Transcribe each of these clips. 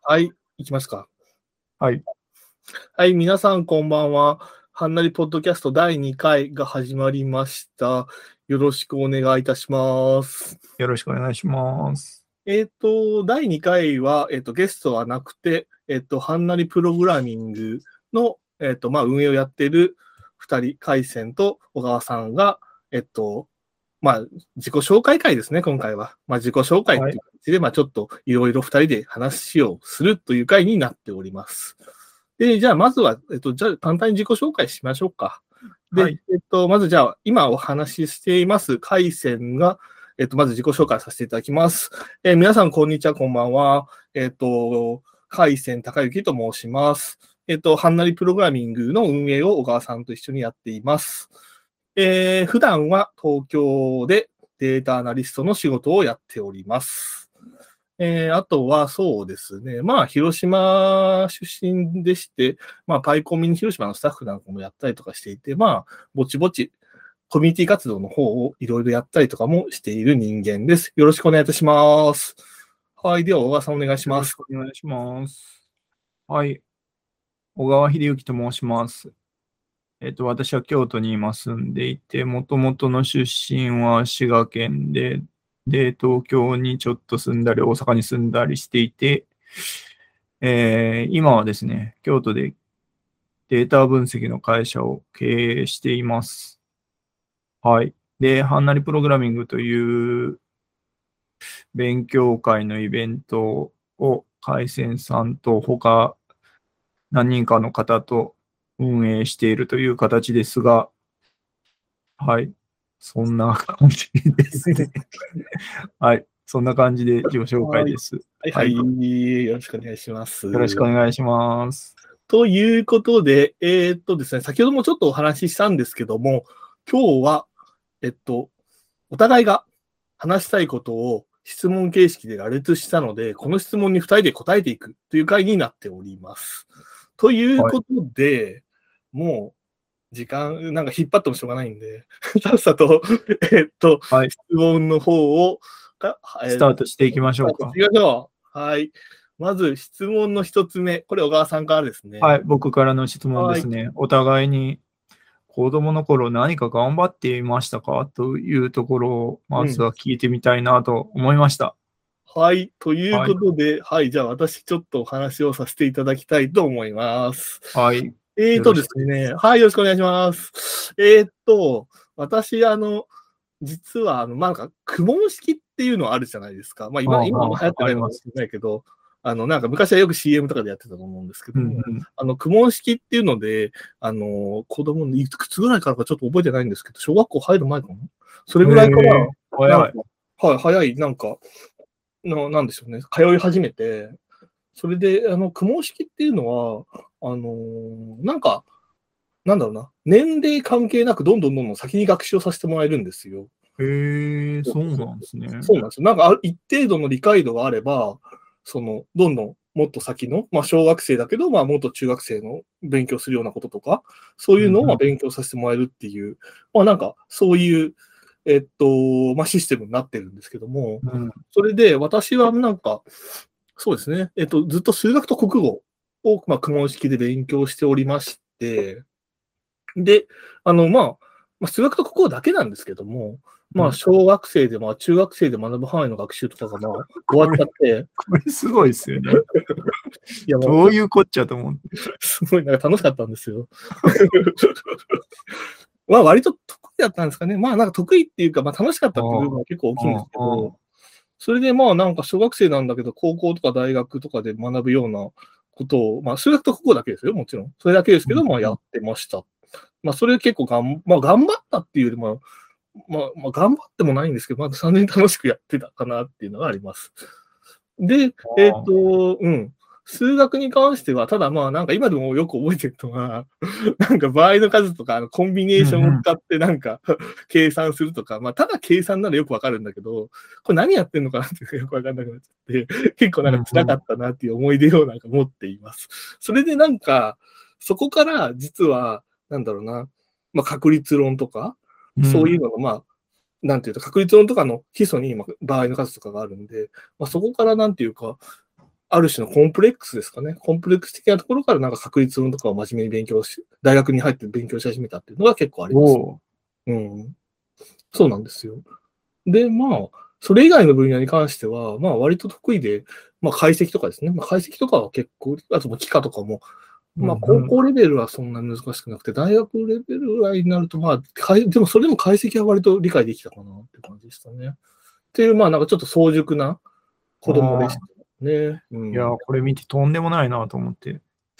はい、いきますか。 はい。 はい、皆さんこんばんは。はんなりポッドキャスト第2回が始まりました。よろしくお願いいたします。 よろしくお願いします。 第2回は、ゲストはなくて、はんなりプログラミングの、運営をやっている2人、海鮮と小川さんが、自己紹介会ですね、今回は。自己紹介っていう感じで、ちょっといろいろ2人で話をするという会になっております。で、じゃあ、まずは、じゃあ、簡単に自己紹介しましょうか。で、 はい。 まずじゃあ、今お話ししています、海鮮が、まず自己紹介させていただきます。皆さん、こんにちは、こんばんは。海鮮高幸と申します。はんなりプログラミングの運営を小川さんと一緒にやっています。普段は東京でデータアナリストの仕事をやっております。あとはそうですね、広島出身でして、パイコミに広島のスタッフなんかもやったりとかしていて、ぼちぼちコミュニティ活動の方をいろいろやったりとかもしている人間です。よろしくお願いいたします。はい。では、小川さんお願いします。 よろしくお願いします。はい。小川秀幸と申します。私は京都に今住んでいて、もともとの出身は滋賀県で、東京にちょっと住んだり、大阪に住んだりしていて、今はですね、京都でデータ分析の会社を経営しています。はい。で、はんなりプログラミングという勉強会のイベントを海鮮さんと他何人かの方と運営しているという形ですが、はい。そんな感じですね。はい。そんな感じで自己紹介です。 はい、 はい。よよろしくお願いします。 ろしくお願いします。 ということで、ですね、先ほどもちょっとお話ししたんですけども、今日は、お互いが話したいことを質問形式で羅列したので、この質問に2人で答えていくという回になっております。ということで、もう時間、なんか引っ張ってもしょうがないんで、さっさと、 はい。 質問の方を、 スタートしていきましょうか。 いきましょう。はい。まず質問の1つ目、これ小川さんからですね。 はい。僕からの質問ですね。お互いに子供の頃何か頑張っていましたかというところをまずは聞いてみたいなと思いました。 はい。ということで、はい。じゃあ私ちょっとお話をさせていただきたいと思います。 はい。 ですね。はい。よろしくお願いします。私、実は、なんか、苦問式っていうのあるじゃないですか。今は流行ってないかもしれないけど、なんか昔はよく CM とかでやってたと思うんですけども、苦問式っていうので、子供のいくつぐらいからかちょっと覚えてないんですけど、小学校入る前かなそれぐらいから、 早い。 はい、早い、なんか、なんでしょうね、通い始めて、それで、苦問式っていうのは、なんか、なんだろうな、年齢関係なくどんどん先に学習をさせてもらえるんですよ。 へえ、そうなんですね。 そうなんですよ。なんか、一定度の理解度があれば、どんどんもっと先の、小学生だけど、もっと中学生の勉強するようなこととか、そういうのを勉強させてもらえるっていう、なんか、そういう、システムになってるんですけども、それで私はなんか、そうですね、ずっと数学と国語を、苦問式で勉強しておりまして、で、数学と国語だけなんですけども、小学生で、中学生で学ぶ範囲の学習とかが、終わっちゃって。 これすごいですよね。 いや、 どういうこっちゃと思って。 すごい、なんか楽しかったんですよ。割と得意だったんですかね。なんか得意っていうか、楽しかったっていう部分は結構大きいんですけど、それでなんか小学生なんだけど、高校とか大学とかで学ぶようなことを、数学と国語だけですよ、もちろん。それだけですけど、やってました。それ結構頑張ったっていうよりも、頑張ってもないんですけど、3年楽しくやってたかなっていうのがあります。で、数学に関しては、ただなんか今でもよく覚えてるのは、なんか場合の数とか、コンビネーションを使ってなんか計算するとか、ただ計算ならよくわかるんだけど、これ何やってんのかなってよくわかんなくなっちゃって、結構なんか辛かったなっていう思い出をなんか持っています。それでなんか、そこから実は、なんだろうな、確率論とか、そういうのがなんていうと、確率論とかの基礎に場合の数とかがあるんで、そこからなんていうか、 ある種のコンプレックスですかね。コンプレックス的なところからなんか確率論とかを真面目に勉強し、大学に入って勉強し始めたっていうのが結構あります。うん。そうなんですよ。で、まあ、それ以外の分野に関しては、まあ割と得意で、まあ解析とかですね。まあ解析とかは結構、あとも幾何とかも、まあ高校レベルはそんなに難しくなくて、大学レベルぐらいになると、まあ、でもそれでも解析は割と理解できたかなって感じでしたね。っていう、まあなんかちょっと早熟な子供でしたね。 いや、これ見てとんでもないなと思って。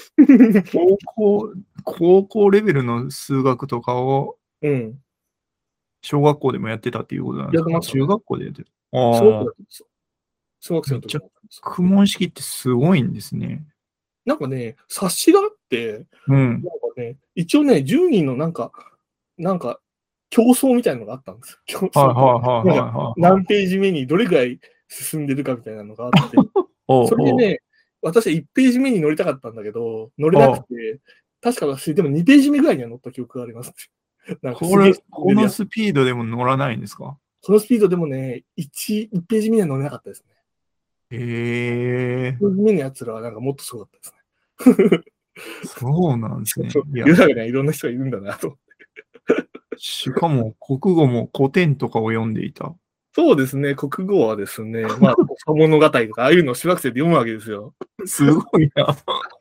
高校レベルの数学とかを、小学校でもやってたっていうことなんですか？中学校でやってた。 小学生の時。 苦問式ってすごいんですね。 なんかね、冊子があって、なんかね、一応ね、10人のなんか、競争みたいなのがあったんですよ。競争。何ページ目にどれぐらい進んでるかみたいなのがあって、それでね、私は1ページ目に乗りたかったんだけど、乗れなくて、確か私、でも2ページ目ぐらいには乗った記憶があります。 なんかこのスピードでも乗らないんですか？ このスピードでもね、1ページ目には乗れなかったですね。 1 ページ目のやつらはなんかもっとすごかったですね。 そうなんですね。 世の中にはいろんな人がいるんだなと思って。 しかも国語も古典とかを読んでいた。 そうですね、国語はですね、まあ、物語とか、ああいうのを小学生で読むわけですよ。 すごいな。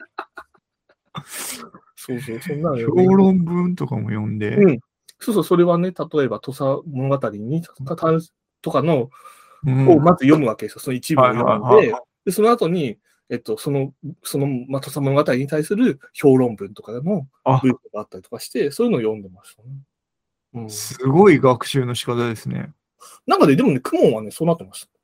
そう、そんなの評論文とかも読んで。 そう、それはね、例えば、土佐物語に、とかの、をまず読むわけですよ。その一部を読んで、で、その後に、その、土佐物語に対する評論文とかの文章があったりとかして、そういうのを読んでましたね。 すごい学習の仕方ですね。 なんかね、でもね、公文はね、そうなってました。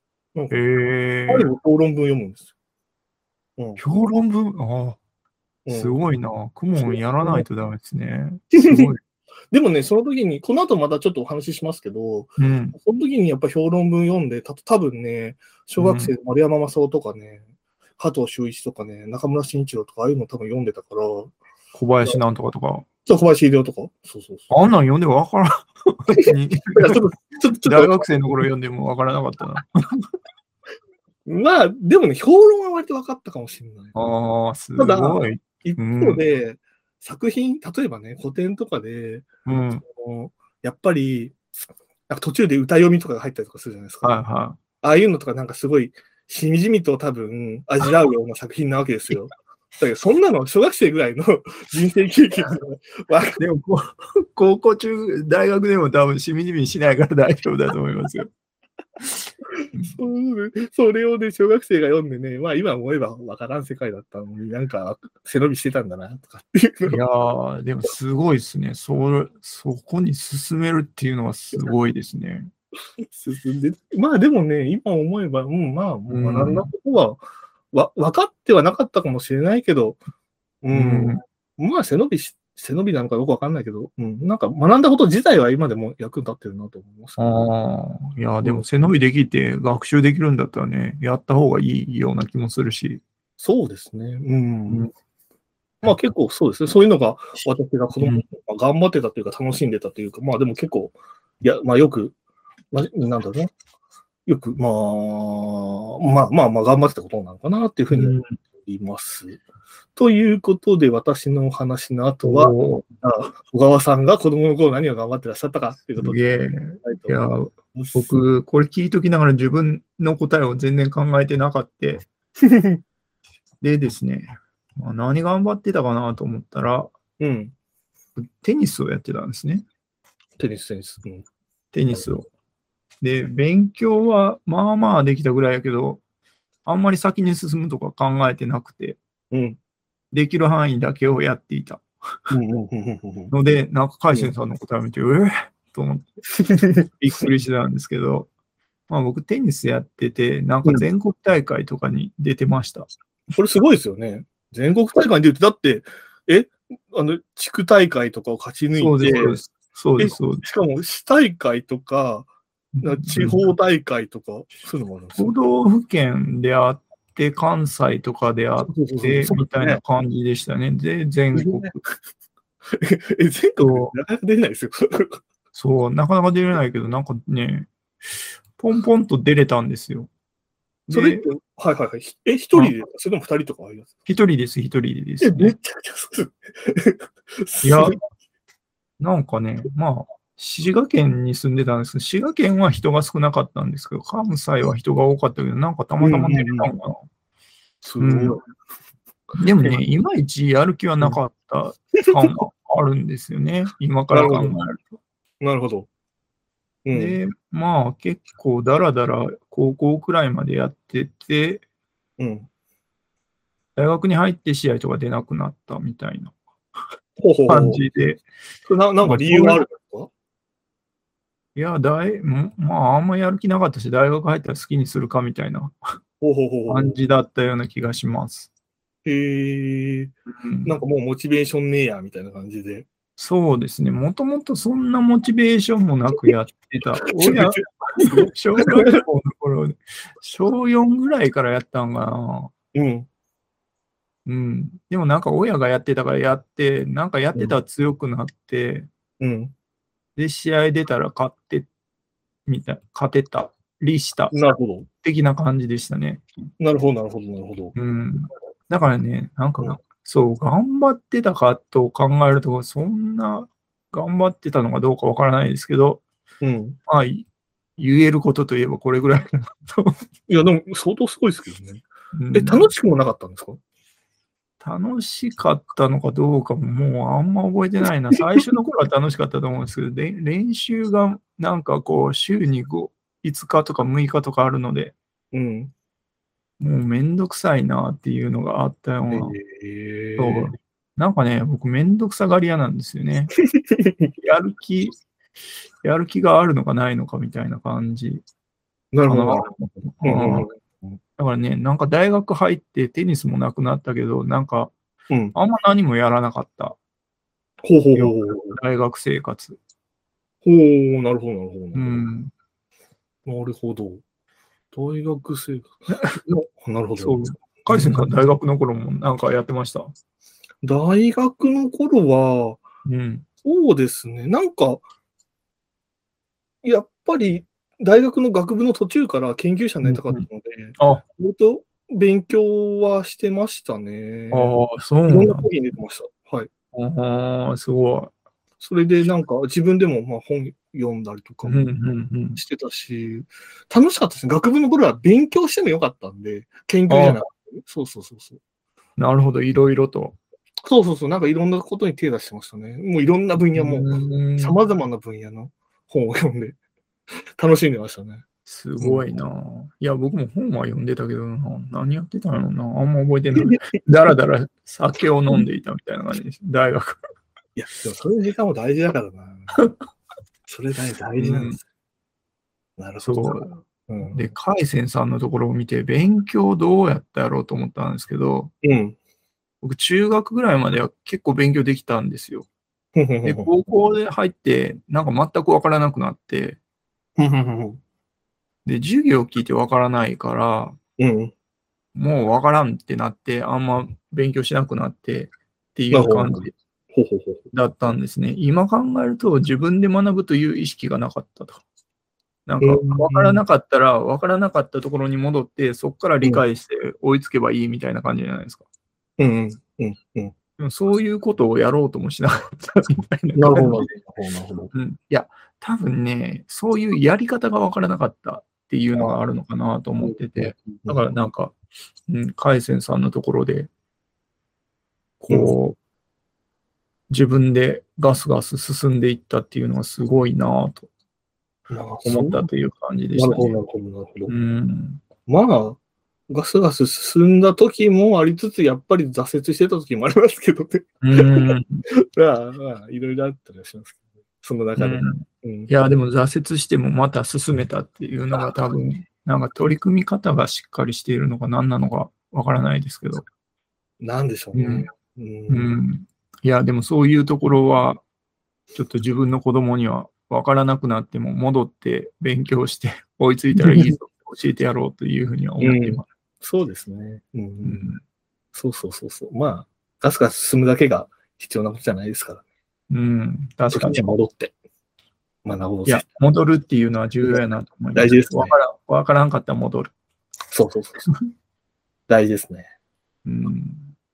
評論文読むんですよ。評論文すごいな。公文やらないとダメですね。すごい。 でもね、その時に、この後またちょっとお話ししますけど、その時にやっぱ評論文読んで、多分ね、小学生、丸山正夫とかね、加藤修一とかね、中村慎一郎とか、ああいうの多分読んでたから。 小林なんとかとか。 小林秀夫とか。そう。 あんなん読んでもわからん。大学生の頃読んでもわからなかったな。 まあ、でもね、評論は割と分かったかもしれない。 すごい。 ただ、一方で、作品、例えばね、古典とかで、やっぱり、なんか途中で歌読みとかが入ったりとかするじゃないですか。ああいうのとかなんかすごい、しみじみと多分味わうような作品なわけですよ。だけど、そんなの小学生ぐらいの人生経験でも、高校中、大学でも多分しみじみしないから大丈夫だと思いますよ。 それをね、小学生が読んでね、まあ今思えば分からん世界だったのに、なんか背伸びしてたんだな、とかっていうの。 いやー、でもすごいですね。そこに進めるっていうのはすごいですね。 進んで、まあでもね、今思えば、まあ、学んだことは、分かってはなかったかもしれないけど、まあ背伸びなのかよくわかんないけど、なんか学んだこと自体は今でも役に立ってるなと思います、 いや、でも背伸びできて学習できるんだったらね、やった方がいいような気もするし。 そうですね。まあ結構そうですね。そういうのが私が子供の頃頑張ってたというか楽しんでたというか、まあでも結構、まあよく、なんだろうな。よく、まあ頑張ってたことなのかなっていうふうに思います。ということで、私のお話の後は、小川さんが子供の頃何を頑張ってらっしゃったかということで。 いや、僕、これ聞いときながら自分の答えを全然考えてなかった。でですね、何頑張ってたかなと思ったら、テニスをやってたんですね。 テニス。 テニスを。で、勉強はまあまあできたぐらいやけど、あんまり先に進むとか考えてなくて、できる範囲だけをやっていた。ので、なんか海鮮さんの答えを見て、と思ってびっくりしてたんですけど、まあ僕テニスやってて、なんか全国大会とかに出てました。 これすごいですよね。全国大会に出て、だって、地区大会とかを勝ち抜いて、 そうです。 しかも市大会とか、地方大会とか、そういうのもあるんですよ。都道府県であって、関西とかであって、みたいな感じでしたね。で、全国。 全国なかなか出れないですよ。 そう、なかなか出れないけど、なんかね、ポンポンと出れたんですよ。 それって、はいはいはい。一人で、それとも二人とかあります？ 一人です、一人です、ね。 めちゃくちゃ少ない。 いや、なんかね、まあ、滋賀県に住んでたんですけど、滋賀県は人が少なかったんですけど、関西は人が多かったけど、なんかたまたま出れたのかな。 すごい。 でもね、いまいちやる気はなかった感はあるんですよね、今から考えると。 なるほど。 で、まあ結構だらだら高校くらいまでやってて、大学に入って試合とか出なくなったみたいな感じで。 なんか理由があるんですか？ いや、まああんまやる気なかったし、大学入ったら好きにするかみたいな感じだったような気がします。 へえ、なんかもうモチベーションねえや、みたいな感じで。 そうですね。もともとそんなモチベーションもなくやってた。小学校の頃、小4ぐらいからやったんかな。でもなんか親がやってたからやって、なんかやってたら強くなって、で、試合出たら勝てたりした的な感じでしたね。 なるほど、なるほど、なるほど。 だからね、なんか、そう、頑張ってたかと考えると、そんな頑張ってたのかどうかわからないですけど、まあ、言えることといえばこれぐらいかなと。 いや、でも相当すごいですけどね。楽しくもなかったんですか？ 楽しかったのかどうかももうあんま覚えてないな。最初の頃は楽しかったと思うんですけど、練習がなんかこう、週に5日とか6日とかあるので、もうめんどくさいなっていうのがあったような。そう。なんかね、僕めんどくさがり屋なんですよね。やる気があるのかないのかみたいな感じ。 なるほど。 だからね、なんか大学入ってテニスもなくなったけど、なんか、あんま何もやらなかった。大学生活。 なるほど、なるほど。なるほど。大学生活。なるほど。 そう。海鮮さん、大学の頃もなんかやってました？ 大学の頃は、そうですね。なんか、やっぱり大学の学部の途中から研究者になりたかったので、ずっと勉強はしてましたね。 そうなんだ。 いろんな講義に出てました。はい。 すごい。 それでなんか自分でもまあ本読んだりとかもしてたし、楽しかったですね。学部の頃は勉強してもよかったんで、研究じゃなくて。そう。 なるほど、いろいろと。 そう。なんかいろんなことに手出してましたね。もういろんな分野も、様々な分野の本を読んで、楽しんでましたね。 すごいな。いや、僕も本は読んでたけどな、何やってたのな、あんま覚えてない。だらだら酒を飲んでいたみたいな感じです、大学。 いや、でもそういう時間も大事だからな。それ大事なんです。なるほど。そう。 で、海鮮さんのところを見て、勉強どうやったやろうと思ったんですけど、僕、中学ぐらいまでは結構勉強できたんですよ。で、高校で入って、なんか全くわからなくなって、で、授業聞いてわからないから、もうわからんってなって、あんま勉強しなくなってっていう感じだったんですね。今考えると自分で学ぶという意識がなかったと。なんか、わからなかったら、わからなかったところに戻って、そこから理解して追いつけばいいみたいな感じじゃないですか。でもそういうことをやろうともしなかったみたいな感じで。いや、多分ね、そういうやり方がわからなかったっていうのがあるのかなと思ってて、だからなんか、海鮮さんのところで、こう、自分でガスガス進んでいったっていうのはすごいなと思ったという感じでしたね。 なるほど。まあ、ガスガス進んだ時もありつつ、やっぱり挫折してた時もありますけどね。まあ、いろいろあったりはしますけど、その中で。 いや、でも挫折してもまた進めたっていうのが多分、なんか取り組み方がしっかりしているのか何なのかわからないですけど。 なんでしょうね。 いや、でもそういうところは、ちょっと自分の子供には分からなくなっても戻って勉強して追いついたらいいぞ教えてやろうというふうには思っています。 そうですね。そう。まあ、ガスガス進むだけが必要なことじゃないですから。 確かに。 戻って学ぼう。 いや、戻るっていうのは重要やなと思います。 大事ですね。 分からんかったら戻る。 そうそうそうそう。大事ですね。 うん。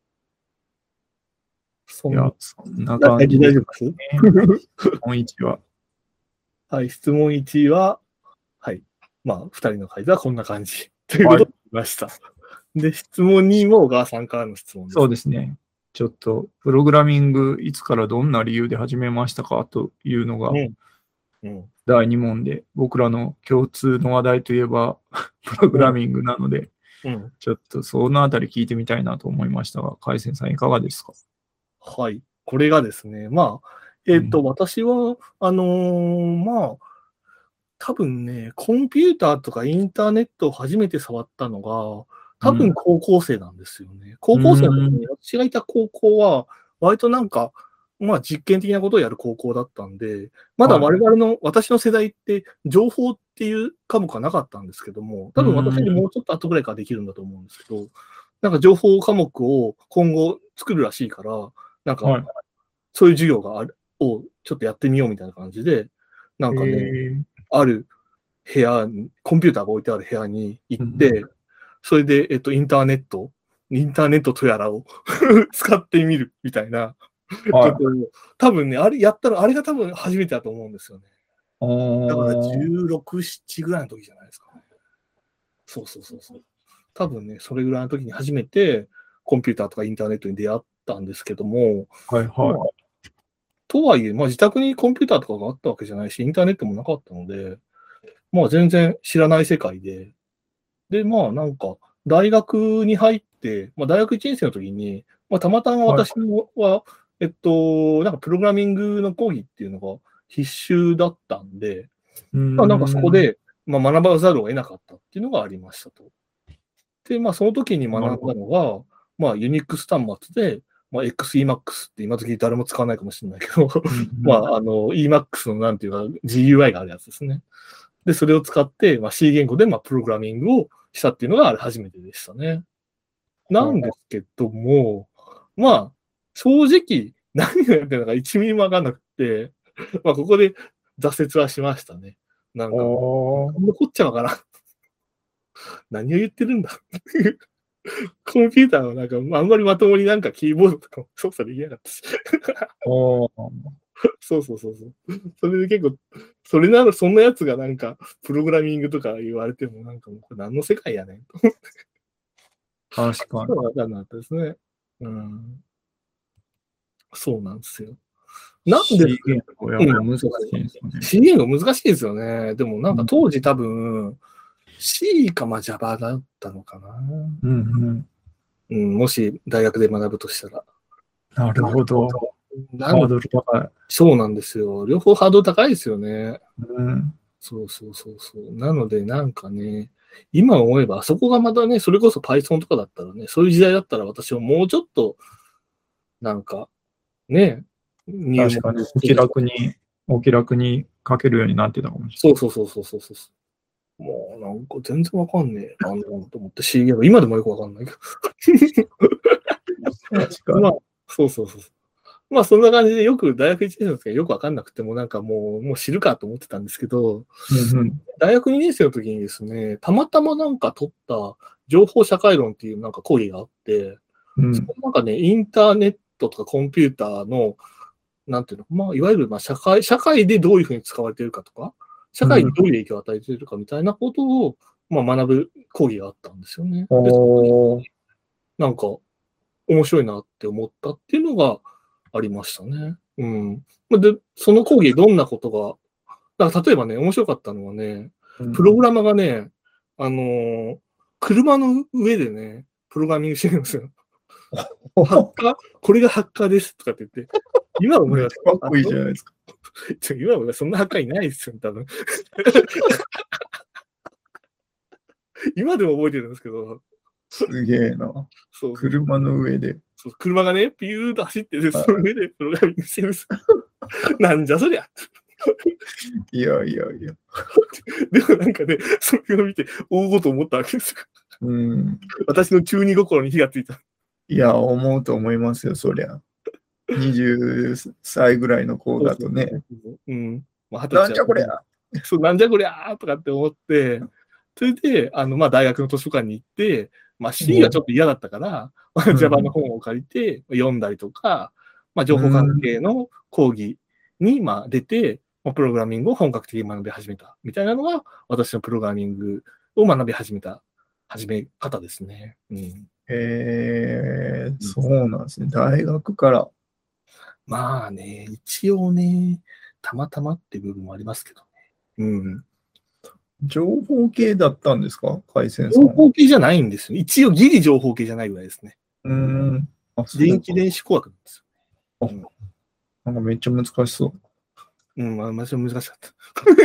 そんないや、そんな感じです大丈夫です。 質問1は。 はい、質問1は、はい。まあ、2人の会話はこんな感じ。というはい。 ことになりました。で、質問2も小川さんからの質問です。 そうですね。ちょっと、プログラミング、いつからどんな理由で始めましたかというのがうん。うん。 第2問で、僕らの共通の話題といえば、プログラミングなので、 うん。 ちょっとそのあたり聞いてみたいなと思いましたが、海鮮さんいかがですか？ はい。これがですね、まあ、私は、まあ、多分ね、コンピューターとかインターネットを初めて触ったのが、多分高校生なんですよね。高校生の時に、私がいた高校は、割となんか、まあ実験的なことをやる高校だったんで、まだ我々の、私の世代って情報っていう科目はなかったんですけども、多分私よりもうちょっと後ぐらいからできるんだと思うんですけど、なんか情報科目を今後作るらしいから、なんか、そういう授業がある、をちょっとやってみようみたいな感じで、なんかね、ある部屋に、コンピューターが置いてある部屋に行って、それで、インターネットとやらを使ってみるみたいなことを、多分ね、あれやったら、あれが多分初めてだと思うんですよね。だから16、7ぐらいの時じゃないですかね。そうそうそうそう。多分ね、それぐらいの時に初めてコンピューターとかインターネットに出会ったんですけども、とはいえ、まあ自宅にコンピューターとかがあったわけじゃないし、インターネットもなかったので、まあ全然知らない世界で、で、まあなんか、大学に入って、まあ大学1年生の時に、まあたまたま私は、なんかプログラミングの講義っていうのが必修だったんで、まあなんかそこで、まあ学ばざるを得なかったっていうのがありましたと。で、まあその時に学んだのが、まあユニックス端末で、まあ XEMAX って今時誰も使わないかもしれないけど、まあEMAX のなんていうか GUI があるやつですね。で、それを使って、まあ、C 言語でまあプログラミングをしたっていうのがあれ初めてでしたね。なんですけども、まあ、正直、何をやってるのか1ミリもわかんなくて、まあ、ここで挫折はしましたね。なんか、こんなこっちゃわからん。何を言ってるんだ。コンピューターのなんか、あんまりまともになんかキーボードとかも操作できなかったし。そうそうそうそう。それで結構、そんなやつがなんか、プログラミングとか言われても、なんかもう、これ何の世界やねんと。 確かに。 そうわかんなかったですね。うん。そうなんですよ。なんで、 C 言語やっぱ難しいですよね。 C 言語難しいですよね。でもなんか当時多分、C かまあ Java だったのかな。うん、もし大学で学ぶとしたら。 なるほど。ハードル高い。 そうなんですよ。両方ハードル高いですよね。 うん。 そうそうそうそう。なのでなんかね、今思えば、あそこがまたね、それこそ Python とかだったらね、そういう時代だったら私はもうちょっと、なんか、ね、 確かに、お気楽に書けるようになってたかもしそうそうそうそうそうそう。もうなんか全然わかんねえ。なんだろうと思って C 言語、今でもよくわかんないけど。 れない。確かに。 まあ、そうそうそう。まあそんな感じでよく大学1年生の時はよくわかんなくてもなんかもう知るかと思ってたんですけど、大学2年生の時にですね、たまたまなんか取った情報社会論っていうなんか講義があって、そのなんかね、インターネットとかコンピューターの、なんていうの、まあいわゆるまあ社会でどういうふうに使われているかとか、社会にどういう影響を与えているかみたいなことを、まあ、学ぶ講義があったんですよね。でなんか面白いなって思ったっていうのがありましたね。うん。で、その講義どんなことが、だから例えばね、面白かったのはね、プログラマーがね、車の上でね、プログラミングしてるんですよ。ハッカー、これがハッカーですとかって言って、今思えば、 かっこいいじゃないですか。 今思えばそんなハッカーいないですよ、多分。今でも覚えてるんですけど。 すげえな。そう車の上で。 そう車がね、ピューッと走ってる、その上でプログラミングしてるんです。なんじゃそりゃ。 いやいやいや。 でもなんかね、それを見て、大ごと思ったわけですよ。私の中二心に火がついた。 いや、思うと思いますよ、そりゃ。20歳ぐらいの子だとね。 うん。まあ、 なんじゃこりゃ。 そう、なんじゃこりゃーとかって思って、 それで、まあ、大学の図書館に行って、まあ、C はちょっと嫌だったから、Java の本を借りて読んだりとか、まあ、情報関係の講義に、まあ、出て、まあプログラミングを本格的に学び始めたみたいなのが、私のプログラミングを学び始め方ですね。うん、 そうなんですね。大学から。 まあね、一応ね、たまたまっていう部分もありますけどね。うん。 情報系だったんですか、海鮮さん情は。 報系じゃないんですよ。一応ギリ情報系じゃないぐらいですね。電気電子工学なんですよ。 なんかめっちゃ難しそう。 まあ、難しかった。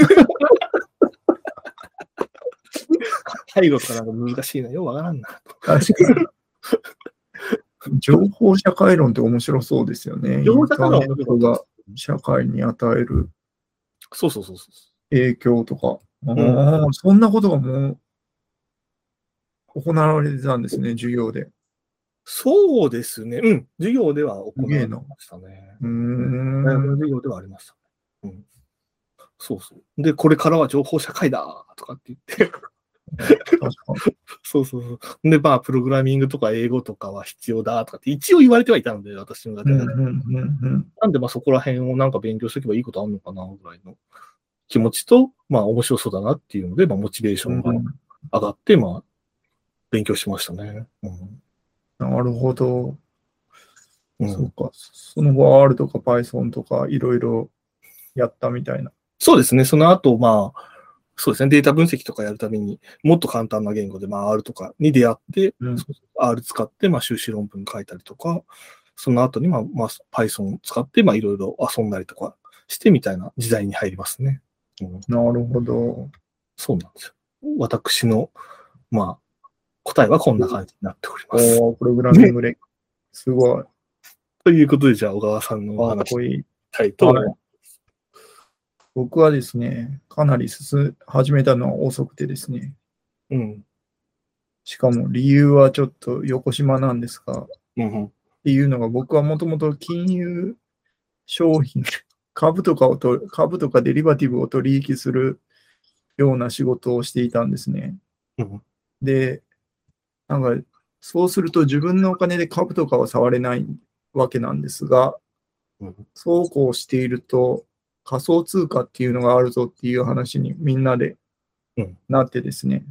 介護とかなんか難しいな。ようわからんな。 確かに。情報社会論って面白そうですよね。 情報社会論はインターネットが社会に与えるそう。 影響とか。そんなことがもう行われてたんですね、授業で。 そうですね。授業では行われましたね。大学の授業ではありましたね。そう。で、これからは情報社会だとかって言って確かに。 そう。で、まあ、プログラミングとか英語とかは必要だとかって一応言われてはいたので、私の中で。なんで、まあ、そこら辺をなんか勉強しておけばいいことあるのかな、ぐらいの気持ちと、まあ、面白そうだなっていうので、まあ、モチベーションが上がって、まあ、勉強しましたね。 なるほど。 そうか。その後、R とか Python とかいろいろやったみたいな。 そうですね。その後、まあ、そうですね。データ分析とかやるためにもっと簡単な言語で、まあ、R とかに出会って、R 使って、まあ、修士論文書いたりとか、その後に、まあ、Python を使って、まあ、いろいろ遊んだりとかしてみたいな時代に入りますね。 なるほど。 そうなんですよ。私の、まあ、答えはこんな感じになっております。 プログラミングで、すごい。 ということで、じゃあ、小川さんのお話したいと思います。 僕はですね、かなり始めたのは遅くてですね。しかも理由はちょっと横島なんですが、っていうのが僕はもともと金融商品、株とかデリバティブを取引するような仕事をしていたんですね。で、なんか、そうすると自分のお金で株とかは触れないわけなんですが、そうこうしていると、仮想通貨っていうのがあるぞっていう話にみんなでなってですね、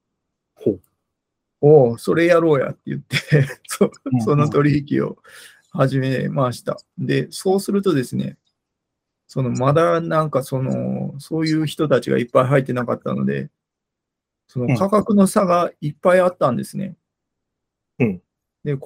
それやろうやって言ってその取引を始めました。で、そうするとですね、まだなんかそういう人たちがいっぱい入ってなかったので、その価格の差がいっぱいあったんですね。で、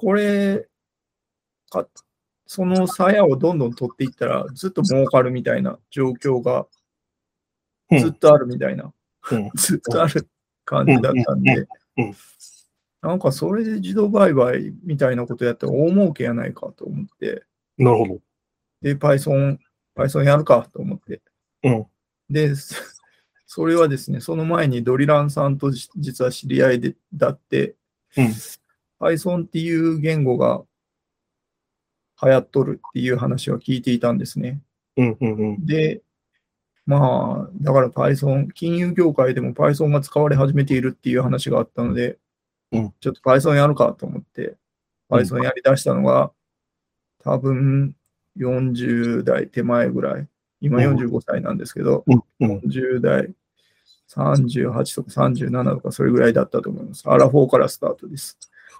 その鞘をどんどん取っていったら、ずっと儲かるみたいな状況がずっとあるみたいな、ずっとある感じだったんで、なんかそれで自動売買みたいなことやって大儲けやないかと思って、 なるほど。 で、Python やるかと思って。で、それはですね、その前にドリランさんと実は知り合いだって、Python っていう言語が流行っとるっていう話は聞いていたんですね。で、まあ、だから Python、金融業界でも Python が使われ始めているっていう話があったので、ちょっと Python やるかと思って、Python やり出したのが、多分40代手前ぐらい。今45歳なんですけど、40代38とか37とかそれぐらいだったと思います。アラフォーからスタートです。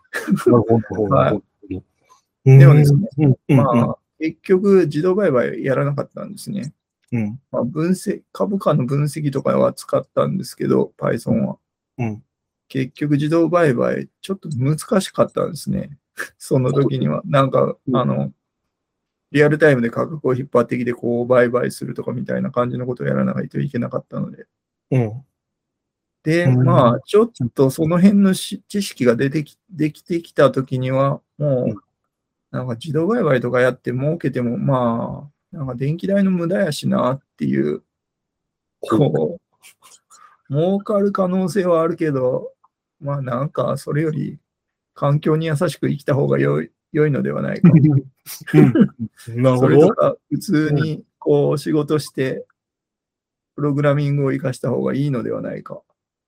でもですね、まあ、結局自動売買やらなかったんですね。株価の分析とかは使ったんですけど、Python は。結局自動売買ちょっと難しかったんですね。その時には。なんか、リアルタイムで価格を引っ張ってきて、こう売買するとかみたいな感じのことをやらないといけなかったので。で、まあ、ちょっとその辺の知識ができてきた時には、もう、なんか自動売買とかやって儲けても、まあ、なんか電気代の無駄やしなっていう、こう、儲かる可能性はあるけど、まあなんかそれより環境に優しく生きた方が良いのではないか。 なるほど。 それとか普通にこう仕事して、プログラミングを活かした方がいいのではないか。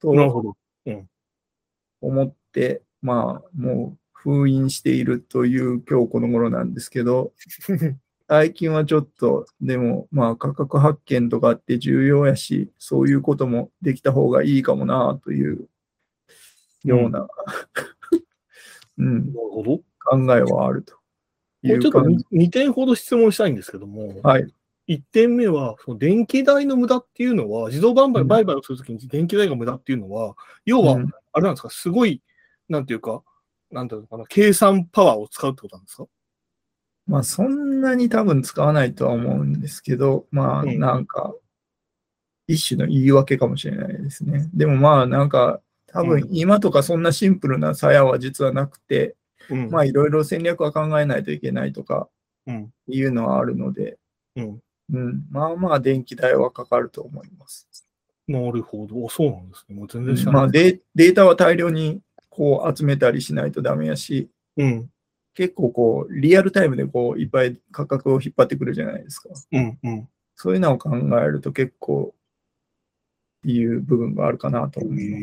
となるほど。 思って、まあ、もう封印しているという今日この頃なんですけど、最近はちょっと、でも、まあ、価格発見とかって重要やし、そういうこともできた方がいいかもな、というような、 なるほど。 考えはあるといこれちょっとう感じ。 2点ほど質問したいんですけども、 はい。 1点目は、その電気代の無駄っていうのは、自動売買をするときに電気代が無駄っていうのは、要は、あれなんですか、すごい、なんていうか、なんていうのかな、計算パワーを使うってことなんですか？ まあ、そんなに多分使わないとは思うんですけど、まあ、なんか、一種の言い訳かもしれないですね。でもまあ、なんか、多分今とかそんなシンプルな鞘は実はなくて、まあ、いろいろ戦略は考えないといけないとか、いうのはあるので、まあまあ電気代はかかると思います。 なるほど。そうなんですね。もう全然知らない。 まあデータは大量にこう集めたりしないとダメやし、結構こうリアルタイムでこういっぱい価格を引っ張ってくるじゃないですか。そういうのを考えると結構っていう部分があるかなと思います。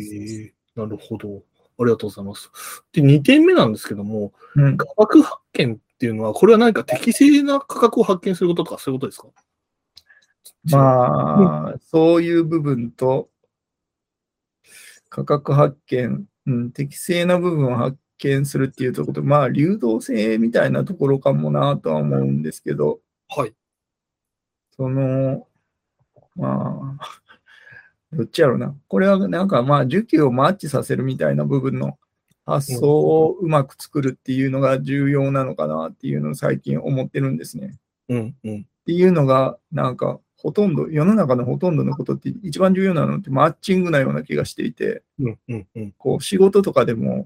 なるほど。ありがとうございます。で、2点目なんですけども、価格発見っていうのは、これは何か適正な価格を発見することとか、そういうことですか？ まあ、そういう部分と、価格発見、適正な部分を発見するっていうところと、まあ、流動性みたいなところかもなとは思うんですけど、 はい。 その、まあ、どっちやろうな。これはなんかまあ、需給をマッチさせるみたいな部分の発想をうまく作るっていうのが重要なのかなっていうのを最近思ってるんですね。っていうのが、なんか、ほとんど、世の中のほとんどのことって一番重要なのってマッチングなような気がしていて、こう仕事とかでも、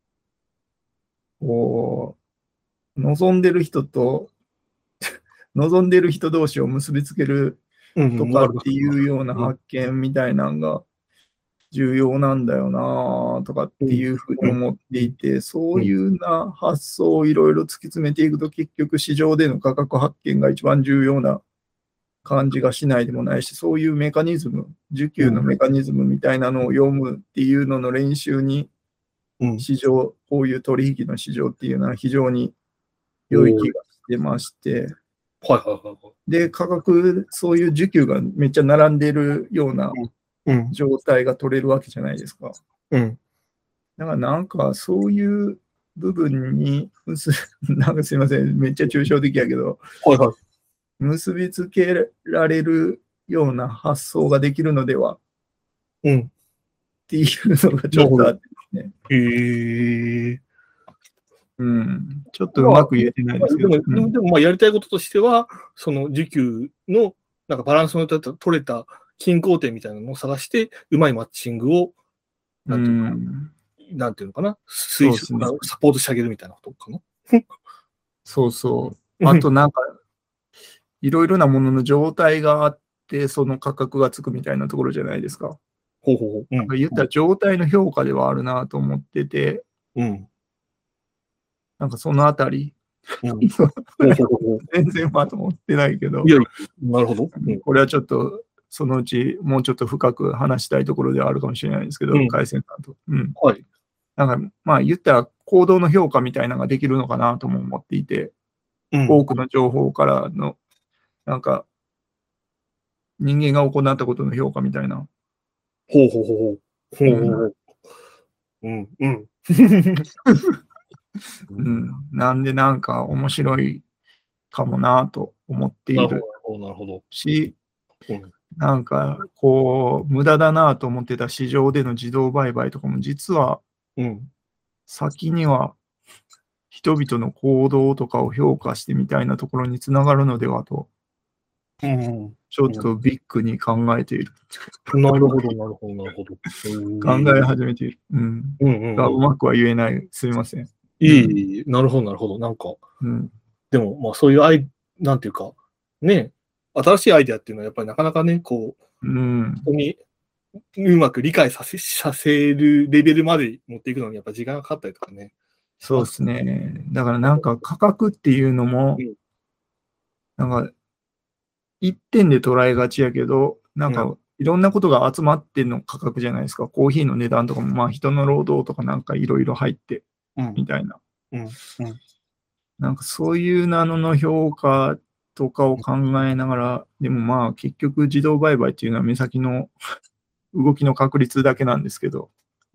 こう、望んでる人と、望んでる人同士を結びつけるとかっていうような発見みたいなのが重要なんだよなとかっていうふうに思っていて、そういうな発想をいろいろ突き詰めていくと結局市場での価格発見が一番重要な感じがしないでもないし、そういうメカニズム、需給のメカニズムみたいなのを読むっていうのの練習に、市場、こういう取引の市場っていうのは非常に良い気がしてまして、で、価格、そういう需給がめっちゃ並んでいるような状態が取れるわけじゃないですか。だからなんかそういう部分に、なんかすいません、めっちゃ抽象的やけど、結びつけられるような発想ができるのでは、っていうのがちょっとあってですね。ちょっとうまく言えてないですけど。 でもまあやりたいこととしては、その需給のなんかバランスの取れた均衡点みたいなのを探して、うまいマッチングを、なんていうのかな、サポートしてあげるみたいなことかな。 そうそう。あとなんか、いろいろなものの状態があって、その価格がつくみたいなところじゃないですか。言ったら状態の評価ではあるなと思ってて、なんかそのあたり、全然まともってないけど、 なるほど。 これはちょっと、そのうちもうちょっと深く話したいところではあるかもしれないですけど、回線さんと。なんか、まあ言ったら行動の評価みたいなのができるのかなとも思っていて、多くの情報からの、なんか、人間が行ったことの評価みたいな。なんでなんか面白いかもなと思っているし、なんかこう無駄だなと思ってた市場での自動売買とかも実は先には人々の行動とかを評価してみたいなところにつながるのではと、ちょっとビッグに考えている。 なるほど、なるほど、なるほど。 考え始めている。うまくは言えない。すみません。 なるほど、なるほど。なんか、でも、まあそういうなんていうか、ね、新しいアイデアっていうのはやっぱりなかなかね、こう、人にうまく理解させるレベルまで持っていくのにやっぱ時間がかかったりとかね。 そうですね。だからなんか価格っていうのも、なんか一点で捉えがちやけど、なんかいいろんなことが集まっての価格じゃないですか。コーヒーの値段とかも、まあ人の労働とかなんかいろいろ入って、みたいな。なんかそういうの評価とかを考えながら、でもまあ結局自動売買っていうのは目先の動きの確率だけなんですけど、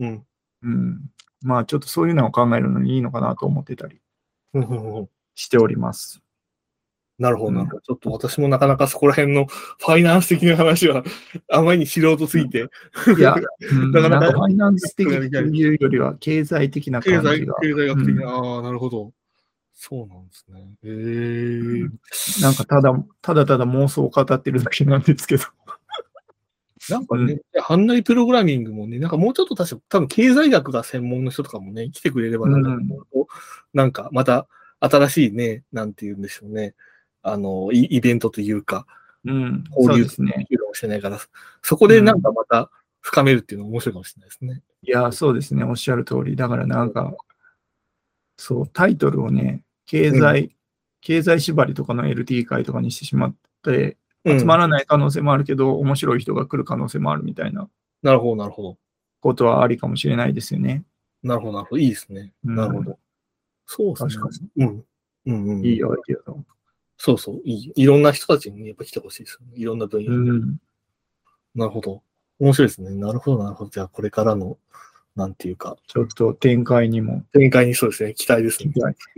まあちょっとそういうのを考えるのにいいのかなと思ってたりしております。 なるほど、なるほど。ちょっと私もなかなかそこら辺のファイナンス的な話はあまりに素人すぎて。 いや、なかなかファイナンス的というよりは経済的な感じが。 経済学的な、ああ、なるほど。そうなんですね。 なんかただ妄想を語ってるだけなんですけど。 なんかね、はんなりプログラミングもね、なんかもうちょっと多分経済学が専門の人とかもね、来てくれればなんかまた新しいね、なんて言うんでしょうね。イベントというか、 そうですね。 かもしれないから、そこでなんかまた深めるっていうのは面白いかもしれないですね。 いや、そうですね。おっしゃる通り。だからなんか、そう、タイトルをね、経済縛りとかの LT 会とかにしてしまって、集まらない可能性もあるけど、面白い人が来る可能性もあるみたいな。 なるほど、なるほど。 ことはありかもしれないですよね。 なるほど、なるほど。いいですね。なるほど。そうですね。 確かに。いいアイディアだ。 そうそう。いろんな人たちにやっぱ来てほしいですよね。いろんな分野。なるほど。面白いですね。なるほど、なるほど。じゃあ、これからの、なんていうか。 ちょっと展開にそうですね。期待ですね。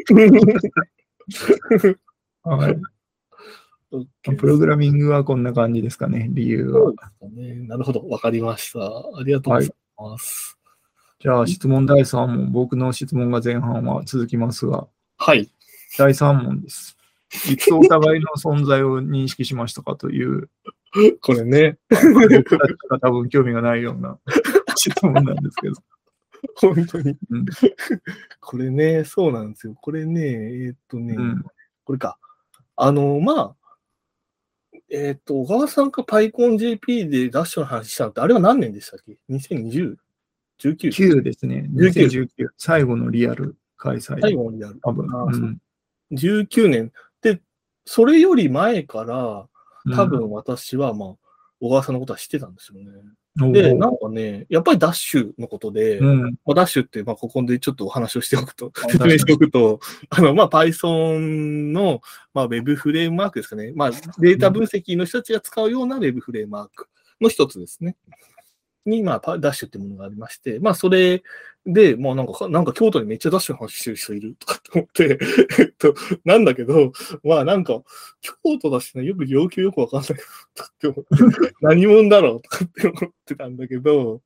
はい。プログラミングはこんな感じですかね、理由は。 そうですね。なるほど。わかりました。ありがとうございます。 じゃあ、質問第3問。僕の質問が前半は続きますが。 はい。 第3問です。いつお互いの存在を認識しましたかという。 これね。 僕たちが多分興味がないような質問なんですけど。 本当に。これね、そうなんですよ。これね、これか。まあ、小川さんが PyConJP でダッシュの話したのって、あれは何年でしたっけ ?2020? 19ですね。2019。最後のリアル開催。 最後のリアル。 多分。 19年。で、それより前から、多分私は、まあ、小川さんのことは知ってたんですよね。で、なんかね、やっぱりダッシュのことで、まあ、ダッシュって、まあ、ここでちょっとお話をしておくと、説明しておくと、まあ、Python の、まあ、Web フレームワークですかね。まあ、データ分析の人たちが使うような Web フレームワークの一つですね。に、まあ、ダッシュっていうものがありまして、まあ、それで、もうなんか京都にめっちゃダッシュの話してる人いるとかって思って、なんだけど、まあなんか、京都だしな、よく要求よくわかんないとかって思って、何者だろうとかって思ってたんだけど、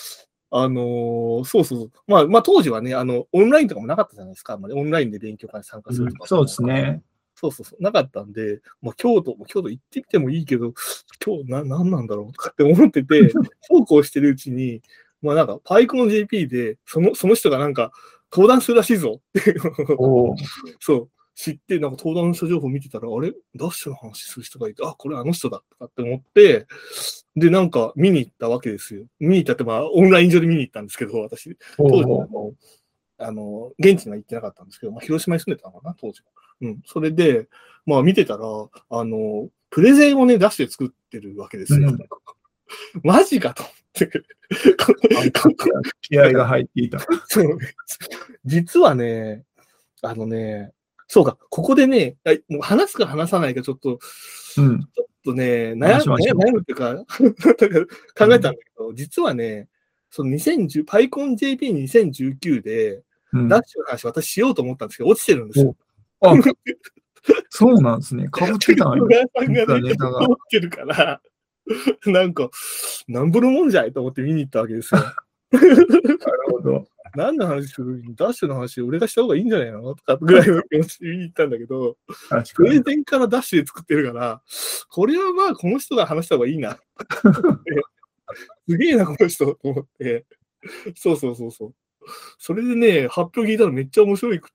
そうそう。まあ当時はね、オンラインとかもなかったじゃないですか。オンラインで勉強会に参加するとか。 そうですね。 そう。なかったんで、まあ、京都行ってみてもいいけど、今日何なんだろうとかって思ってて、そうこうしてるうちに、まあなんか、PyConJP で、その人がなんか、登壇するらしいぞっていうのを、そう、知って、なんか登壇者情報見てたら、あれダッシュの話する人がいて、あ、これあの人だとかって思って、で、なんか見に行ったわけですよ。見に行ったって、まあ、オンライン上で見に行ったんですけど、私、当時現地には行ってなかったんですけど、まあ、広島に住んでたのかな、当時は。それで、まあ見てたら、プレゼンをね、ダッシュで作ってるわけですよ。マジかと思って。 気合が入っていた。 そう実はね、そうか、ここでね、もう話すか話さないかちょっとね、悩むっていうか、考えたんだけど、実はね、そのPyConJP2019 で、ダッシュの話私しようと思ったんですけど、落ちてるんですよ。 あ、そうなんですね。かぶってたん小川さんがね、落ちてるから、なんか、なんぼのもんじゃいと思って見に行ったわけですよ。 なるほど。 何の話するに、ダッシュの話、俺がした方がいいんじゃないのとかぐらいの気持ちで見に行ったんだけど、プレゼンからダッシュで作ってるから、これはまあ、この人が話した方がいいな。すげえな、この人と思って。そう。それでね、発表聞いたらめっちゃ面白いくって、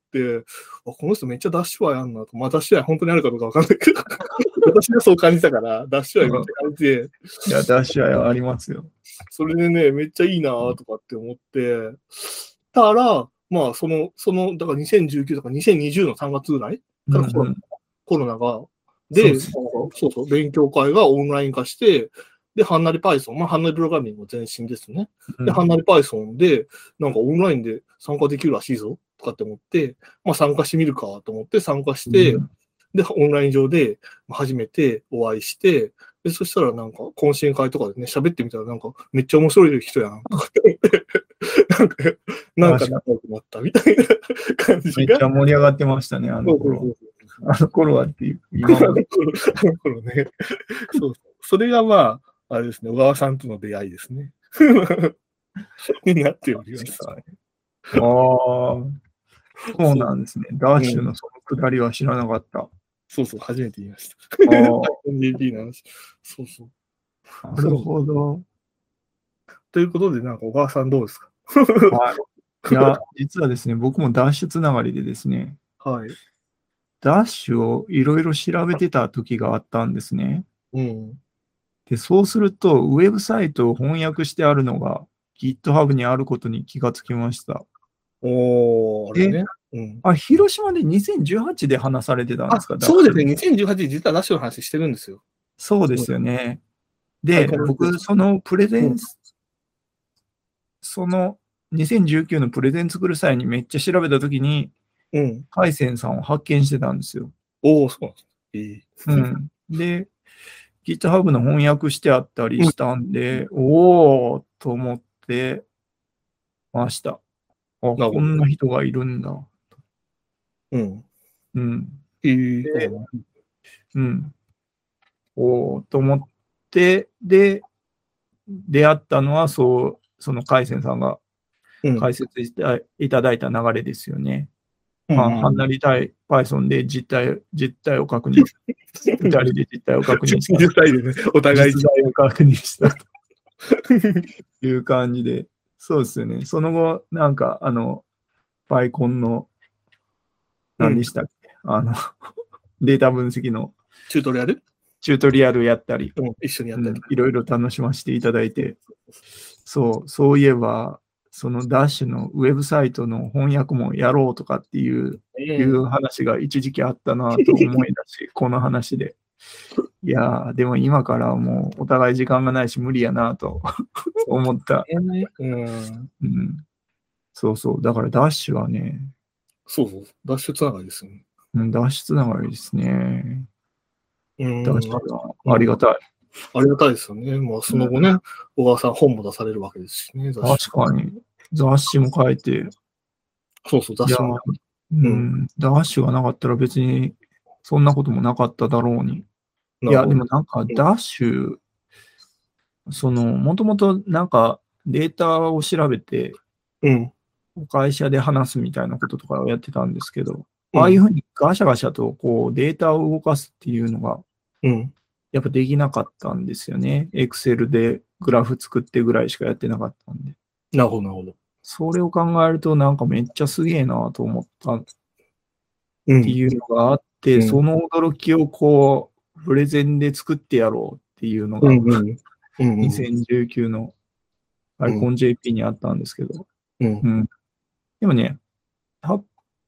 この人めっちゃダッシュ愛あんなと。まあ、ダッシュ愛本当にあるかどうかわかんないけど、私はそう感じたから、ダッシュ愛めっちゃ感じて。 いや、ダッシュ愛はありますよ。 それでね、めっちゃいいなとかって思って、たら、まあ、だから2019とか2020の3月ぐらいからコロナが、で、そう、勉強会がオンライン化して、 で、はんなり Python、まあ、はんなりプログラミングの前身ですね。で、 うんはんなり Python で、なんかオンラインで参加できるらしいぞとかって思って、まあ、参加してみるかと思って参加して、で、オンライン上で初めてお会いして、で、そしたらなんか懇親会とかでね、喋ってみたらなんかめっちゃ面白い人やんとかって思って、なんか仲良くなったみたいな感じが。 めっちゃ盛り上がってましたね、あの頃。あの頃はっていう、今も。 あの頃ね。そう。それがまあ、あれですね、小川さんとの出会いですね。になっております。 ああ、そうなんですね。ダッシュのそのくだりは知らなかった。 そうそう、初めて言いました。JP の話。そうそう。 なるほど。 ということで、なんか小川さんどうですか？ はい。いや、実はですね、僕もダッシュつながりでですね、 はい。 ダッシュをいろいろ調べてた時があったんですね。 うん。 で、そうすると、ウェブサイトを翻訳してあるのが GitHub にあることに気がつきました。 おー、あれね。うん。 広島で2018で話されてたんですか？ そうですね。2018実はダッシュの話してるんですよ。 そうですよね。で、僕、そのプレゼン、その2019のプレゼン作る際にめっちゃ調べたときに、海鮮さんを発見してたんですよ。 おお、そうなんですね。で、GitHub の翻訳してあったりしたんで、おーと思ってました。あ、こんな人がいるんだ。 うん。 うん。 で、 うん。おーと思って、で、出会ったのは、その海鮮さんが解説いただいた流れですよね。まあ、はんなり対 Python で実態を確認、2人で実態を確認した。 実態でね、お互い実態を確認したという感じで、そうですよね。その後、なんか、PyCon の、何でしたっけ、データ分析のチュートリアルやったり、 一緒にやったり、 いろいろ楽しませていただいて、そういえば、そのダッシュのウェブサイトの翻訳もやろうとかっていう話が一時期あったなと思い出し、この話で。いやー、でも今からもうお互い時間がないし無理やなと思った。そうそう。だからダッシュはね。 そうそう。ダッシュつながりですよね。 ダッシュつながりですね。ダッシュはありがたい。 ありがたいですよね。まあ、その後ね、小川さん本も出されるわけですしね。 確かに。雑誌も書いて。 そうそう、雑誌も。 ダッシュがなかったら別にそんなこともなかっただろうに。いや、でもなんかダッシュ、もともとなんかデータを調べて、会社で話すみたいなこととかをやってたんですけど、ああいうふうにガシャガシャとこうデータを動かすっていうのが、やっぱできなかったんですよね。Excel でグラフ作ってぐらいしかやってなかったんで。 なるほど、なるほど。 それを考えるとなんかめっちゃすげえなと思ったっていうのがあって、その驚きをこう、プレゼンで作ってやろうっていうのが、2019のPyConJP にあったんですけど、でもね、発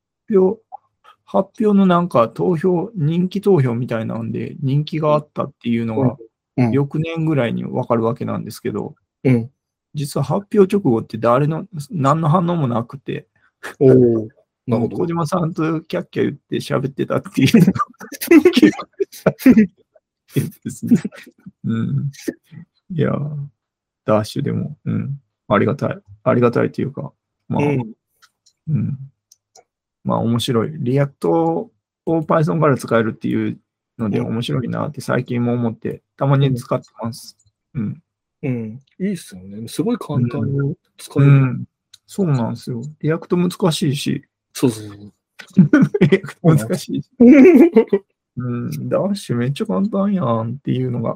表のなんか人気投票みたいなんで、人気があったっていうのが、翌年ぐらいにわかるわけなんですけど、実は発表直後って何の反応もなくて、小島さんとキャッキャ言って喋ってたっていうのですね。いや、ダッシュでも、ありがたい。ありがたいというか、まあ面白い。リアクトを Python から使えるっていうので面白いなって最近も思って、たまに使ってます。 いいっすよね。すごい簡単に使える。 そうなんですよ。リアクト難しいし。 そうそうそう。 リアクト難しいし。ダッシュめっちゃ簡単やんっていうのが。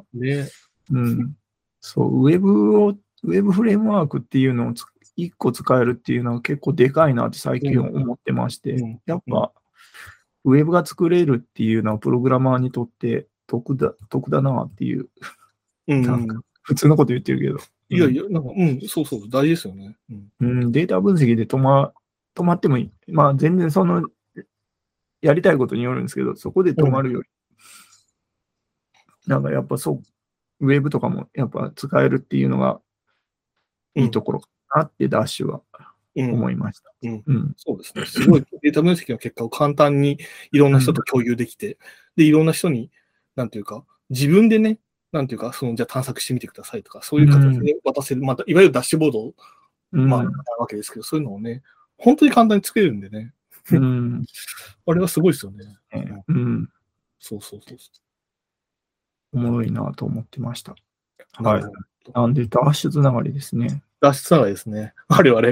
そう、ウェブフレームワークっていうのを1個使えるっていうのは結構でかいなって最近思ってまして、やっぱ、ウェブが作れるっていうのはプログラマーにとって得だなっていう。なんか普通のこと言ってるけど。 いやいや、なんか、そうそう、大事ですよね。 データ分析で止まってもいい。まあ全然やりたいことによるんですけど、そこで止まるより。なんかやっぱウェブとかもやっぱ使えるっていうのがいいところかなってダッシュは思いました。 そうですね。すごいデータ分析の結果を簡単にいろんな人と共有できて、で、いろんな人に、なんていうか、自分でね、なんていうか、じゃあ探索してみてくださいとか、そういう形で渡せる、また、いわゆるダッシュボードを、まあ、なわけですけど、そういうのをね、本当に簡単に作れるんでね。あれはすごいですよね。そう。 おもろいなと思ってました。はい。なんで、ダッシュつながりですね。 ダッシュつながりですね。我々。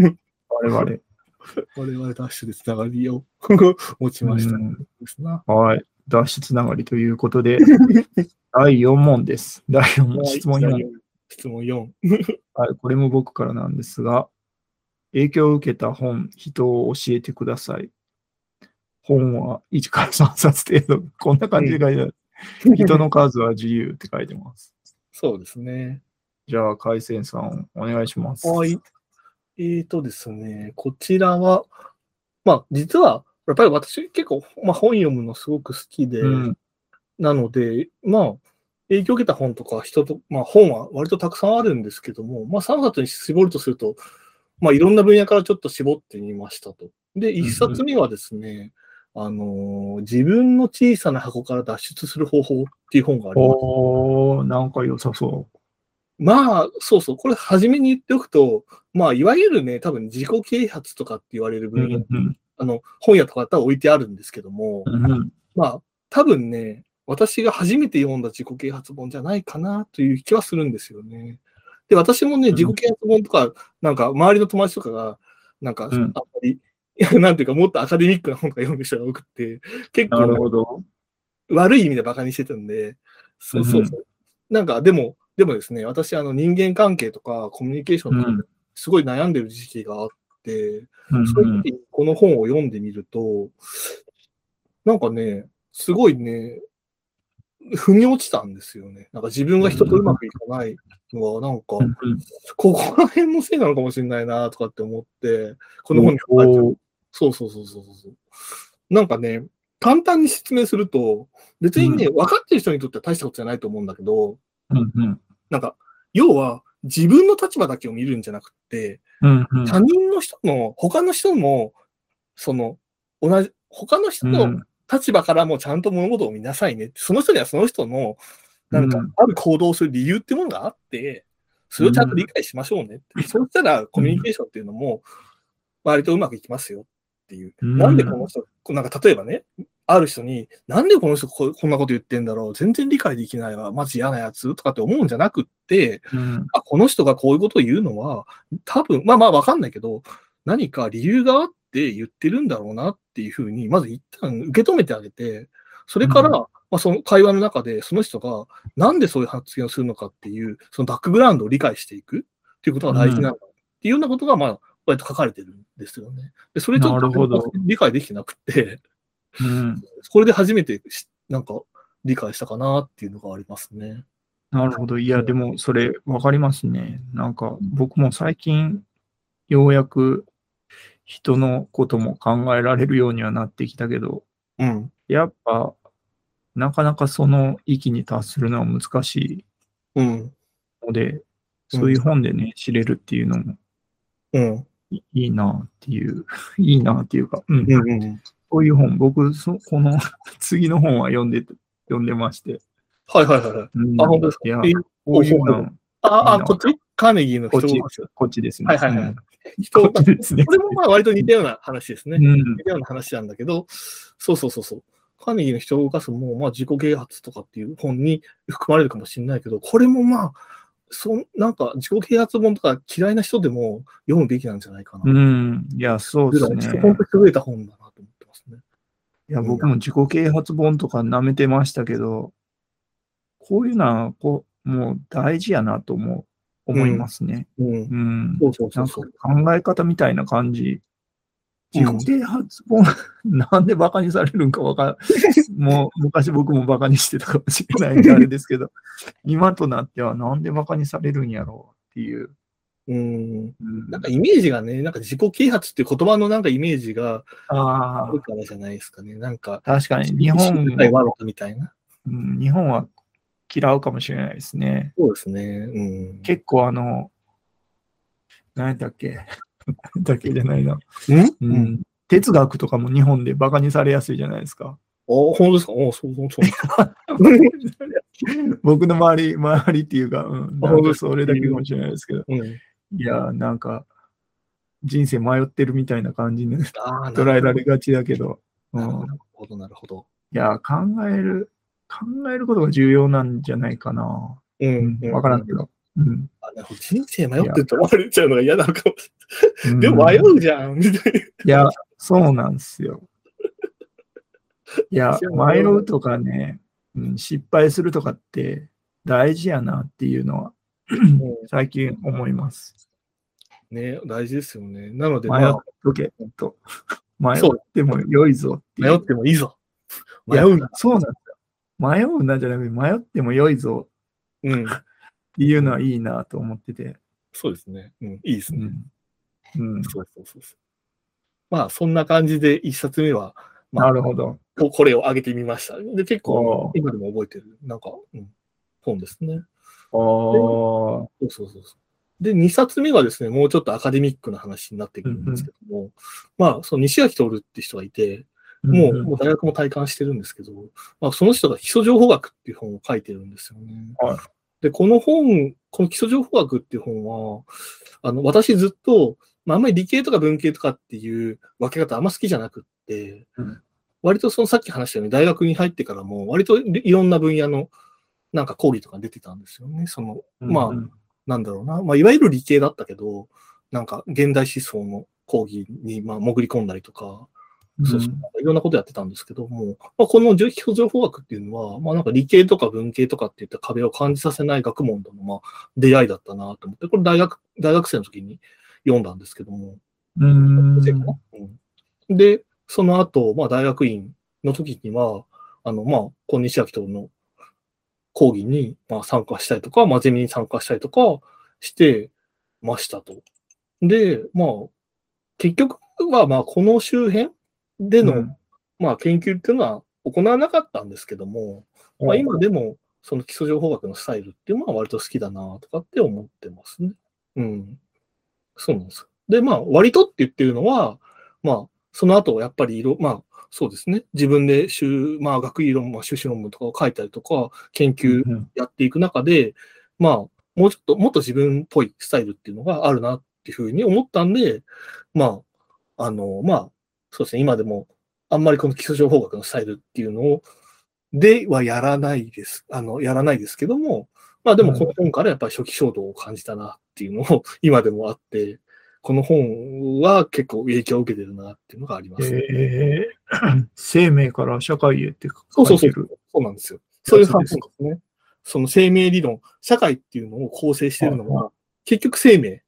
我々ダッシュでつながりを持ちました。 はい。ダッシュつながりということで、第4問です。第4問、質問4。 質問4。 はい、これも僕からなんですが、影響を受けた本、人を教えてください。本は1から3冊程度。こんな感じで書いてある。人の数は自由って書いてます。 そうですね。 じゃあ、海鮮さん、お願いします。 はい。ですね、こちらは、まあ、実は、やっぱり私結構、まあ、本読むのすごく好きで、なので、まあ、影響を受けた本とかまあ、本は割とたくさんあるんですけども、まあ、3冊に絞るとすると、まあ、いろんな分野からちょっと絞ってみましたと。で、1冊目はですね、自分の小さな箱から脱出する方法っていう本があります。 なんか良さそう。 まあ、そうそう。これ、初めに言っておくと、まあ、いわゆるね、多分自己啓発とかって言われる分野、本屋とかだったら置いてあるんですけども、まあ、多分ね、私が初めて読んだ自己啓発本じゃないかなという気はするんですよね。で、私もね、自己啓発本とか、なんか、周りの友達とかが、なんか、あんまり、なんていうか、もっとアカデミックな本とか読む人が多くて、結構、悪い意味でバカにしてたんで、そう。なんか、でもですね、私、人間関係とかコミュニケーションとかですごい悩んでる時期があって、そういう時にこの本を読んでみると、なんかね、すごいね、腑に落ちたんですよね。なんか自分が人とうまくいかないのは、なんか、ここら辺のせいなのかもしれないな、とかって思って、この本に書かれてる。そう。なんかね、簡単に説明すると、別にね、分かってる人にとっては大したことじゃないと思うんだけど、なんか、要は、自分の立場だけを見るんじゃなくて、他人の人の、他の人も、他の人の立場からもちゃんと物事を見なさいね。その人にはその人の、なんか、ある行動をする理由ってものがあって、それをちゃんと理解しましょうね。そうしたら、コミュニケーションっていうのも、割とうまくいきますよっていう。なんでこの人、なんか例えばね、ある人に、なんでこの人こんなこと言ってんだろう、全然理解できないわ、マジ嫌なやつとかって思うんじゃなくって、この人がこういうことを言うのは、多分、まあわかんないけど、何か理由があって言ってるんだろうなっていうふうに、まず一旦受け止めてあげて、それから、まあ、その会話の中で、その人がなんでそういう発言をするのかっていう、そのバックグラウンドを理解していくっていうことが大事なんだっていうようなことが、まあ、こうやって書かれてるんですよね。で、それちょっと理解できてなくて、これで初めてなんか理解したかなっていうのがありますね。 なるほど。いや、でもそれわかりますね。なんか僕も最近ようやく人のことも考えられるようにはなってきたけど、やっぱなかなかその域に達するのは難しいので、そういう本でね、知れるっていうのもいいなっていう、いいなっていうか、こういう本、僕、この次の本は読んでまして。 はい。あ、本当ですか。 いや、こういうの。 こっちカーネギーの人こっちですね。 こっちですね。これもまあ割と似たような話ですね。似たような話なんだけど、そう。カーネギーの人を動かすも、まあ自己啓発とかっていう本に含まれるかもしれないけど、これもまあ、なんか自己啓発本とか嫌いな人でも読むべきなんじゃないかな。 いや、そうですね。 本当に優れた本だなと思ってますね。 いや、僕も自己啓発本とか舐めてましたけど、こういうのは、もう大事やなと思いますね。なんか考え方みたいな感じ。自己啓発本、なんでバカにされるんかもう昔僕もバカにしてたかもしれないんであれですけど、今となってはなんでバカにされるんやろうっていう。 なんかイメージがね、なんか自己啓発っていう言葉のなんかイメージがあるからじゃないですかね。なんか、 確かに日本はみたいな。 日本は嫌うかもしれないですね。 そうですね。うん。 結構何やったっけだけじゃないな。哲学とかも日本でバカにされやすいじゃないですか。 本当ですか？そう。 僕の周りっていうか、なんかそれだけかもしれないですけど。いや、なんか、人生迷ってるみたいな感じに捉えられがちだけど。 なるほど。 いや、考えることが重要なんじゃないかな。わからんけど。 人生迷ってると思われちゃうのが嫌なのかもしれない。でも迷うじゃん、みたいな。 いや、そうなんですよ。いや、迷うとかね、失敗するとかって大事やなっていうのは最近思います。 ね、大事ですよね。なので、 迷っとけと。迷っても良いぞっていう。 迷ってもいいぞ。 迷うな。そうなんですよ。迷うなじゃなくて、迷っても良いぞっていうのはいいなと思ってて。 そうですね。いいですね。そう。まあ、そんな感じで一冊目は、 なるほど。 これを上げてみました。で、結構、今でも覚えてる、なんか、本ですね。そう。で、2冊目がですね、もうちょっとアカデミックな話になってくるんですけども、まあ、その西垣徹って人がいて、もう大学も退官してるんですけど、まあ、その人が基礎情報学っていう本を書いてるんですよね。で、この基礎情報学っていう本は、私ずっと、あんまり理系とか文系とかっていう分け方あんま好きじゃなくって、割とそのさっき話したように大学に入ってからも割といろんな分野のなんか講義とか出てたんですよね。なんだろうな。いわゆる理系だったけど、なんか現代思想の講義に潜り込んだりとか、いろんなことやってたんですけども、この基礎情報学っていうのは、なんか理系とか文系とかっていった壁を感じさせない学問との出会いだったなと思って、これ大学生の時に読んだんですけども。で、その後、大学院の時には、この西脇徹の講義に参加したりとか、ゼミに参加したりとかしてましたと。で、結局は、この周辺での、研究っていうのは行わなかったんですけども、今でも、その基礎情報学のスタイルっていうのは割と好きだなとかって思ってますね。そうなんです。で、割とって言ってるのは、その後、やっぱりそうですね。自分で学位論文、修士論文とかを書いたりとか、研究やっていく中で、もっと自分っぽいスタイルっていうのがあるなっていうふうに思ったんで、そうですね。今でも、あんまりこの基礎情報学のスタイルっていうのを、ではやらないです。やらないですけども、でもこの本からやっぱり初期衝動を感じたなっていうのを今でもあって、この本は結構影響を受けてるなっていうのがあります。 生命から社会へって書いてる。 そうなんですよ。そういう話ですね。その生命理論、社会っていうのを構成しているのは、結局生命。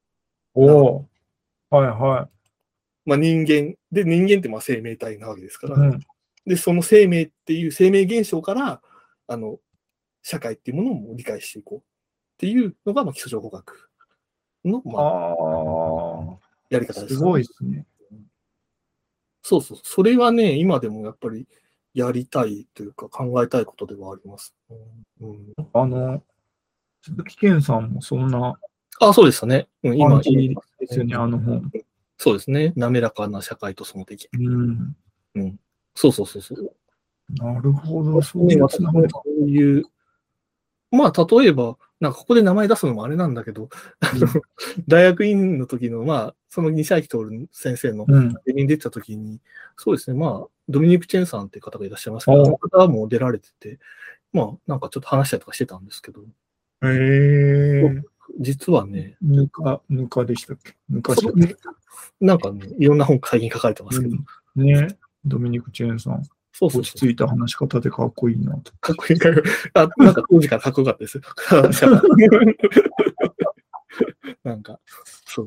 人間って生命体なわけですから。で、その生命っていう生命現象から、社会っていうものを理解していこうっていうのが、基礎情報学の、やり方です。 すごいですね。 そう。それはね、今でもやっぱりやりたいというか考えたいことではあります。 鈴木健さんもそんな。 そうですね。 今ですよね、本。 そうですね。滑らかな社会とその敵。そう。 なるほど、そういう例えば、ここで名前出すのもあれなんだけど、大学院の時の、その西脇徹先生のゼミに出た時に、そうですね、ドミニク・チェンさんっていう方がいらっしゃいますけど、その方も出られてて、ちょっと話したりとかしてたんですけど、実はね、 ぬかでしたっけ？ いろんな本最近書かれてますけど。 ね、ドミニク・チェンさん。落ち着いた話し方でかっこいいなと。 かっこいい。当時からかっこよかったです。そう。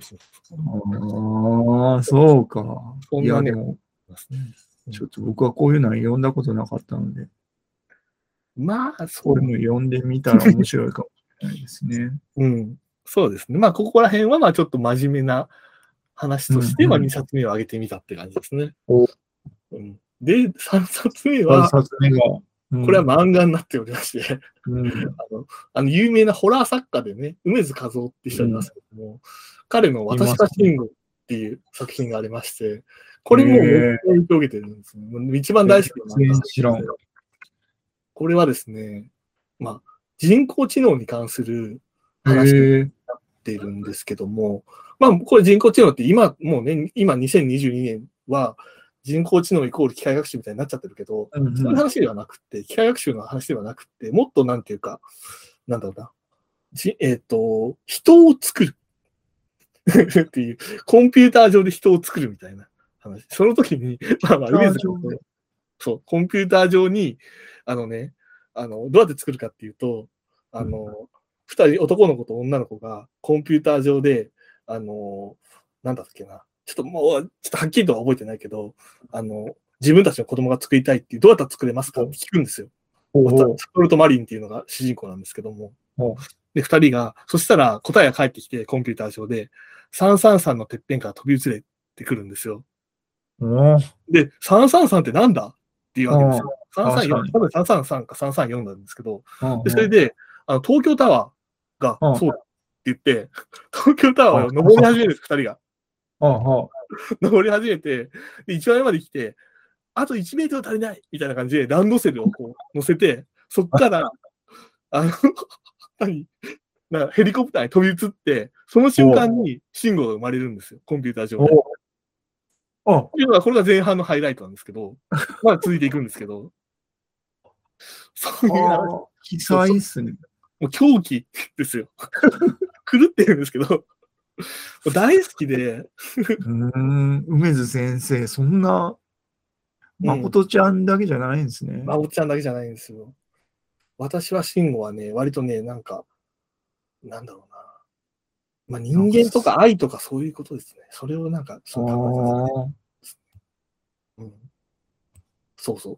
そうか。いや、でも、ちょっと僕はこういうのは読んだことなかったので。これも読んでみたら面白いかもしれないですね。 そうですね。ここら辺はちょっと真面目な話としては2冊目を上げてみたって感じですね。で、3冊目は、 3冊目がこれは漫画になっておりまして、 うん。 有名なホラー作家でね、梅津和夫って人いますけども、彼の私は慎吾っていう作品がありまして、これもめっちゃ影響を受けてるんですね。一番大好きな漫画知らん。 これはですね、まあ、人工知能に関する話になっているんですけども、まあ、これ人工知能って今、もうね、今2022年は人工知能イコール機械学習みたいになっちゃってるけど、そういう話ではなくて、機械学習の話ではなくて、もっとなんていうか、なんだろうな、人を作るっていう、コンピューター上で人を作るみたいな話。その時に、そう、コンピューター上に、どうやって作るかっていうと、二人、男の子と女の子がコンピューター上で、なんだっけな。ちょっともう、ちょっとはっきりとは覚えてないけど、自分たちの子供が作りたいっていう、どうやったら作れますかって聞くんですよ。ストルト・マリンっていうのが主人公なんですけども。で、二人が、そしたら答えが返ってきて、コンピューター上で、333のてっぺんから飛び移れってくるんですよ。で、333ってなんだっていうわけですよ。334、多分333か334なんですけど、でそれで、東京タワーがそうだって言って、東京タワーを登り始めるんです、二人が。登り始めて、で、一番上まで来て、あと1メートル足りないみたいな感じでランドセルをこう乗せて、そっから、なんかヘリコプターに飛び移って、その瞬間に信号が生まれるんですよ、コンピューター上で。っていうのが、これが前半のハイライトなんですけど、まあ続いていくんですけど、そういう話。 奇才っすね。 もう狂気ですよ。狂ってるんですけど、大好きで。 梅津先生、そんな、誠ちゃんだけじゃないんですね。 誠ちゃんだけじゃないんですよ。私は慎吾はね、割とね、なんだろうな。まあ、人間とか愛とかそういうことですね。それをなんか、そう考えて、そうそう。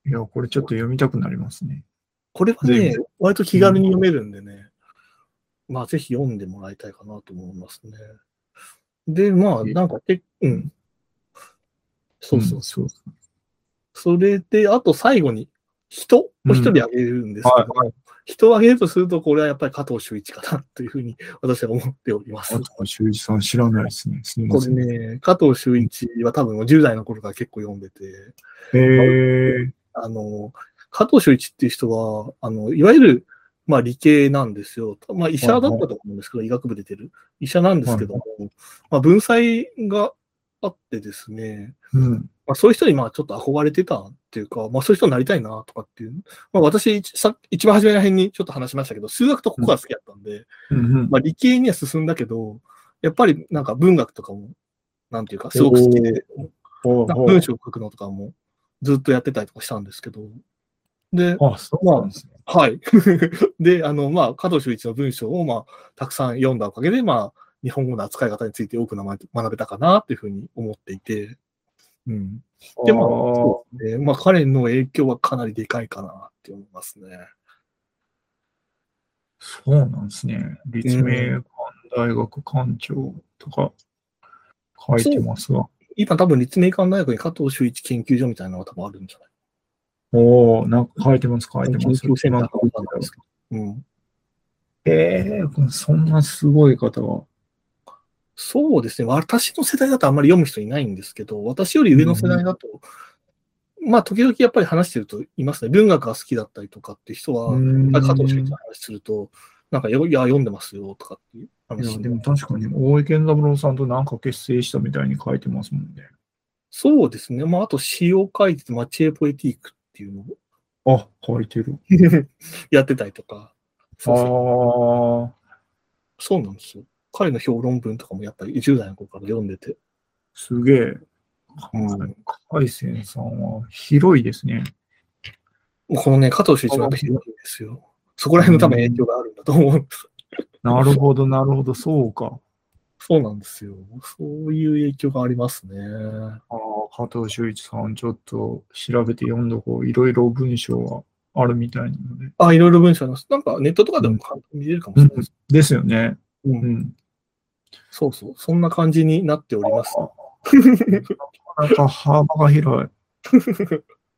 いや、これちょっと読みたくなりますね。 これはね、割と気軽に読めるんでね、まあ、ぜひ読んでもらいたいかなと思いますね。で、まあ、なんか、そうそうそう。それで、あと最後に、人を一人あげるんですけど、人をあげるとすると、これはやっぱり加藤修一かなというふうに私は思っております。 加藤修一さん知らないですね。すみまこれね、加藤修一は多分10代の頃から結構読んでて、加藤修一っていう人は、いわゆる、まあ理系なんですよ。まあ医者だったと思うんですけど、医学部出てる。医者なんですけども、まあ文才があってですね、まあ、そういう人にまあちょっと憧れてたっていうか、まあそういう人になりたいなとかっていう。まあ私、一番初めら辺にちょっと話しましたけど、数学とここが好きだったんで、まあ理系には進んだけど、やっぱりなんか文学とかも、なんていうか、すごく好きで、文章を書くのとかもずっとやってたりとかしたんですけど、で、 そうなんですね。 はい。で、まあ、加藤修一の文章を、まあ、たくさん読んだおかげで、まあ、日本語の扱い方について多く学べたかなっていうふうに思っていて、でも、まあ、彼の影響はかなりでかいかなって思いますね。 そうなんですね。立命館大学館長とか書いてますが。 今多分立命館大学に加藤修一研究所みたいなのが多分あるんじゃない？ なんか書いてます。 研究センターがあるんですけど。そんなすごい方は。 そうですね。私の世代だとあんまり読む人いないんですけど、私より上の世代だと、まあ、時々やっぱり話してるといますね。文学が好きだったりとかっていう人は、加藤修一の話すると、なんか、いや、読んでますよとかっていう話。 でも確かに、大江健三郎さんとなんか結成したみたいに書いてますもんね。 そうですね。まあ、あと詩を書いてて、マチエポエティークっていうのを。書いてる。 やってたりとか。 そうなんですよ。彼の評論文とかもやっぱり10代の頃から読んでて。 すげえ。海鮮さんは広いですね。 このね、加藤修一はやっぱ広いんですよ。そこら辺の多分影響があるんだと思うんです。 なるほど、なるほど、そうか。 そうなんですよ。そういう影響がありますね。 加藤修一さん、ちょっと調べて読んどこう。いろいろ文章はあるみたいなので。 いろいろ文章あります。なんかネットとかでも見れるかもしれないです。 ですよね。 そうそう。そんな感じになっております。 なんか幅が広い。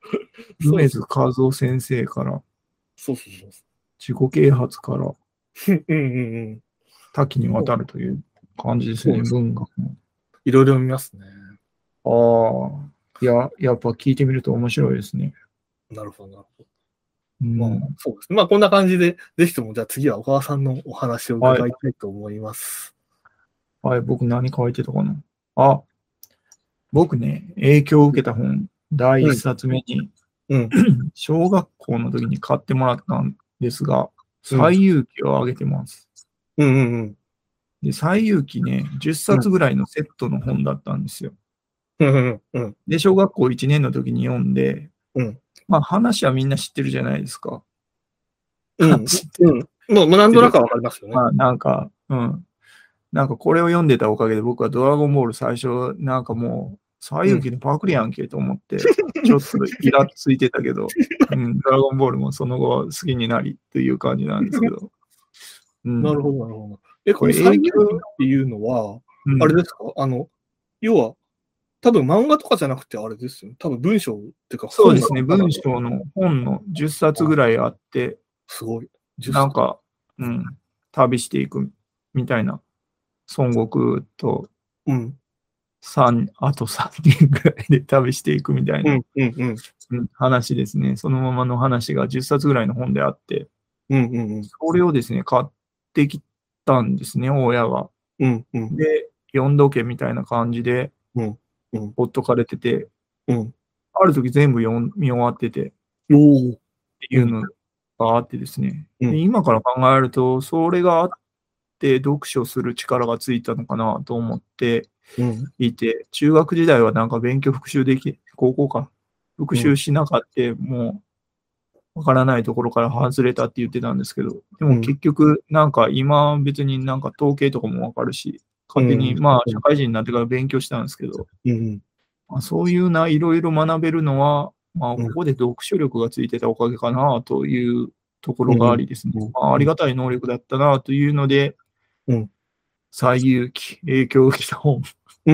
梅津和夫先生から、 そうそうそう。 自己啓発から、 うんうんうん。 多岐にわたるという感じですね、文学も。 いろいろ見ますね。 ああ、やっぱ聞いてみると面白いですね。 なるほど、なるほど。 うまあ、 ん。 そうですね。まあ、こんな感じで、ぜひとも、じゃあ次は小川さんのお話をはい。 伺いたいと思います。 はい、僕何書いてたかな。あ、僕ね、影響を受けた本、第一冊目に、 うん。 小学校の時に買ってもらったんですが、 うん。 西遊記をあげてます。 うんうんうん。 で、西遊記ね、10冊ぐらいのセットの本だったんですよ。 うんうんうん。 で、小学校1年の時に読んで、 うん。 まあ話はみんな知ってるじゃないですか。 うん。 知ってうん。もう何る。 度なくわかりますよね。 まあなんか、なんかこれを読んでたおかげで僕はドラゴンボール最初、なんかもう、西遊記のパクリやんけと思って、ちょっとイラついてたけど、ドラゴンボールもその後好きになりという感じなんですけど、 なるほど、なるほど。ここれの西遊記影響、 っていうのは、あれうん、 ですか要は、多分漫画とかじゃなくてあれですよね。多分文章っていうか本がそうですね、文章の本の10冊ぐらいあって、 すごい。10冊。 なんか、旅していくみたいな、孫悟空とうん。 あと3人ぐらいで旅していくみたいな、 うん、うん、うん。 話ですね。そのままの話が10冊ぐらいの本であって、 うん、うん、うん。 それをですね、買ってきたんですね、親が。 うん、うん。 で、読んどけみたいな感じで、 うん、うん。 ほっとかれてて、 うん。 ある時全部見終わってて、っおお。うん、 ていうのがあってですね。で、 うん。 今から考えると、それがあって読書する力がついたのかなと思ってうん、 いて、中学時代はなんか勉強復習高校か、復うん。 習しなかった、もうわからないところから外れたって言ってたんですけど、でもうん。 結局、なんか今別になんか統計とかもわかるし、 うん。 勝手に、まあ社会人になってから勉強したんですけど、 うん。 まあ、そういういろいろ学べるのは、まあ、 うん。 ここで読書力がついてたおかげかなというところがあうん。 りですね。 うん。 まあ、ありがたい能力だったなというので、 うん。 西遊記、影響を受けた本。 うん。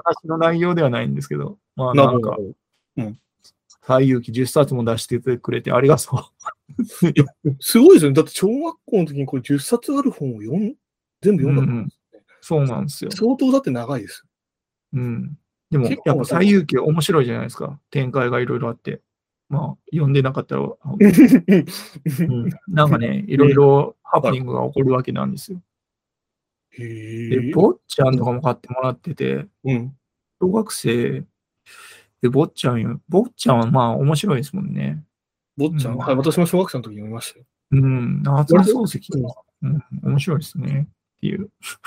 私の内容ではないんですけど、まあなるほど、なるなんか、 ほど。うん。 西遊記10冊も出してくれてありがとう。 いや、すごいですよね。だって小学校の時にこれ10冊ある本を全部読んだってことですね。 そうなんですよ。 相当だって長いです。 うん。でも、 結やっぱ構な数。 西遊記面白いじゃないですか。展開がいろいろあって。まあ、読んでなかったら、なんかね、いろいろハプはい。 ニングが起こるわけなんですよ。 へで、 え。 坊ちゃんとかも買ってもらってて、 うん。 小学生で坊ちゃんはまあ面白いですもんね。 坊ちゃん。 うん。 はい。私も小学生の時に読みましたよ。 夏目割と、 漱石は、面白いですね。っていう。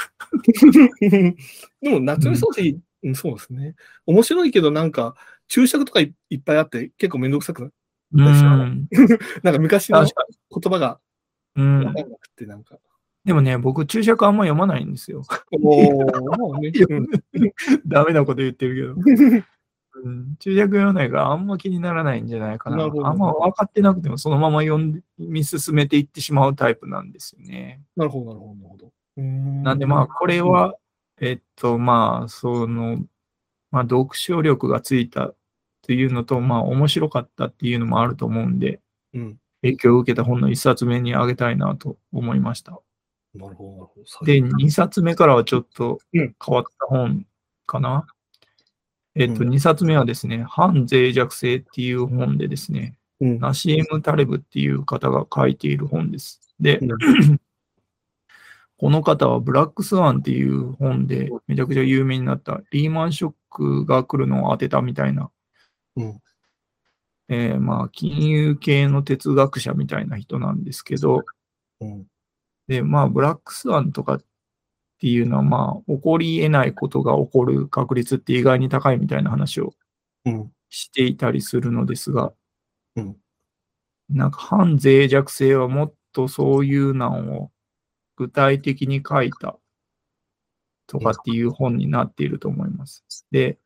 でも、夏目漱石、そうですね。面白いけど、なんか、注釈とかいっぱいあって、結構めんどくさくなっうたりする。 ん。 なんか昔の確か言葉がに。 わかんなくて、なんか。 でもね、僕、注釈あんま読まないんですよ。 まあね。うん。 ダメなこと言ってるけど。注釈読まないからあんま気にならないんじゃないかな。 なるほど。 あんま分かってなくてもそのまま見進めていってしまうタイプなんですよね。 なるほど、なるほど、なるほど。 なんでまあ、これは、まあ、まあ、読書力がついたというのと、まあ、面白かったっていうのもあると思うんで、 うん。 影響を受けた本の一冊目にあげたいなと思いました。 なるほど、なるほど。 で、2冊目からはちょっとうん。 変わった本かな。 うん。 2冊目はですね、反脆弱性っていう本でですね、 うん。 ナシエム・タレブっていう方が書いている本です。で、 うん。 この方はブラックスワンっていう本でめちゃくちゃ有名になったリーマンショックが来るのを当てたみたいな、 うん。 まあ金融系の哲学者みたいな人なんですけど、 うん。 で、まあブラックスワンとかっていうのはまあ起こり得ないことが起こる確率って意外に高いみたいな話をうん。 していたりするのですが、 うん。 なんか反脆弱性はもっとそういうのを具体的に書いたとかっていう本になっていると思います。で、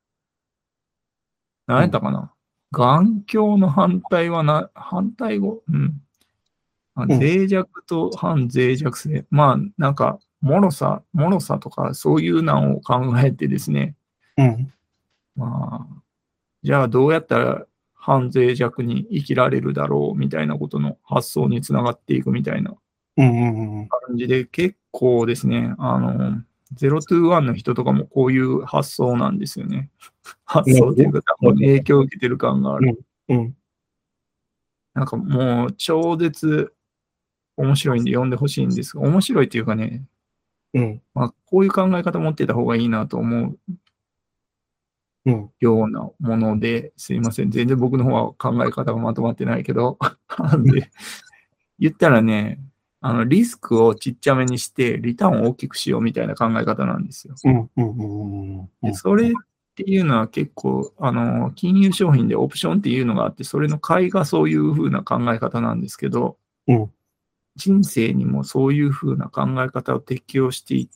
何やったかな、眼鏡の反対語、 うん。 脆弱と反脆弱性。まあ、なんか、脆さとか、そういうのを考えてですね、 うん。 まあ、じゃあどうやったら半脆弱に生きられるだろうみたいなことの発想につながっていくみたいな感じで、結構ですね、021の人とかもこういう発想なんですよね。発想というか、多分影響を受けてる感がある。なんかもう超絶面白いんで読んでほしいんですが、面白いっていうかね、まあ、こういう考え方持ってた方がいいなと思うようなもので、すいません、全然僕の方は考え方がまとまってないけど、で言ったらね、リスクをちっちゃめにして、リターンを大きくしようみたいな考え方なんですよ。でそれっていうのは結構、金融商品でオプションっていうのがあって、それの買いがそういう風な考え方なんですけど、人生にもそういう風な考え方を適用していって、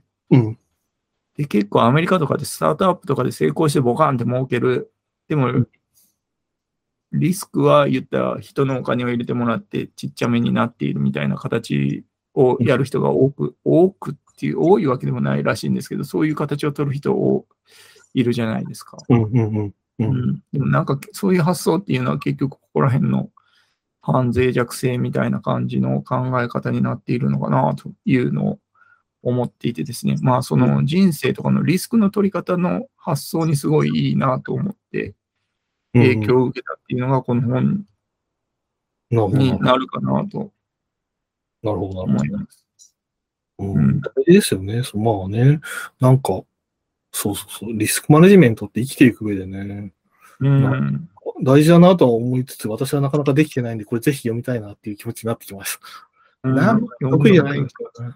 で結構アメリカとかでスタートアップとかで成功してボカンって儲ける。でも、リスクは言ったら人のお金を入れてもらってちっちゃめになっているみたいな形をやる人が多くっていう、多いわけでもないらしいんですけど、そういう形を取る人いるじゃないですか。でもなんかそういう発想っていうのは結局ここら辺の反脆弱性みたいな感じの考え方になっているのかなというのを思っていてですね、まあその人生とかのリスクの取り方の発想にすごいいいなと思って影響を受けたっていうのがこの本になるかなと思います。 大事ですよね。まあね、なんか、そう、リスクマネジメントって生きていく上でね、大事だなとは思いつつ、私はなかなかできてないんで、これぜひ読みたいなっていう気持ちになってきました。得意じゃないんですよね。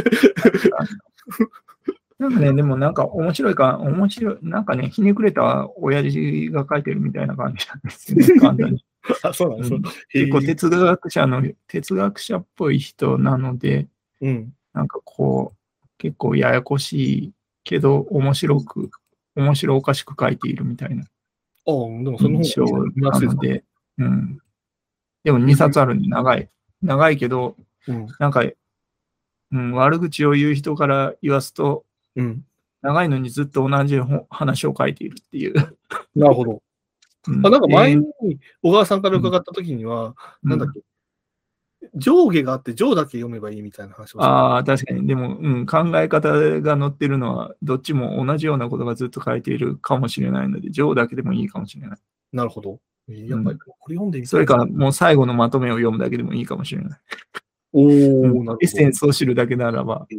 なんかね、でもなんか面白い、なんかね、ひねくれた親父が書いてるみたいな感じなんですよね、簡単に。 そうなんですよ。 結構哲学者っぽい人なので、なんかこう、結構ややこしいけど、面白おかしく書いているみたいな印象なので、でも2冊あるんで長いけど、なんか、悪口を言う人から言わすと、長いのにずっと同じ話を書いているっていう。 なるほど。なんか前に小川さんから伺ったときには、なんだっけ、上下があって上だけ読めばいいみたいな話を確かに。でも、考え方が載ってるのは、どっちも同じようなことがずっと書いているかもしれないので、上だけでもいいかもしれない。 なるほど。やっぱりこれ読んでみたい。 それからもう最後のまとめを読むだけでもいいかもしれない。 なるほど。 エッセンスを知るだけならば。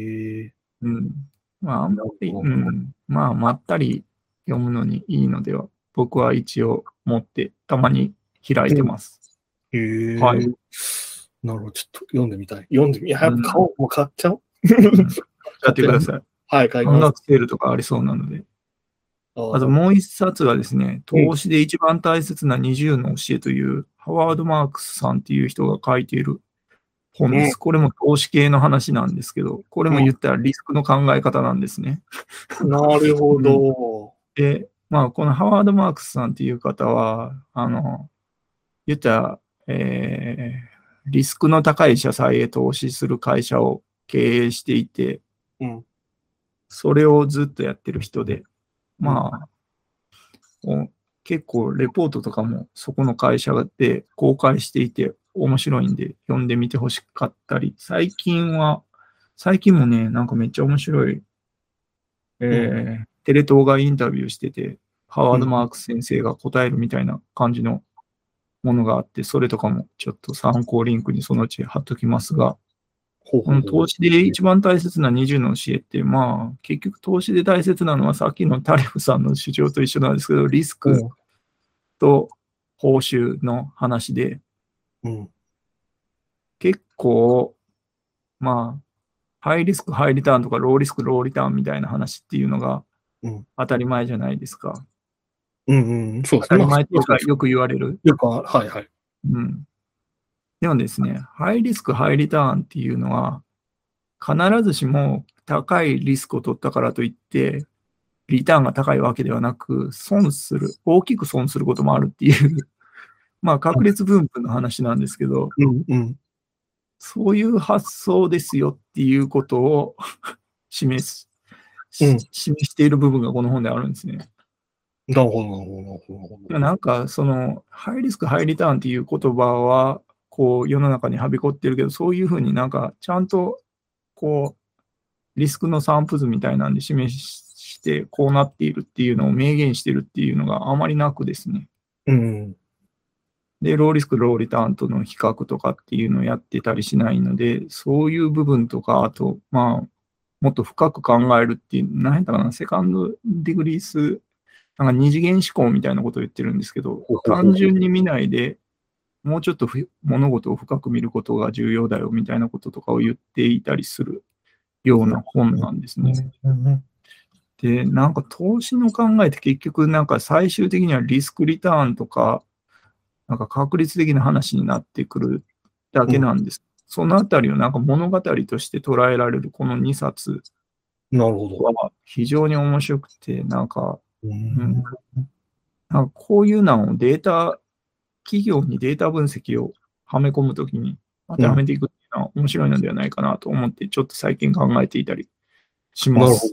まあ、まあ、まったり読むのにいいのでは、僕は一応持ってたまに開いてます。 はい。なるほど。ちょっと読んでみたい。やっぱもう買っちゃおう。 買ってください。 はい、買います。 半額セールとかありそうなので。あともう一冊はですね、投資で一番大切な20の教えという、ハワード・マークスさんっていう人が書いている本です。これも投資系の話なんですけど、これも言ったらリスクの考え方なんですね。 なるほど。 で、まあ、このハワード・マークスさんっていう方は、言ったら、リスクの高い社債へ投資する会社を経営していて、それをずっとやってる人で、まあ、結構レポートとかもそこの会社で公開していて面白いんで読んでみてほしかったり、最近もね、なんかめっちゃ面白い、テレ東がインタビューしてて、ハワード・マークス先生が答えるみたいな感じのものがあって、それとかもちょっと参考リンクにそのうち貼っときますが、この投資で一番大切な20の教えって、まあ、結局投資で大切なのはさっきのタリフさんの主張と一緒なんですけど、リスクと報酬の話で、結構、まあ、ハイリスク、ハイリターンとか、ローリスク、ローリターンみたいな話っていうのが当たり前じゃないですか。 そうですね。 当たり前っていうか、よく言われる。 はいはい。 でもですね、ハイリスク、ハイリターンっていうのは、必ずしも高いリスクを取ったからといって、リターンが高いわけではなく、大きく損することもあるっていう、まあ、確率分布の話なんですけど、そういう発想ですよっていうことを示している部分がこの本であるんですね。 なるほど、なるほど、なるほど。 なんか、その、ハイリスク、ハイリターンっていう言葉は、こう、世の中にはびこってるけど、そういうふうになんか、ちゃんと、こう、リスクの散布図みたいなんで示して、こうなっているっていうのを明言してるっていうのがあまりなくですね。 うん。 で、ローリスク、ローリターンとの比較とかっていうのをやってたりしないので、そういう部分とか、あと、まあ、もっと深く考えるっていう、何やったかな、セカンドディグリース、なんか二次元思考みたいなことを言ってるんですけど、 ほうほうほう単純に見ないで、もうちょっと物事を深く見ることが重要だよみたいなこととかを言っていたりするような本なんですね。で、なんか投資の考えって結局なんか最終的にはリスクリターンとか、なんか確率的な話になってくるだけなんです。そのあたりをなんか物語として捉えられるこの2冊なるほど。 は非常に面白くて、なんか、 うんなんかこういうのを企業にデータ分析をはめ込むときに当てはめていくっていうのは面白いのではないかなと思って、ちょっと最近考えていたりしなるほど。 ます。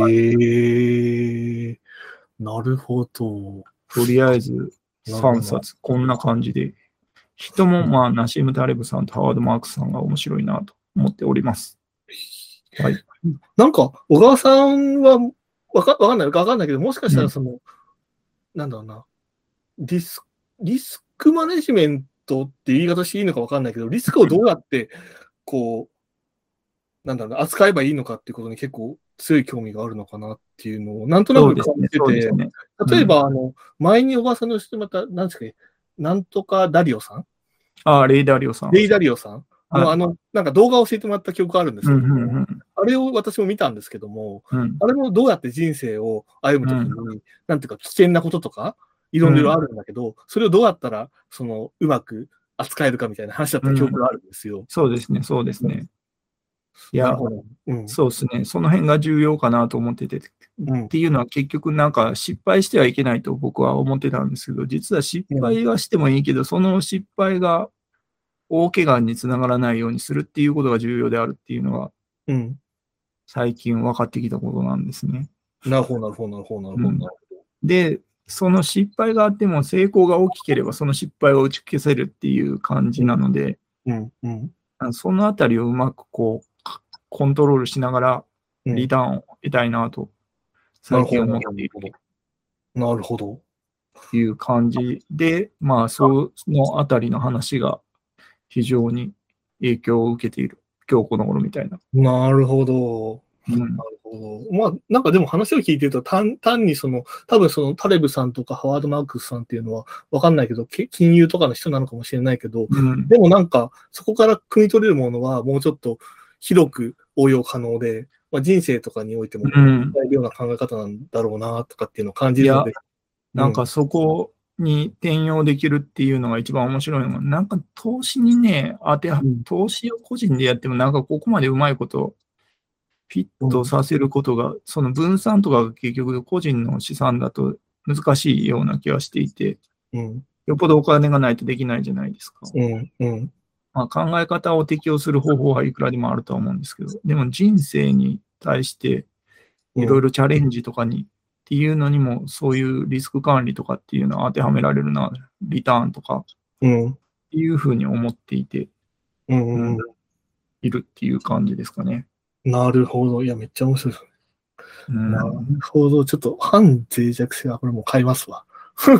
へえ、なるほど。 とりあえず3 なるほど。 冊、こんな感じで、人もまあ、ナシーム・タレブさんとハワード・マークスさんが面白いなと思っております。はい。 なんか、小川さんは、わかんないけど、もしかしたらなんだろうな、リス、リスクマネジメントって言い方していいのかわかんないけど、リスクをどうやって、こなんだろうな、扱えばいいのかっていうことに結構強い興味があるのかなっていうのを、なんとなく感じてて、例えば、前に小川さんのしてまた、なんですかね、なんとかダリオさんレイダリオさん。 レイダリオさんの、なんか動画を教えてもらった記憶があるんですけども、あれを私も見たんですけども、あれもどうやって人生を歩むときに、なんていうか危険なこととか、いろいろあるんだけど、それをどうやったら、うまく扱えるかみたいな話だった記憶があるんですよ。 そうですね、そうですね。いや、 うん、 そうですね。その辺が重要かなと思ってて、っていうのは結局なんか失敗してはいけないと僕は思ってたんですけど、実は失敗はしてもいいけど、その失敗が大怪我につながらないようにするっていうことが重要であるっていうのが、最近分かってきたことなんですね。 なるほど、なるほど、なるほど、なるほど。 で、その失敗があっても成功が大きければその失敗を打ち消せるっていう感じなので、そのあたりをうまくこう、コントロールしながらリターンを得たいなと、最近思っている。 なるほど。 いう感じで、まあ、そのあたりの話が非常に影響を受けている、今日この頃みたいな。 なるほど。なるほど。まあ、なんかでも話を聞いてると、単に多分タレブさんとかハワード・マークスさんっていうのはわかんないけど、金融とかの人なのかもしれないけど、でもなんか、そこから汲み取れるものはもうちょっと広く応用可能で、まあ、人生とかにおいても、使えるような考え方なんだろうな、とかっていうのを感じるので。 なんかそこに転用できるっていうのが一番面白いのが、なんか投資にね、投資を個人でやってもなんかここまでうまいことフィットさせることが、その分散とかが結局個人の資産だと難しいような気がしていて、よっぽどお金がないとできないじゃないですか。まあ、考え方を適用する方法はいくらでもあるとは思うんですけど、でも人生に対していろいろチャレンジとかにっていうのにも、そういうリスク管理とかっていうのは当てはめられるな、リターンとかっていうふうに思っていて、いるっていう感じですかね。 なるほど。いや、めっちゃ面白いですね。なるほど。ちょっと反脆弱性はこれもう買いますわ。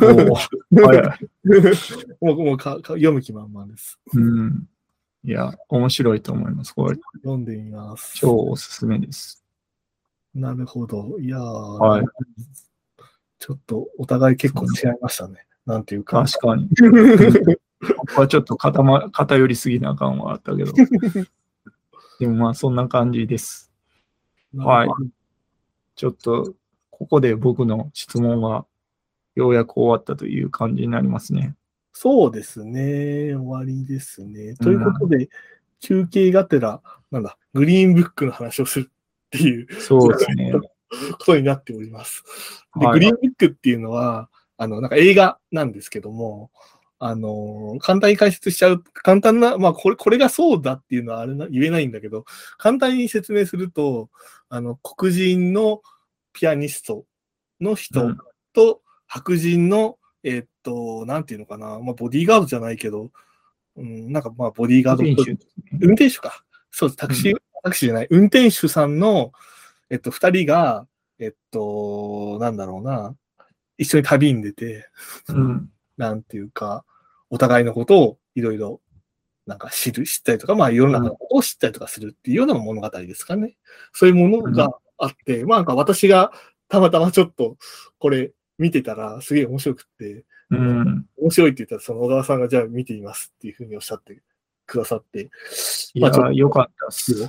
もう読む気満々です。 いや、面白いと思います。これ読んでみます。 超おすすめです。 なるほど。いやー、ちょっとお互い結構違いましたね。なんていうか。 確かに。僕はちょっと偏りすぎなあかんはあったけど。でもまあそんな感じです。はい。ちょっとここで僕の質問はようやく終わったという感じになりますね。 そうですね。終わりですね。ということで、休憩がてら、グリーンブックの話をするっていう、 そうですね。 ことになっております。で、グリーンブックっていうのは、なんか映画なんですけども、簡単に解説しちゃう、簡単な、まあ、これがそうだっていうのは言えないんだけど、簡単に説明すると、黒人のピアニストの人と、 白人の、なんていうのかな、まあ、ボディーガードじゃないけど、なんかまあ、ボディーガードっぽい。運転手か。そうです。タクシーじゃない。運転手さんの、二人が、なんだろうな、一緒に旅に出て、なんていうか、お互いのことをいろいろ、なんか知ったりとか、まあ世の中のことを知ったりとかするっていうような物語ですかね。そういうものがあって、まあなんか私がたまたまちょっとこれ見てたらすげえ面白くって、面白いって言ったらその小川さんがじゃあ見てみますっていうふうにおっしゃってくださって。 いや、よかったっす。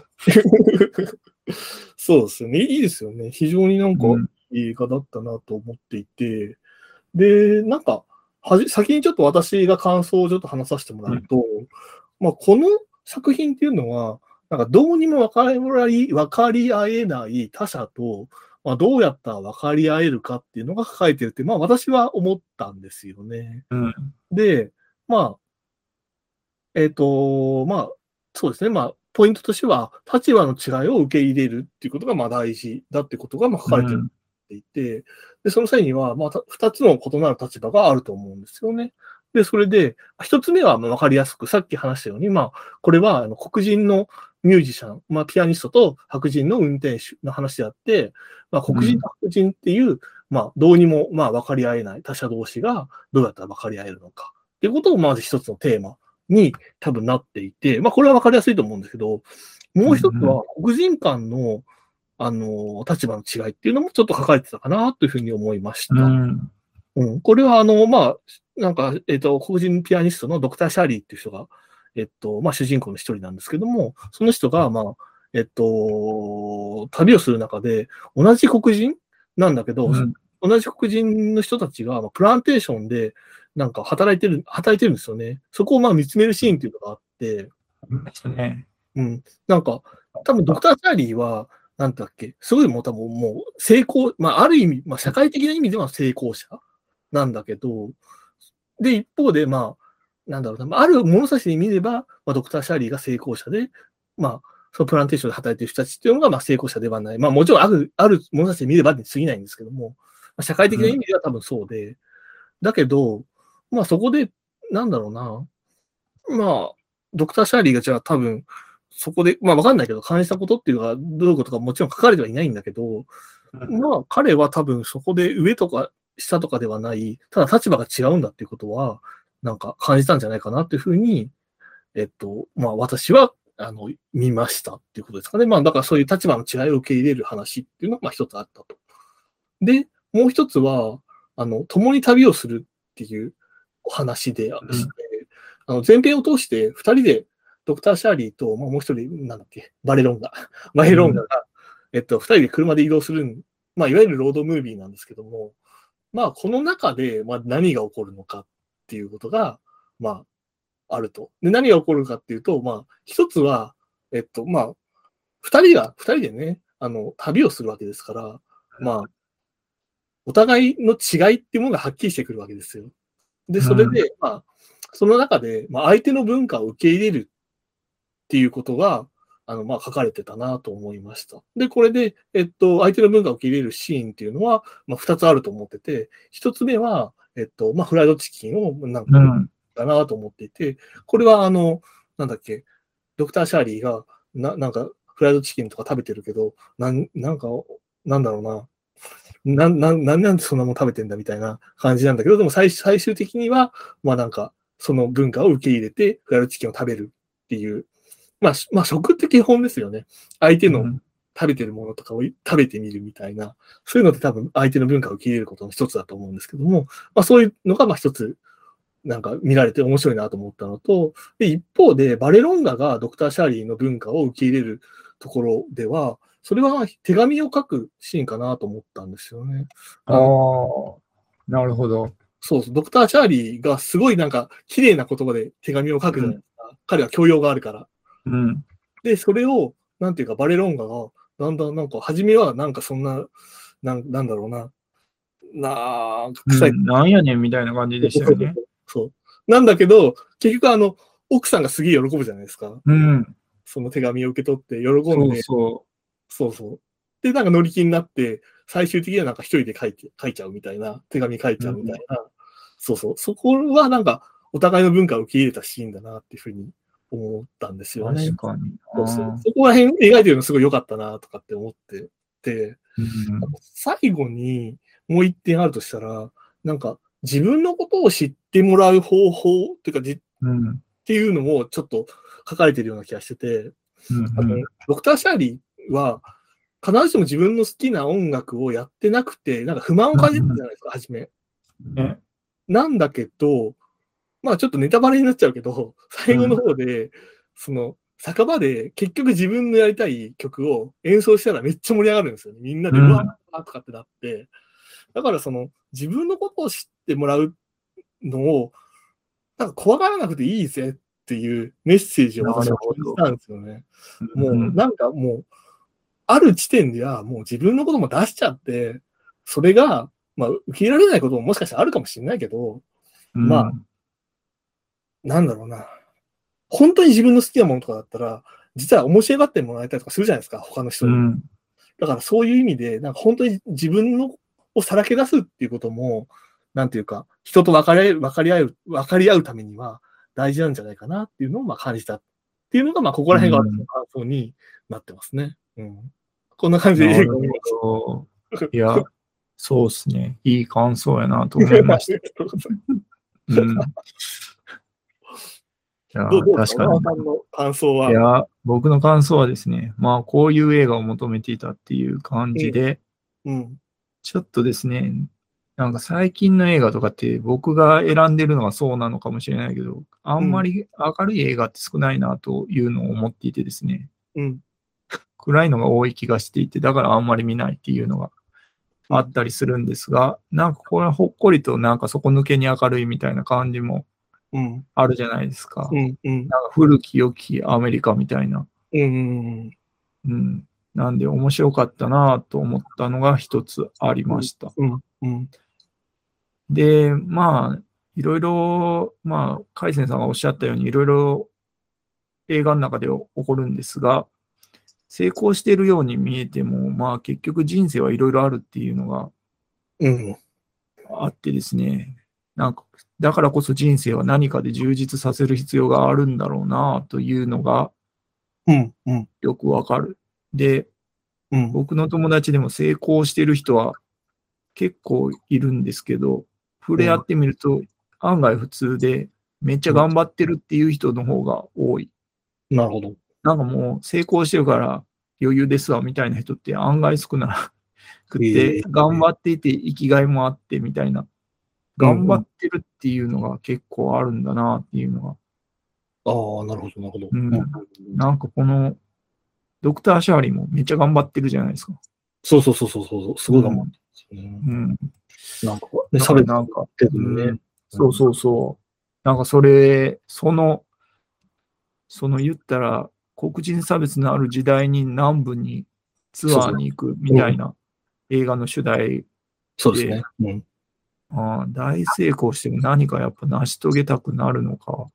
そうですよね。いいですよね。非常になんかいい映画だったなと思っていて、で、なんか、先にちょっと私が感想をちょっと話させてもらうと、まあ、この作品っていうのは、なんかどうにも分かり合えない他者と、まあ、どうやったら分かり合えるかっていうのが書かれてるって、まあ私は思ったんですよね。で、まあ、まあ、そうですね。まあ、ポイントとしては、立場の違いを受け入れるっていうことがまあ大事だってことがまあ書かれていて、で、その際には、まあ、二つの異なる立場があると思うんですよね。で、それで、一つ目はまあ分かりやすく、さっき話したように、まあ、これは黒人のミュージシャン、まあ、ピアニストと白人の運転手の話であって、まあ、黒人と白人っていう、まあ、どうにもまあ分かり合えない他者同士がどうやったら分かり合えるのかっていうことをまず一つのテーマに多分なっていて、まあこれは分かりやすいと思うんですけど、もう一つは黒人間の、立場の違いっていうのもちょっと書かれてたかなというふうに思いました。これはまあ、なんか、黒人ピアニストのドクター・シャーリーっていう人が、まあ主人公の一人なんですけども、その人が、まあ、旅をする中で、同じ黒人なんだけど、同じ黒人の人たちが、プランテーションで、なんか働いてるんですよね。そこをまあ見つめるシーンっていうのがあって、なんか、多分ドクター・チャーリーは、なんだっけ、すごいもう多分もう成功、まあある意味、まあ社会的な意味では成功者なんだけど、で、一方で、まあ、なんだろうな、ある物差しで見れば、まあ、ドクター・シャーリーが成功者で、まあ、そのプランテーションで働いている人たちっていうのが、まあ、成功者ではない。まあ、もちろんある物差しで見ればに過ぎないんですけども、まあ、社会的な意味では多分そうで、だけど、まあ、そこで、なんだろうな、まあ、ドクター・シャーリーがじゃあ多分、そこで、まあ、わかんないけど、感じたことっていうのが、どういうことかもちろん書かれてはいないんだけど、まあ、彼は多分そこで上とか下とかではない、ただ立場が違うんだっていうことは、なんか感じたんじゃないかなっていうふうに、まあ私は、見ましたっていうことですかね。まあだからそういう立場の違いを受け入れる話っていうのが、まあ一つあったと。で、もう一つは、共に旅をするっていうお話でして、前編を通して二人で、ドクター・シャーリーと、まあ、もう一人、なんだっけ、バレロンガが、二人で車で移動する、まあ、いわゆるロードムービーなんですけども、まあ、この中で、まあ、何が起こるのかっていうことが、まあ、あると。で、何が起こるかっていうと、まあ、一つは、まあ、二人でね、旅をするわけですから、まあ、お互いの違いっていうものがはっきりしてくるわけですよ。で、それで、まあ、その中で、まあ、相手の文化を受け入れるっていうことが、まあ、書かれてたなと思いました。で、これで、相手の文化を受け入れるシーンっていうのは、まあ、二つあると思ってて、一つ目は、まあ、フライドチキンを、なんか、だなと思っていて、これは、なんだっけ、ドクター・シャーリーが、なんか、フライドチキンとか食べてるけど、なんか、なんだろうな、なんでそんなもん食べてんだみたいな感じなんだけど、でも最終的には、まあなんか、その文化を受け入れて、フライドチキンを食べるっていう、まあ食って基本ですよね。相手の食べてるものとかを食べてみるみたいな、そういうのって多分相手の文化を受け入れることの一つだと思うんですけども、まあそういうのがまあ一つ、なんか見られて面白いなと思ったのと、で一方で、バレロンガがドクター・シャーリーの文化を受け入れるところでは、それは手紙を書くシーンかなと思ったんですよね。 ああ、なるほど。 そうそう、ドクター・シャーリーがすごいなんか綺麗な言葉で手紙を書くじゃないですか。彼は教養があるから。で、それを、なんていうか、バレロンガが、だんだんなんか、初めはなんかそんな、なんだろうな、臭い。 なんやねんみたいな感じでしたよね。 そう。なんだけど、結局奥さんがすげえ喜ぶじゃないですか。その手紙を受け取って喜んで、そうそう。で、なんか乗り気になって、 最終的にはなんか一人で書いちゃうみたいな、手紙書いちゃうみたいな、そうそう、そこはなんかお互いの文化を受け入れたシーンだなっていうふうに思ったんですよね。 確かに。 そこら辺描いてるのすごい良かったなとかって思ってて、最後にもう一点あるとしたら、なんか自分のことを知ってもらう方法っていうか、っていうのもちょっと書かれてるような気がしてて、ドクター・シャーリーは必ずしも自分の好きな音楽をやってなくて、なんか不満を感じてたじゃないですか、初め。なんだけど、まあちょっとネタバレになっちゃうけど、最後の方で、その、酒場で結局自分のやりたい曲を演奏したらめっちゃ盛り上がるんですよね。みんなで、うわーとかってなって。だからその、自分のことを知ってもらうのを、なんか怖がらなくていいぜっていうメッセージを私は感じたんですよね。もう、なんかもう、ある地点ではもう自分のことも出しちゃって、それが、まあ、受け入れられないことももしかしたらあるかもしれないけど、まあ、なんだろうな。本当に自分の好きなものとかだったら、実は面白がってもらえたりとかするじゃないですか、他の人に。だからそういう意味で、なんか本当に自分のをさらけ出すっていうことも、なんていうか、人と分かり合うためには大事なんじゃないかなっていうのをまあ感じたっていうのが、まあここら辺が私の感想になってますね。こんな感じで映画を見ました。いや、そうですね。いい感想やなと思いました。 どうですか、小川さんの感想は。 いや、僕の感想はですね、まあ、こういう映画を求めていたっていう感じで、ちょっとですね、なんか最近の映画とかって僕が選んでるのはそうなのかもしれないけど、あんまり明るい映画って少ないなというのを思っていてですね、暗いのが多い気がしていて、だからあんまり見ないっていうのがあったりするんですが、なんかこれはほっこりとなんか底抜けに明るいみたいな感じもあるじゃないですか。なんか古き良きアメリカみたいな。なんで面白かったなと思ったのが一つありました。で、まあ、いろいろ、まあ、海鮮さんがおっしゃったようにいろいろ映画の中で起こるんですが、成功しているように見えても、まあ結局人生はいろいろあるっていうのがあってですね、なんか、だからこそ人生は何かで充実させる必要があるんだろうなというのがよくわかる。で、僕の友達でも成功している人は結構いるんですけど、触れ合ってみると案外普通で、めっちゃ頑張ってるっていう人の方が多い。 なるほど。 なんかもう成功してるから余裕ですわみたいな人って案外少なくて、頑張っていて生きがいもあってみたいな、頑張ってるっていうのが結構あるんだなっていうのが。 ああ、なるほど、なるほど。 なんかこのドクター・シャーリーもめっちゃ頑張ってるじゃないですか。 そう、すごい頑張ってるんですよね。なんか、ね、差別なんかってるね。 そう。なんかその言ったら、黒人差別のある時代に南部にツアーに行くみたいな映画の主題で、 そうですね。 大成功しても何かやっぱ成し遂げたくなるのか。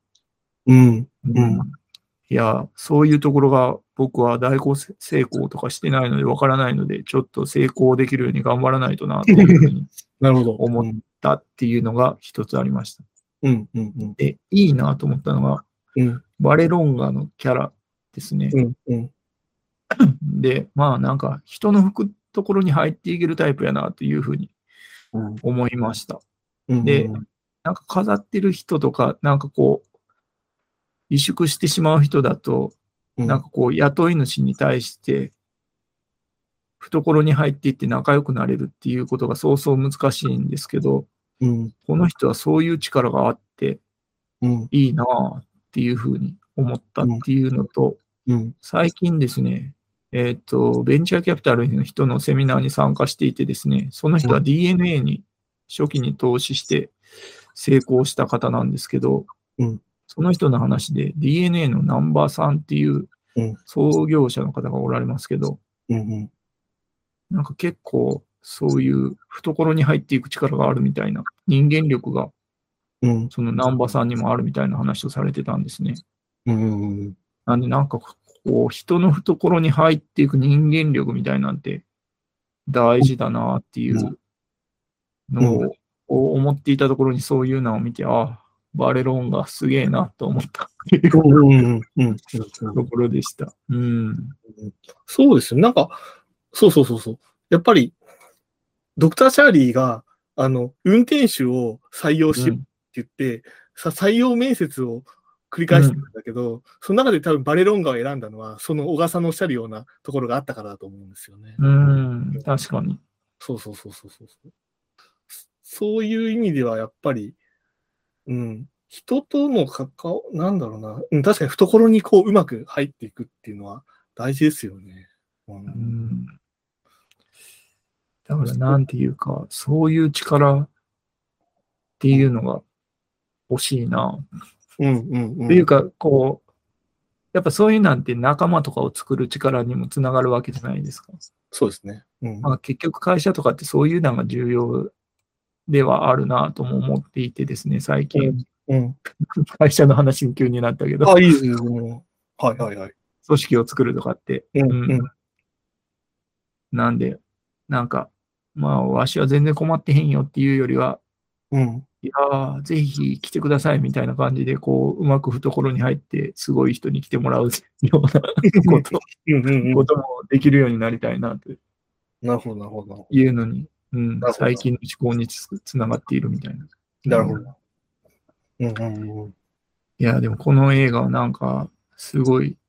いや、そういうところが僕は大成功とかしてないのでわからないので、ちょっと成功できるように頑張らないとなというふうに思ったっていうのが一つありました。で、いいなと思ったのが、バレロンガのキャラですね。で、まあなんか人の懐に入っていけるタイプやなというふうに思いました。で、なんか飾ってる人とか、なんかこう、萎縮してしまう人だと、なんかこう、雇い主に対して、懐に入っていって仲良くなれるっていうことがそうそう難しいんですけど、この人はそういう力があって、いいなぁっていうふうに思ったっていうのと、最近ですね、ベンチャーキャピタルの人のセミナーに参加していてですね、その人は DNA に初期に投資して成功した方なんですけど、その人の話で DNA のナンバー3っていう創業者の方がおられますけど、なんか結構そういう懐に入っていく力があるみたいな、人間力がそのナンバー3にもあるみたいな話をされてたんですね。なんでなんかこう人の懐に入っていく人間力みたいなんて大事だなっていうのを思っていたところにそういうのを見て、あ、バレロンがすげえなと思ったっていうところでした。 そうですよ。なんか、そう。やっぱり、ドクター・チャーリーが、運転手を採用しって言って、採用面接を繰り返してるんだけど、その中で多分バレロンガを選んだのは、その小川さんのおっしゃるようなところがあったからだと思うんですよね。 確かに。 そう。そういう意味では、やっぱり、人とのなんだろうな、確かに懐にこう、うまく入っていくっていうのは大事ですよね。 だから、なんていうか、そういう力っていうのが欲しいな。っていうか、こう、やっぱそういうなんて仲間とかを作る力にもつながるわけじゃないですか。 そうですね。 結局会社とかってそういうのが重要ではあるなとも思っていてですね、最近。会社の話に急になったけど。 いいですね。はい。 組織を作るとかって。なんで、なんか、わしは全然困ってへんよっていうよりは、いやぜひ来てくださいみたいな感じで、こう、うまく懐に入って、すごい人に来てもらうようなこともできるようになりたいなというのに、最近の思考につながっているみたいな。 なるほど。 いや、でもこの映画はなんか、すごい、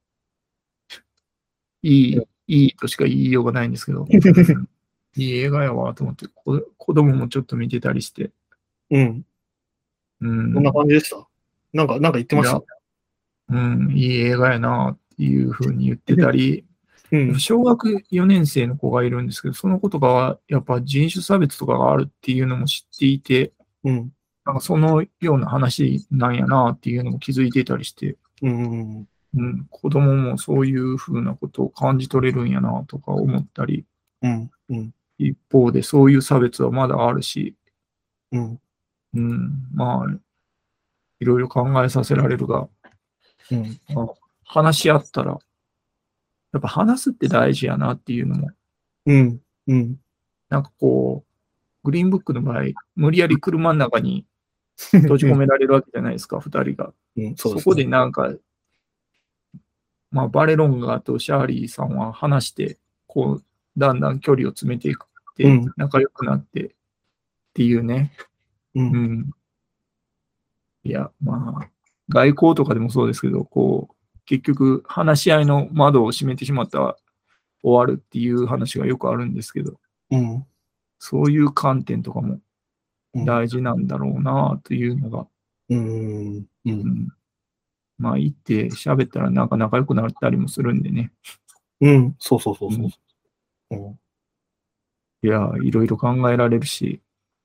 いいとしか言いようがないんですけど、いい映画やわと思って、子供もちょっと見てたりして。 こんな感じでした。なんか言ってました。 いい映画やなっていうふうに言ってたり、小学4年生の子がいるんですけど、その子とかはやっぱ人種差別とかがあるっていうのも知っていて、なんかそのような話なんやなっていうのも気づいていたりして、子供もそういうふうなことを感じ取れるんやなとか思ったり、一方でそういう差別はまだあるし、いろいろ考えさせられるが、話し合ったら、やっぱ話すって大事やなっていうのも、なんかこう、グリーンブックの場合、無理やり車の中に閉じ込められるわけじゃないですか、二人が。そこでなんか、バレロンガーとシャーリーさんは話して、こう、だんだん距離を詰めていくって、仲良くなってっていうね。いや、外交とかでもそうですけど、こう、結局、話し合いの窓を閉めてしまったら終わるっていう話がよくあるんですけど、そういう観点とかも大事なんだろうなというのが、行って喋ったらなんか仲良くなったりもするんでね。 そう。 いや、いろいろ考えられるし。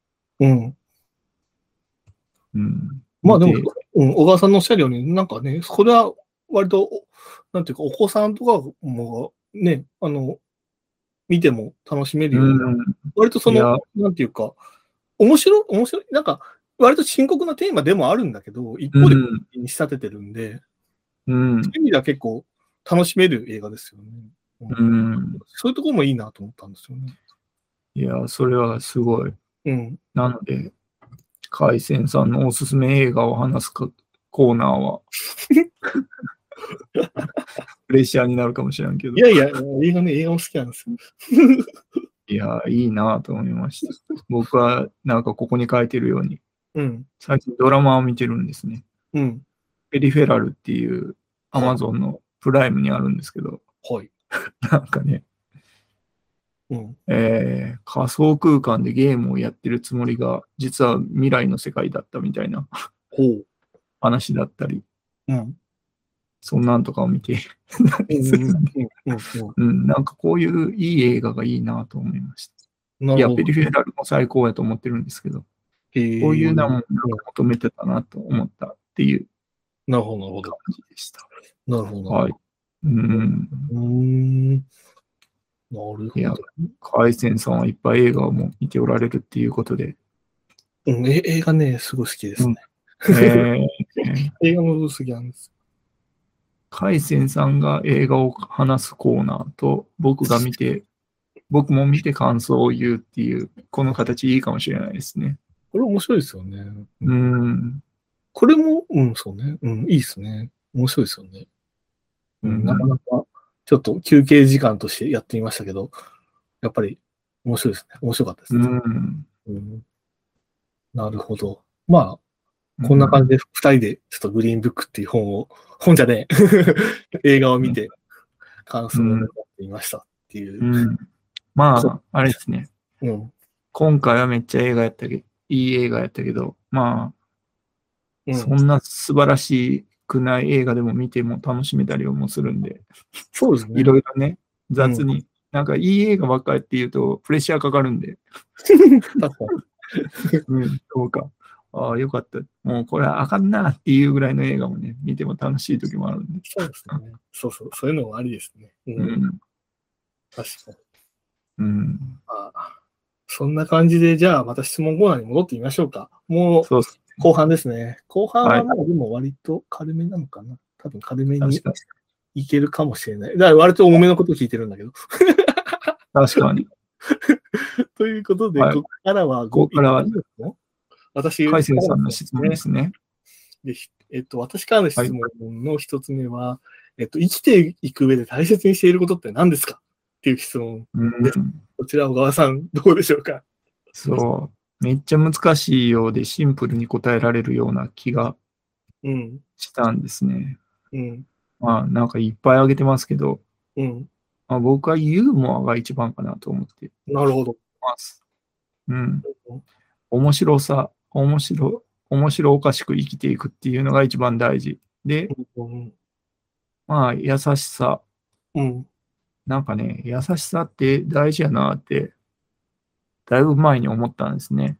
でも、小川さんのおっしゃるように、なんかね、これは割と、なんていうか、お子さんとかもね、見ても楽しめるような、割となんていうか、面白い、なんか、割と深刻なテーマでもあるんだけど、一方でに仕立ててるんで、そういう意味では結構楽しめる映画ですよね。そういうところもいいなと思ったんですよね。 いや、それはすごい。なので、海鮮さんのおすすめ映画を話すコーナーは、プレッシャーになるかもしれんけど。 いや、映画も好きなんですよ。 いや、いいなと思いました。僕は、なんかここに書いてるように、最近ドラマを見てるんですね。ペリフェラルっていう、アマゾンのプライムにあるんですけど、なんかね、仮想空間でゲームをやってるつもりが、実は未来の世界だったみたいな話だったり、そんなんとかを見てなんかこういういい映画がいいなと思いました。いや、ペリフェラルも最高やと思ってるんですけど、こういうのも求めてたなと思ったっていう感じでした。 なるほど。 はい。いや、海鮮さんはいっぱい映画も見ておられるっていうことで。 映画ね、すごい好きですね。映画も好きなんです。 海鮮さんが映画を話すコーナーと、僕僕も見て感想を言うっていう、この形いいかもしれないですね。 これ面白いですよね。これも、そうね。いいですね。面白いですよね。なかなか、ちょっと休憩時間としてやってみましたけど、やっぱり面白いですね。面白かったですね。なるほど。まあ、こんな感じで二人でちょっとグリーンブックっていう本じゃねえ、映画を見て感想を述べていましたっていう。 まあ、あれですね。 うん。 今回はめっちゃ映画やったけど、いい映画やったけど、まあ、そんな素晴らしくない映画でも見ても楽しめたりもするんで、 そうですね。 いろいろね、雑に、なんかいい映画ばっかりって言うとプレッシャーかかるんで。 確かに。 そうか。ああ、よかった。もうこれはあかんなっていうぐらいの映画もね、見ても楽しい時もあるんで。 そうですね。そういうのもありですね。確かに。そんな感じで、じゃあまた質問コーナーに戻ってみましょうか。もう後半ですね。後半はもうでも割と軽めなのかな。多分軽めにいけるかもしれない。だから割と重めのことを聞いてるんだけど。 確かに。 ということで、ここからは私、海星さんの質問ですね。 私からの質問の一つ目は、生きていく上で大切にしていることって何ですかっていう質問です。こちら、小川さん、どうでしょうか。 そう。めっちゃ難しいようでシンプルに答えられるような気がしたんですね。まあ、なんかいっぱいあげてますけど、まあ、僕はユーモアが一番かなと思ってなるほど。 ます。面白おかしく生きていくっていうのが一番大事。で、まあ、優しさ。なんかね、優しさって大事やなって、だいぶ前に思ったんですね。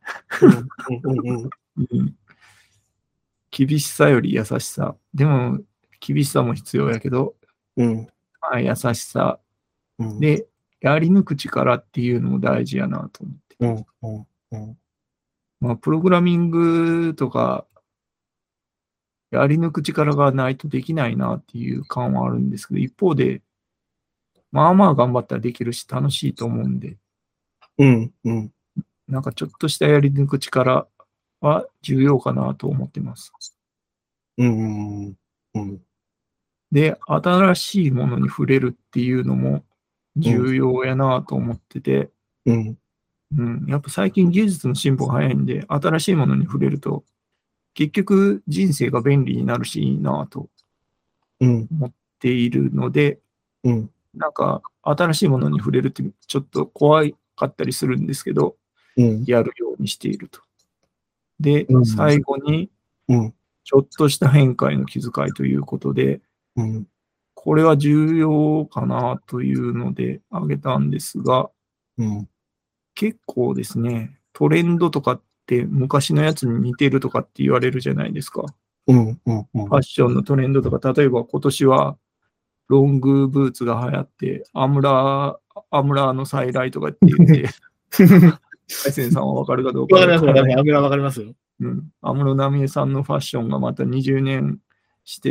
厳しさより優しさ。でも、厳しさも必要やけど、まあ、優しさ。で、やり抜く力っていうのも大事やなと思って。まあ、プログラミングとか、やり抜く力がないとできないなっていう感はあるんですけど、一方で、まあまあ頑張ったらできるし楽しいと思うんで、なんかちょっとしたやり抜く力は重要かなと思ってます。で、新しいものに触れるっていうのも重要やなと思ってて、やっぱ最近技術の進歩が早いんで、新しいものに触れると、結局人生が便利になるしいいなと思っているので、なんか新しいものに触れるってちょっと怖かったりするんですけど、やるようにしていると。で、最後に、ちょっとした変化への気遣いということで、これは重要かなというので挙げたんですが、結構ですね、トレンドとかって昔のやつに似てるとかって言われるじゃないですか。ファッションのトレンドとか、例えば今年はロングブーツが流行って、アムラーの再来とかって言って、大仙さんはわかるかどうか。 わかります、アムラわかりますよ。 安室奈美恵さんのファッションがまた20年して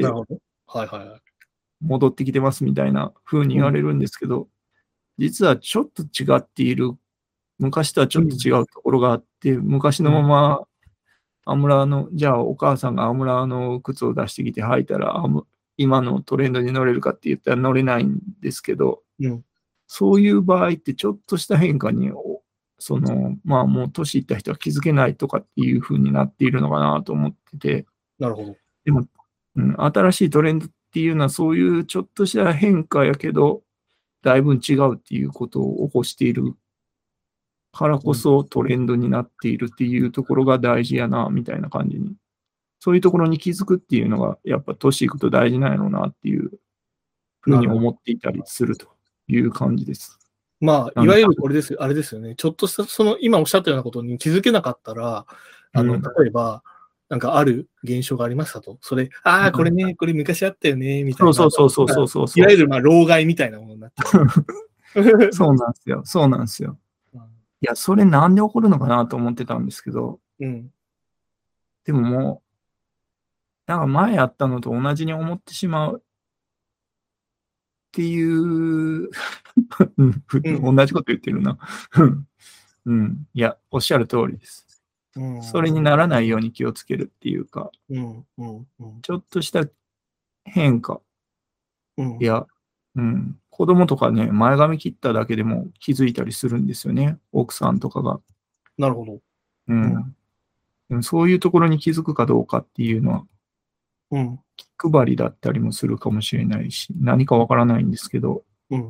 戻ってきてますみたいな風に言われるんですけど、実はちょっと違っている、昔とはちょっと違うところがあって、昔のままアムラーの、じゃあお母さんがアムラーの靴を出してきて履いたら、今のトレンドに乗れるかって言ったら乗れないんですけど、そういう場合ってちょっとした変化に、まあもう年いった人は気づけないとかっていう風になっているのかなと思ってて。 なるほど。 でも、新しいトレンドっていうのはそういうちょっとした変化やけど、だいぶ違うっていうことを起こしているからこそトレンドになっているっていうところが大事やな、みたいな感じに。そういうところに気づくっていうのが、やっぱ年いくと大事なんやろうなっていうふうに思っていたりするという感じです。 まあ、いわゆるこれです、あれですよね。ちょっとした、今おっしゃったようなことに気づけなかったら、例えば、なんかある現象がありましたと。それ、これね、これ昔あったよね、みたいな。 そう。 いわゆる、老害みたいなものになっちゃう。 そうなんですよ。いや、それなんで起こるのかなと思ってたんですけど、でももう、なんか前あったのと同じに思ってしまうっていう同じこと言ってるな。いや、おっしゃる通りです。それにならないように気をつけるっていうか、ちょっとした変化。いや、子供とかね、前髪切っただけでも気づいたりするんですよね。奥さんとかが。 なるほど。 でもそういうところに気づくかどうかっていうのは、気配りだったりもするかもしれないし、何かわからないんですけど、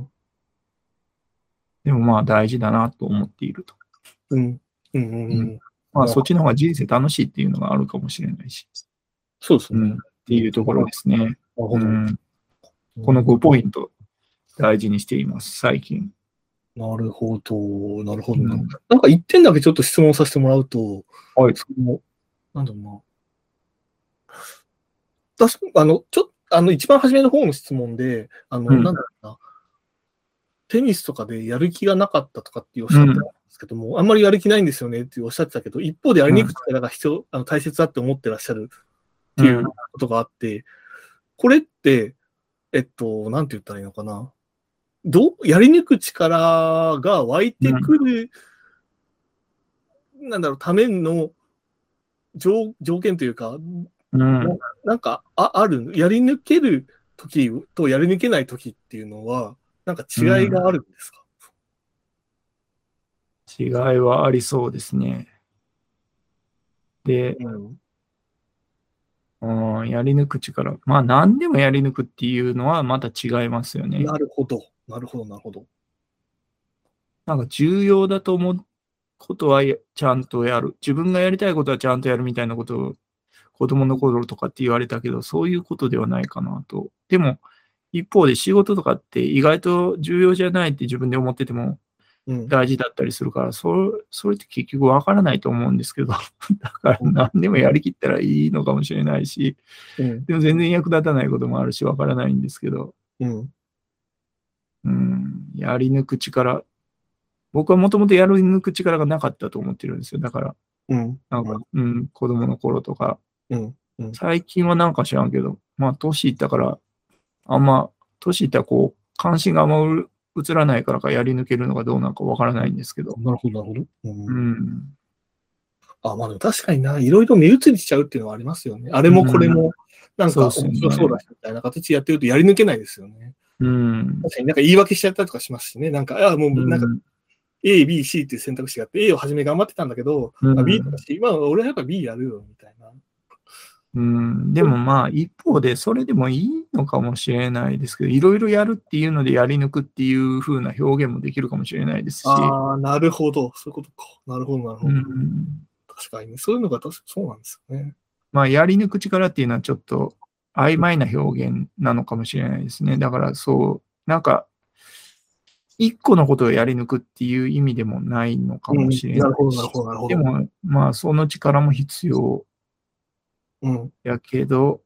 でもまあ大事だなと思っていると。まあそっちの方が人生楽しいっていうのがあるかもしれないし。 そうですね。 っていうところですね。 なるほど。 この5ポイント大事にしています、最近。 なるほど、なるほど。なんか1点だけちょっと質問させてもらうと、なんだろうな。一番初めの方の質問で、なんだろうな。テニスとかでやる気がなかったとかっておっしゃってたんですけども、あんまりやる気ないんですよねっておっしゃってたけど、一方でやりにくい力が大切だって思ってらっしゃるっていうことがあって、これって、なんて言ったらいいのかな。やり抜く力が湧いてくる、ための条件というか、なんかある、やり抜ける時とやり抜けない時っていうのは、なんか違いがあるんですか？ 違いはありそうですね。で、やり抜く力。まあ何でもやり抜くっていうのはまた違いますよね。 なるほど。なるほど、なるほど。 なんか重要だと思うことはちゃんとやる。自分がやりたいことはちゃんとやるみたいなことを子供の頃とかって言われたけど、そういうことではないかなと。でも、一方で仕事とかって意外と重要じゃないって自分で思ってても大事だったりするから、それって結局わからないと思うんですけど、だから何でもやりきったらいいのかもしれないし、でも全然役立たないこともあるしわからないんですけど、やり抜く力、僕はもともとやり抜く力がなかったと思ってるんですよ。だから、なんか、子供の頃とか、最近はなんか知らんけど、まあ、年いったから、年いったらこう、関心があんま移らないからかやり抜けるのがどうなのかわからないんですけど。 なるほど、なるほど。まあでも確かにな、いろいろ目移りしちゃうっていうのはありますよね。あれもこれも、なんか面白そうだしみたいな形でやってるとやり抜けないですよね。確かになんか言い訳しちゃったりとかしますしね。なんか、もうなんか、A、B、C っていう選択肢があって、A を初め頑張ってたんだけど、B とか C、今俺はやっぱ B やるよ、みたいな。 でもまあ一方でそれでもいいのかもしれないですけど、いろいろやるっていうのでやり抜くっていう風な表現もできるかもしれないですし。 なるほど。そういうことか。なるほど、なるほど。確かにね。そういうのがそうなんですよね。 まあやり抜く力っていうのはちょっと曖昧な表現なのかもしれないですね。だからそう、なんか、一個のことをやり抜くっていう意味でもないのかもしれないし。でも、まあその力も必要。やけど、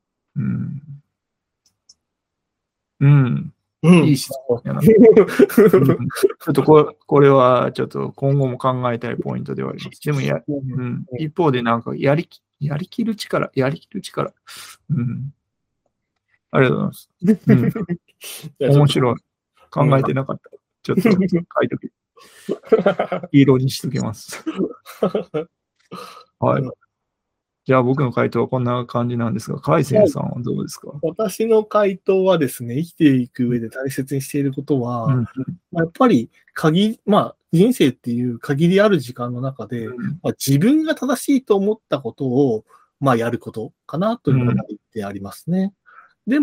いい質問やな。ちょっとこれはちょっと今後も考えたいポイントではあります。でも一方でなんかやりきる力。ありがとうございます。面白い。考えてなかった。ちょっと書いとけ。黄色にしときます。はい。じゃあ僕の回答はこんな感じなんですが、海鮮さんはどうですか？ 私の回答はですね、生きていく上で大切にしていることは、やっぱり人生っていう限りある時間の中で、自分が正しいと思ったことを、やることかなというのが言ってありますね。で、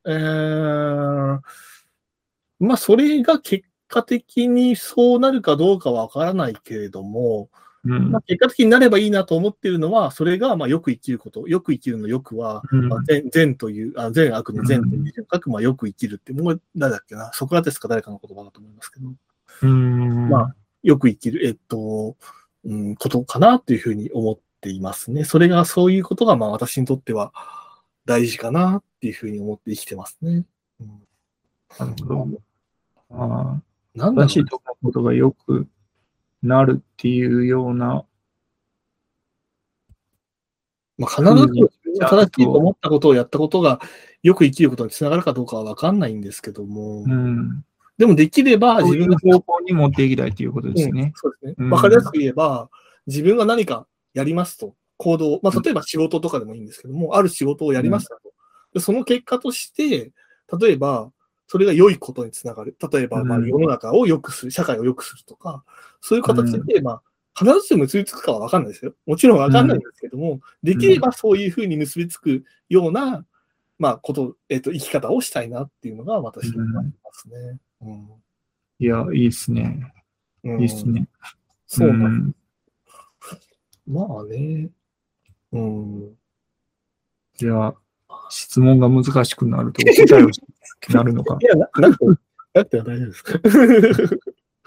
それが結果的にそうなるかどうかはわからないけれども、結果的になればいいなと思っているのは、それがよく生きること。よく生きるのよくは、善という、善悪の善という字を書く、よく生きるって、もう誰だっけな、ソクラテスか誰かの言葉だと思いますけど、よく生きる、ことかなというふうに思っていますね。そういうことが、私にとっては大事かなっていうふうに思って生きてますね。 なるほど。正しいと思うことがよくなるっていうような。 必ず正しいと思ったことをやったことがよく生きることにつながるかどうかは分かんないんですけども、 でもできればそういう自分が、 方向に持っていきたいということですね。 そうですね。 うんわかりやすく言えば、自分が何かやりますと、行動、まあ、例えば仕事とかでもいいんですけども、ある仕事をやりましたと。でその結果として、例えば、それが良いことにつながる。例えば、まあ、世の中を良くする、社会を良くするとか、そういう形で、まあ、必ずしも結びつくかは分かんないですよ。もちろん分かんないんですけども、できればそういうふうに結びつくような、まあ、生き方をしたいなっていうのが私の思いますね。 いや、いいっすね。いいっすね。 そうなんまあね。 じゃあ、質問が難しくなると答えをなるのか。 いや、なくては大丈夫ですか。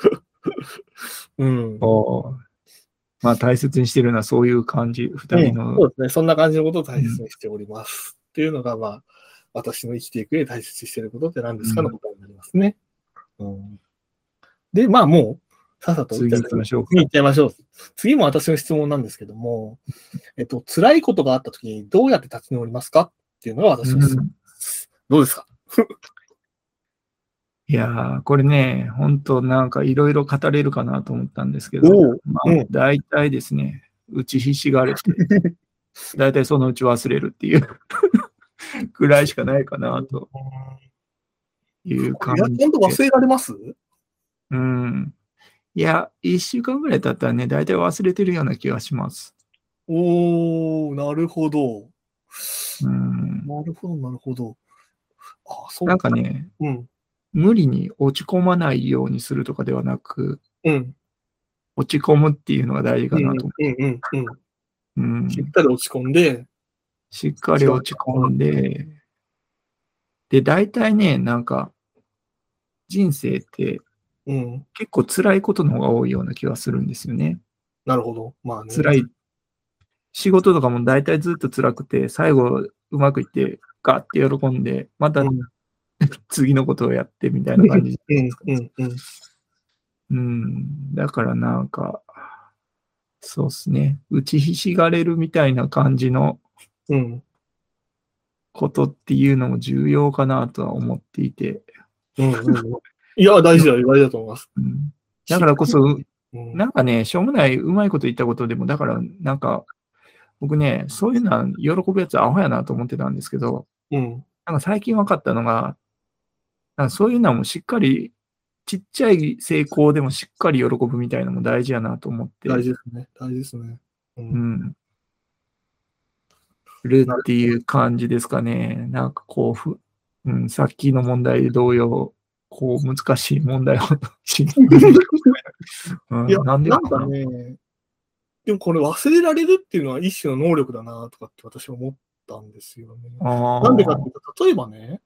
まあ大切にしてるのはそういう感じ、二人の。 そうですね。そんな感じのことを大切にしております。っていうのが、まあ、私の生きていく上で大切にしていることって何ですかのことになりますね。で、まあもう、さっさと次行きましょうか。 次行っちゃいましょう。次も私の質問なんですけども、辛いことがあったときにどうやって立ち直りますかっていうのが私の質問です。どうですか？ いやー、これね、本当なんかいろいろ語れるかなと思ったんですけど、まあ、大体ですね、打ちひしがれて、大体そのうち忘れるっていうぐらいしかないかなという感じで。 本当忘れられます？ いや、1週間ぐらい経ったらね、大体忘れてるような気がします。 なるほど。なるほど、なるほど。 なんかね、無理に落ち込まないようにするとかではなく、落ち込むっていうのが大事かなと思う。しっかり落ち込んで。 しっかり落ち込んで、で、大体ね、なんか、人生って結構辛いことの方が多いような気がするんですよね。 なるほど。まあね。 辛い。仕事とかも大体ずっと辛くて、最後うまくいって、ガッて喜んで、また次のことをやってみたいな感じですか。だからなんか、そうですね。打ちひしがれるみたいな感じのことっていうのも重要かなとは思っていて。 いや、大事だと思います。 だからこそ、なんかね、しょうもないうまいこと言ったことでも、だからなんか、僕ね、そういうのは喜ぶやつアホやなと思ってたんですけど、なんか最近分かったのが、なんかそういうのはもうしっかり、ちっちゃい成功でもしっかり喜ぶみたいなのも大事やなと思って。 大事ですね。大事ですね。 るっていう感じですかね。なんかこう、さっきの問題同様、こう難しい問題をいや、なんかね、でもこれ忘れられるっていうのは一種の能力だなとかって私は思ったんですよね。なんでかっていうと、例えばね、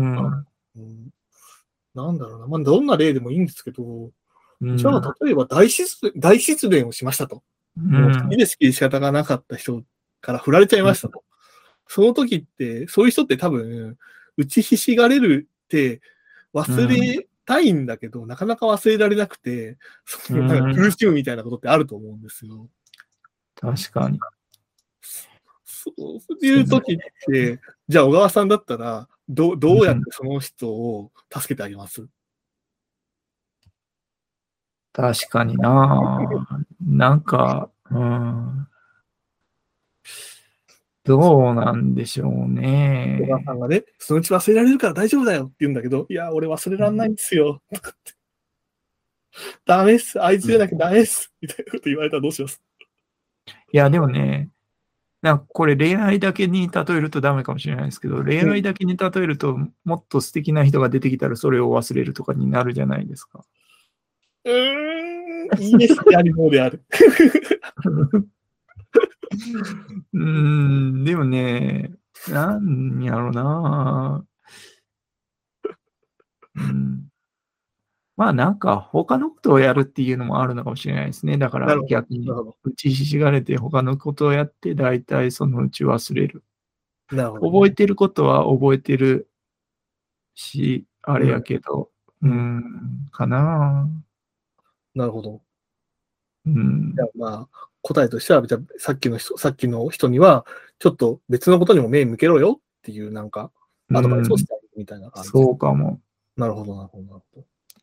なんだろうな、まあ、どんな例でもいいんですけど、じゃあ例えば大失恋をしましたと。もう好きで好きで仕方がなかった人から振られちゃいましたと。その時って、そういう人って多分、打ちひしがれるって忘れたいんだけど、なかなか忘れられなくて、なんか苦しむみたいなことってあると思うんですよ。 確かに。 そういう時って、じゃあ小川さんだったら、どうやってその人を助けてあげます？ 確かにななんか、どうなんでしょうね。 小川さんがね、そのうち忘れられるから大丈夫だよって言うんだけど、いや、俺忘れられないんですよ。とかって。ダメっす。あいつじゃなきゃダメっす。みたいなこと言われたらどうします？ いや、でもね、なんかこれ恋愛だけに例えるとダメかもしれないですけど、恋愛だけに例えると、もっと素敵な人が出てきたらそれを忘れるとかになるじゃないですか。 いいですね、ありもである。 でもね、なんやろなまあなんか他のことをやるっていうのもあるのかもしれないですね。だから逆に打ちひしがれて他のことをやって大体そのうち忘れる。覚えてることは覚えてるし、あれやけど、かな。 なるほど。 じゃあまあ、答えとしては、じゃあさっきの人には、ちょっと別のことにも目向けろよっていうなんか、アドバイスをしてあげるみたいな感じ。 そうかも。 なるほど、なるほど、なるほど。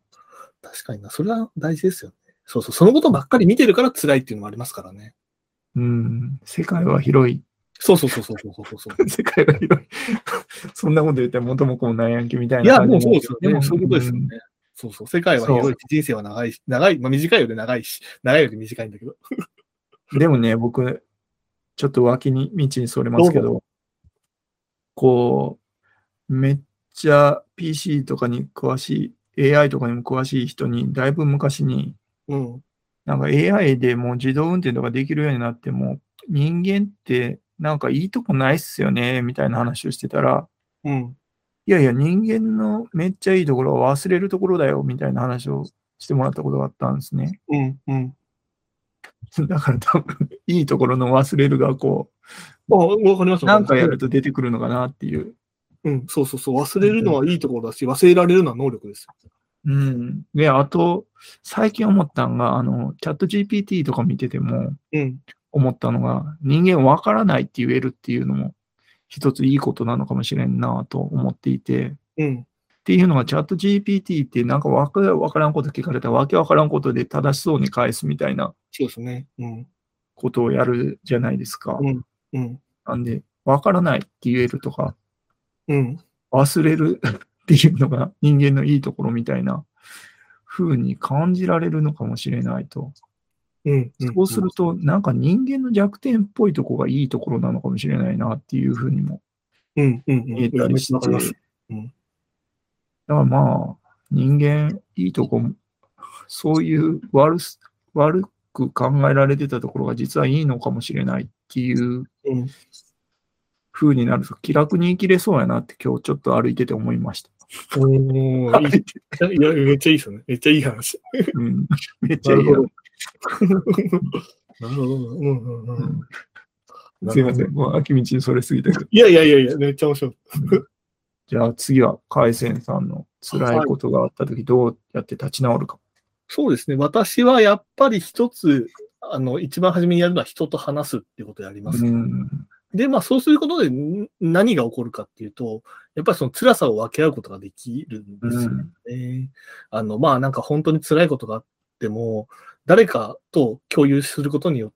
確かにな。それは大事ですよね。そうそう。そのことばっかり見てるから辛いっていうのもありますからね。 世界は広い。 そうそうそうそうそうそう世界が広い。そんなこと言って元も子もないやんけみたいいや、 な感じもうそうですよね。もうそういうことですよね。 うんそうそう。世界は広いし、人生は長いし、長い、まあ短いより長いし、長いより短いんだけど。 でもね、僕、ちょっと脇に道にそれますけどど、こめっちゃ PC とかに詳しい、AI とかにも詳しい人に、だいぶ昔に、 うん。 なんか AI でもう自動運転とかできるようになっても、人間ってなんかいいとこないっすよね、みたいな話をしてたら、 うん。 いやいや、人間のめっちゃいいところは忘れるところだよ、みたいな話をしてもらったことがあったんですね。 うん。うん。 だから多分、いいところの忘れるがわかりますわかります。 なんかやると出てくるのかなっていう。 うん、そうそうそう。忘れるのはいいところだし、忘れられるのは能力ですよ。 で、あと、最近思ったのが、チャット GPT とか見てても、 うん。 思ったのが、人間わからないって言えるっていうのも、一ついいことなのかもしれんなと思っていて、 うん。 っていうのが、チャット GPT ってなんかわからんこと聞かれたら、わけわからんことで正しそうに返すみたいなそうですね。うん。 ことをやるじゃないですか。 うん。うん。 なんで、わからないって言えるとか、 うん。 忘れるっていうのが人間のいいところみたいな風に感じられるのかもしれないと。 うん。うん。 そうすると、なんか人間の弱点っぽいところがいいところなのかもしれないなっていうふうにもうん。うん。うん。 見えいや、めっちゃたりして、 わかります。 だかうん。 らまあ、人間いいとこも、そういう悪く考えられてたところが実はいいのかもしれないっていううん。 風になると気楽に生きれそうやなって今日ちょっと歩いてて思いました。 おー、いい。いや、めっちゃいいですよね。めっちゃいい話。 うん、めっちゃいいやん。 なるほど。なるほど。うんうんううんん。なすいません。 るほど。 もう秋道にそれすぎたけど。 いやいやいやいや、めっちゃ面白い。 じゃあ次は、海鮮さんの辛いはい。 ことがあったとき、どうやって立ち直るか。 そうですね。私はやっぱり一つ、一番初めにやるのは人と話すっていうことをやりまうす。 ん。 で、まあそうすることで何が起こるかっていうと、やっぱりその辛さを分け合うことができるんですよね。まあなんか本当に辛いことがあっても、誰かと共有することによって、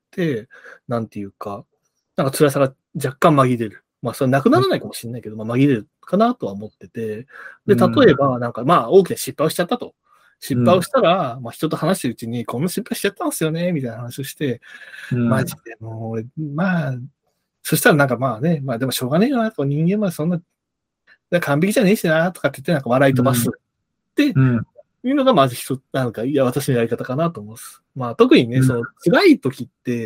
なんていうか、なんか辛さが若干紛れる。まあそれはなくならないかもしれないけど、まあ紛れるかなとは思ってて、で、例えばなんかまあ大きな失敗をしちゃったと。失敗をしたら、まあ人と話してるうちに、こんな失敗しちゃったんですよね、みたいな話をして、マジでもう俺、まあ、そしたらなんかまあね、まあでもしょうがねえよな、人間はそんな、完璧じゃねえしな、とかって言ってなんか笑い飛ばすっていうのがまず一つ、なんか、いや、私のやり方かなと思います。まあ特にね、その辛い時って、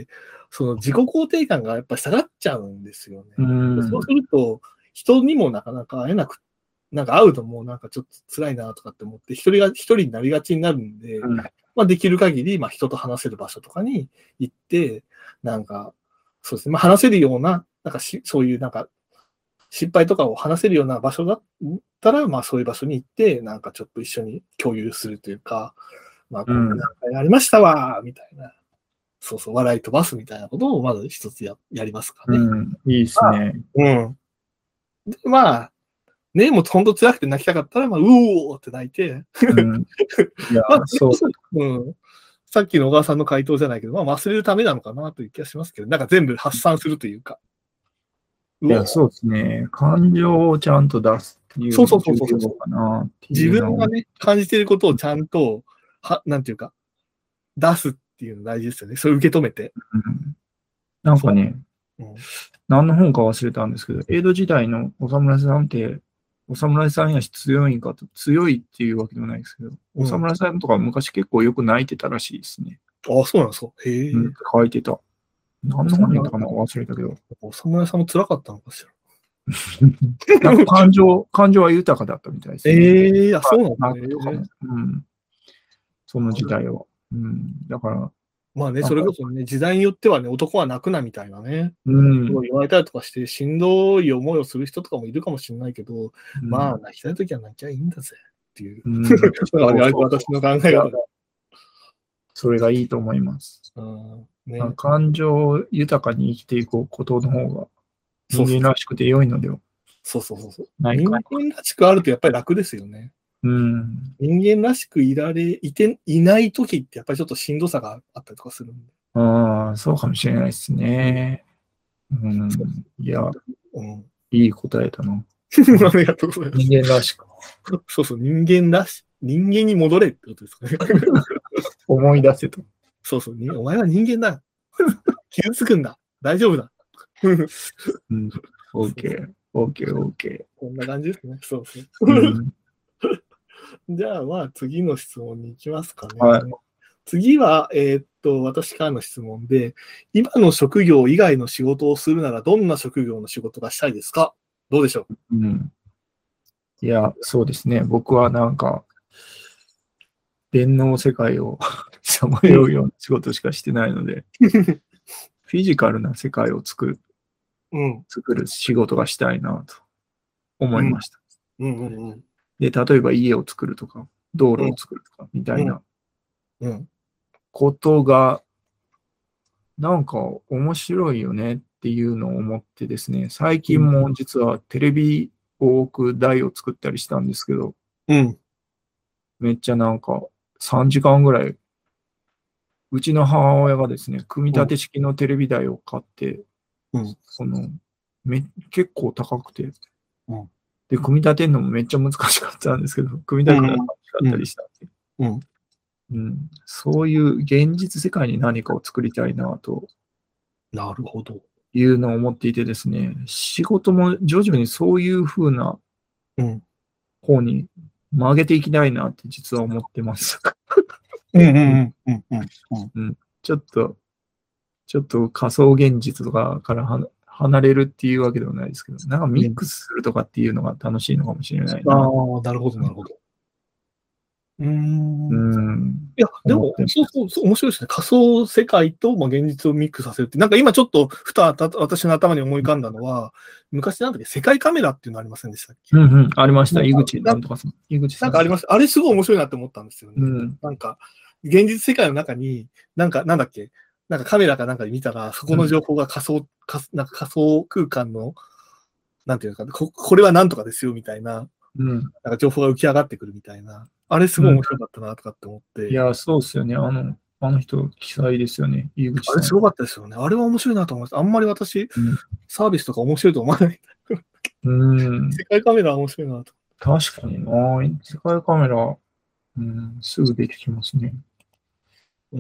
その自己肯定感がやっぱ下がっちゃうんですよね。そうすると、人にもなかなか会えなく、なんか会うともうなんかちょっと辛いなとかって思って、一人になりがちになるんで、まあできる限り、まあ人と話せる場所とかに行って、なんか、そうですね、まあ話せるような、なんかそういうなんか、失敗とかを話せるような場所だったら、まあそういう場所に行って、なんかちょっと一緒に共有するというか、まあこんな段階ありましたわ、みたいな。そうそう、笑い飛ばすみたいなことをまず一つやりますかね。 いいですね。 うん。でまあ、ね、もう本当辛くて泣きたかったら、まあ、うおーって泣いて、 いや、 まあ、 そう。 さっきの小川さんの回答じゃないけど、まあ忘れるためなのかなという気がしますけど、なんか全部発散するというか。 いや、そうですね。感情をちゃんと出すっていうそうそのがうそうそう重要かなって自いうのを。 分がね、感じていることをちゃんと、なんていうか、出すっていうの大事ですよね。それ受け止めて。 なんかね、 うん、 何の本か忘れたんですけど、江戸時代のお侍さんって、お侍さんやし強いんかと、強いっていうわけではないですけど、お侍さんとか昔結構よく泣いてたらしいですね。 ああ、そうなんですか。へえ。 書いてた。何の本やったかな忘れたけど。 お侍さんも辛かったのかしら。 なんか感情は豊かだったみたいですね。 あ、そうなんですね。 その時代は。だから。 まあね、それこそね、時代によってはね、男は泣くなみたいなね、言われたりとかして、しんどい思いをする人とかもいるかもしれないけど、まあ、泣きたいときは泣きゃいいんだぜっていう。私の考え方。 それがいいと思います。感情豊かに生きていくことの方が人間らしくて良いのでは。 そう。人間らしくあるとやっぱり楽ですよね。 うん。 人間らしくいない時ってやっぱりちょっとしんどさがあったりとかするんで。 ああ、そうかもしれないですね。うん。いや、 うん。 いい答えだな。 ありがとうございます。 人間らしく。 そうそう、人間に戻れってことですかね。 思い出せと。 そうそう、お前は人間だ。傷つくんだ。大丈夫だ。 うん。OK、OK、OK。 こんな感じですね。そうそう。 うん。 じゃあ、まあ、次の質問に行きますかね。 はい。 次は、私からの質問で、今の職業以外の仕事をするなら、どんな職業の仕事がしたいですか？どうでしょう？ うん。いや、そうですね。僕はなんか、電脳世界をさまようような仕事しかしてないので、フィジカルな世界をうん。 作る仕事がしたいなと思うん。 いました。 うん。うん。うん。 で、例えば家を作るとか、道路うん。 を作るとか、みたうん。 いなうん。 ことが、なんか面白いよねっていうのを思ってですね、最近も実はテレビを置く台を作ったりしたんですけど、 うん。 めっちゃなんか3時間ぐらい、うちの母親がですね、組み立て式のテレビ台を買って、 うん。 その、結構高くて、 うん。 で、組み立てるのもめっちゃ難しかったんですけど、組みうん。 立てたら楽しかったりしたんで、 うん。 うん、そういう現実世界に何かを作りたいなとなるほど。 いうのを思っていてですね、仕事も徐々にそういう風なうん。 方に曲げていきたいなって実は思ってます。 うん。ううんん。うん。うん。 うん、ちょっと仮想現実とかから離れるっていうわけではないですけど、なんかミックスするとかっていうのが楽しいのかもしれないな。 ああ、なるほど、なるほど。 うん、 いや、でも、 思ってます。 そうそう、面白いですね。仮想世界と、まあ、現実をミックスさせるって。なんか今ちょっと、私の頭に思い浮かんだのは、昔なんだっけ、世界カメラっていうのありませんでしたっけ？ うんうん、ありました。 なんか、 井口なんとかさん。井口さん。 なんかありました。あれすごい面白いなって思ったんですよね。 うん。 なんか、現実世界の中に、なんだっけ、なんかカメラかなんかで見たら、そこの情報がなんか仮想空間の、なんていうのかな、これはなんとかですよ、みたいな、 うん。 なんか情報が浮き上がってくるみたいな。あれすごいうん。 面白かったな、とかって思って。 いや、そうですよね。あの人、奇才ですよね。井口さん。 あれすごかったですよね。あれは面白いなと思います。あんまり私、 うん。 サービスとか面白いと思わない。 うん。 世界カメラは面白いなと。 確かにな。世界カメラ、うん、すぐ出てきますね。 うん。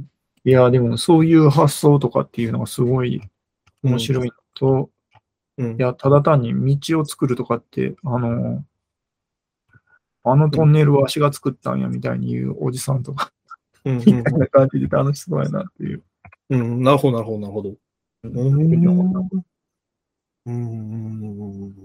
いや、でもそういう発想とかっていうのがすごいうん。 面白いのと、 うん。 いや、ただ単に道を作るとかって、あのうん。 トンネルは足が作ったんやみたいに言うおじさんとか、 うん。 みたいな感じで楽しそうやなっていう、 うん。なるほど、なるほど、なるほど。 ううふうに思っん。 た。 うん。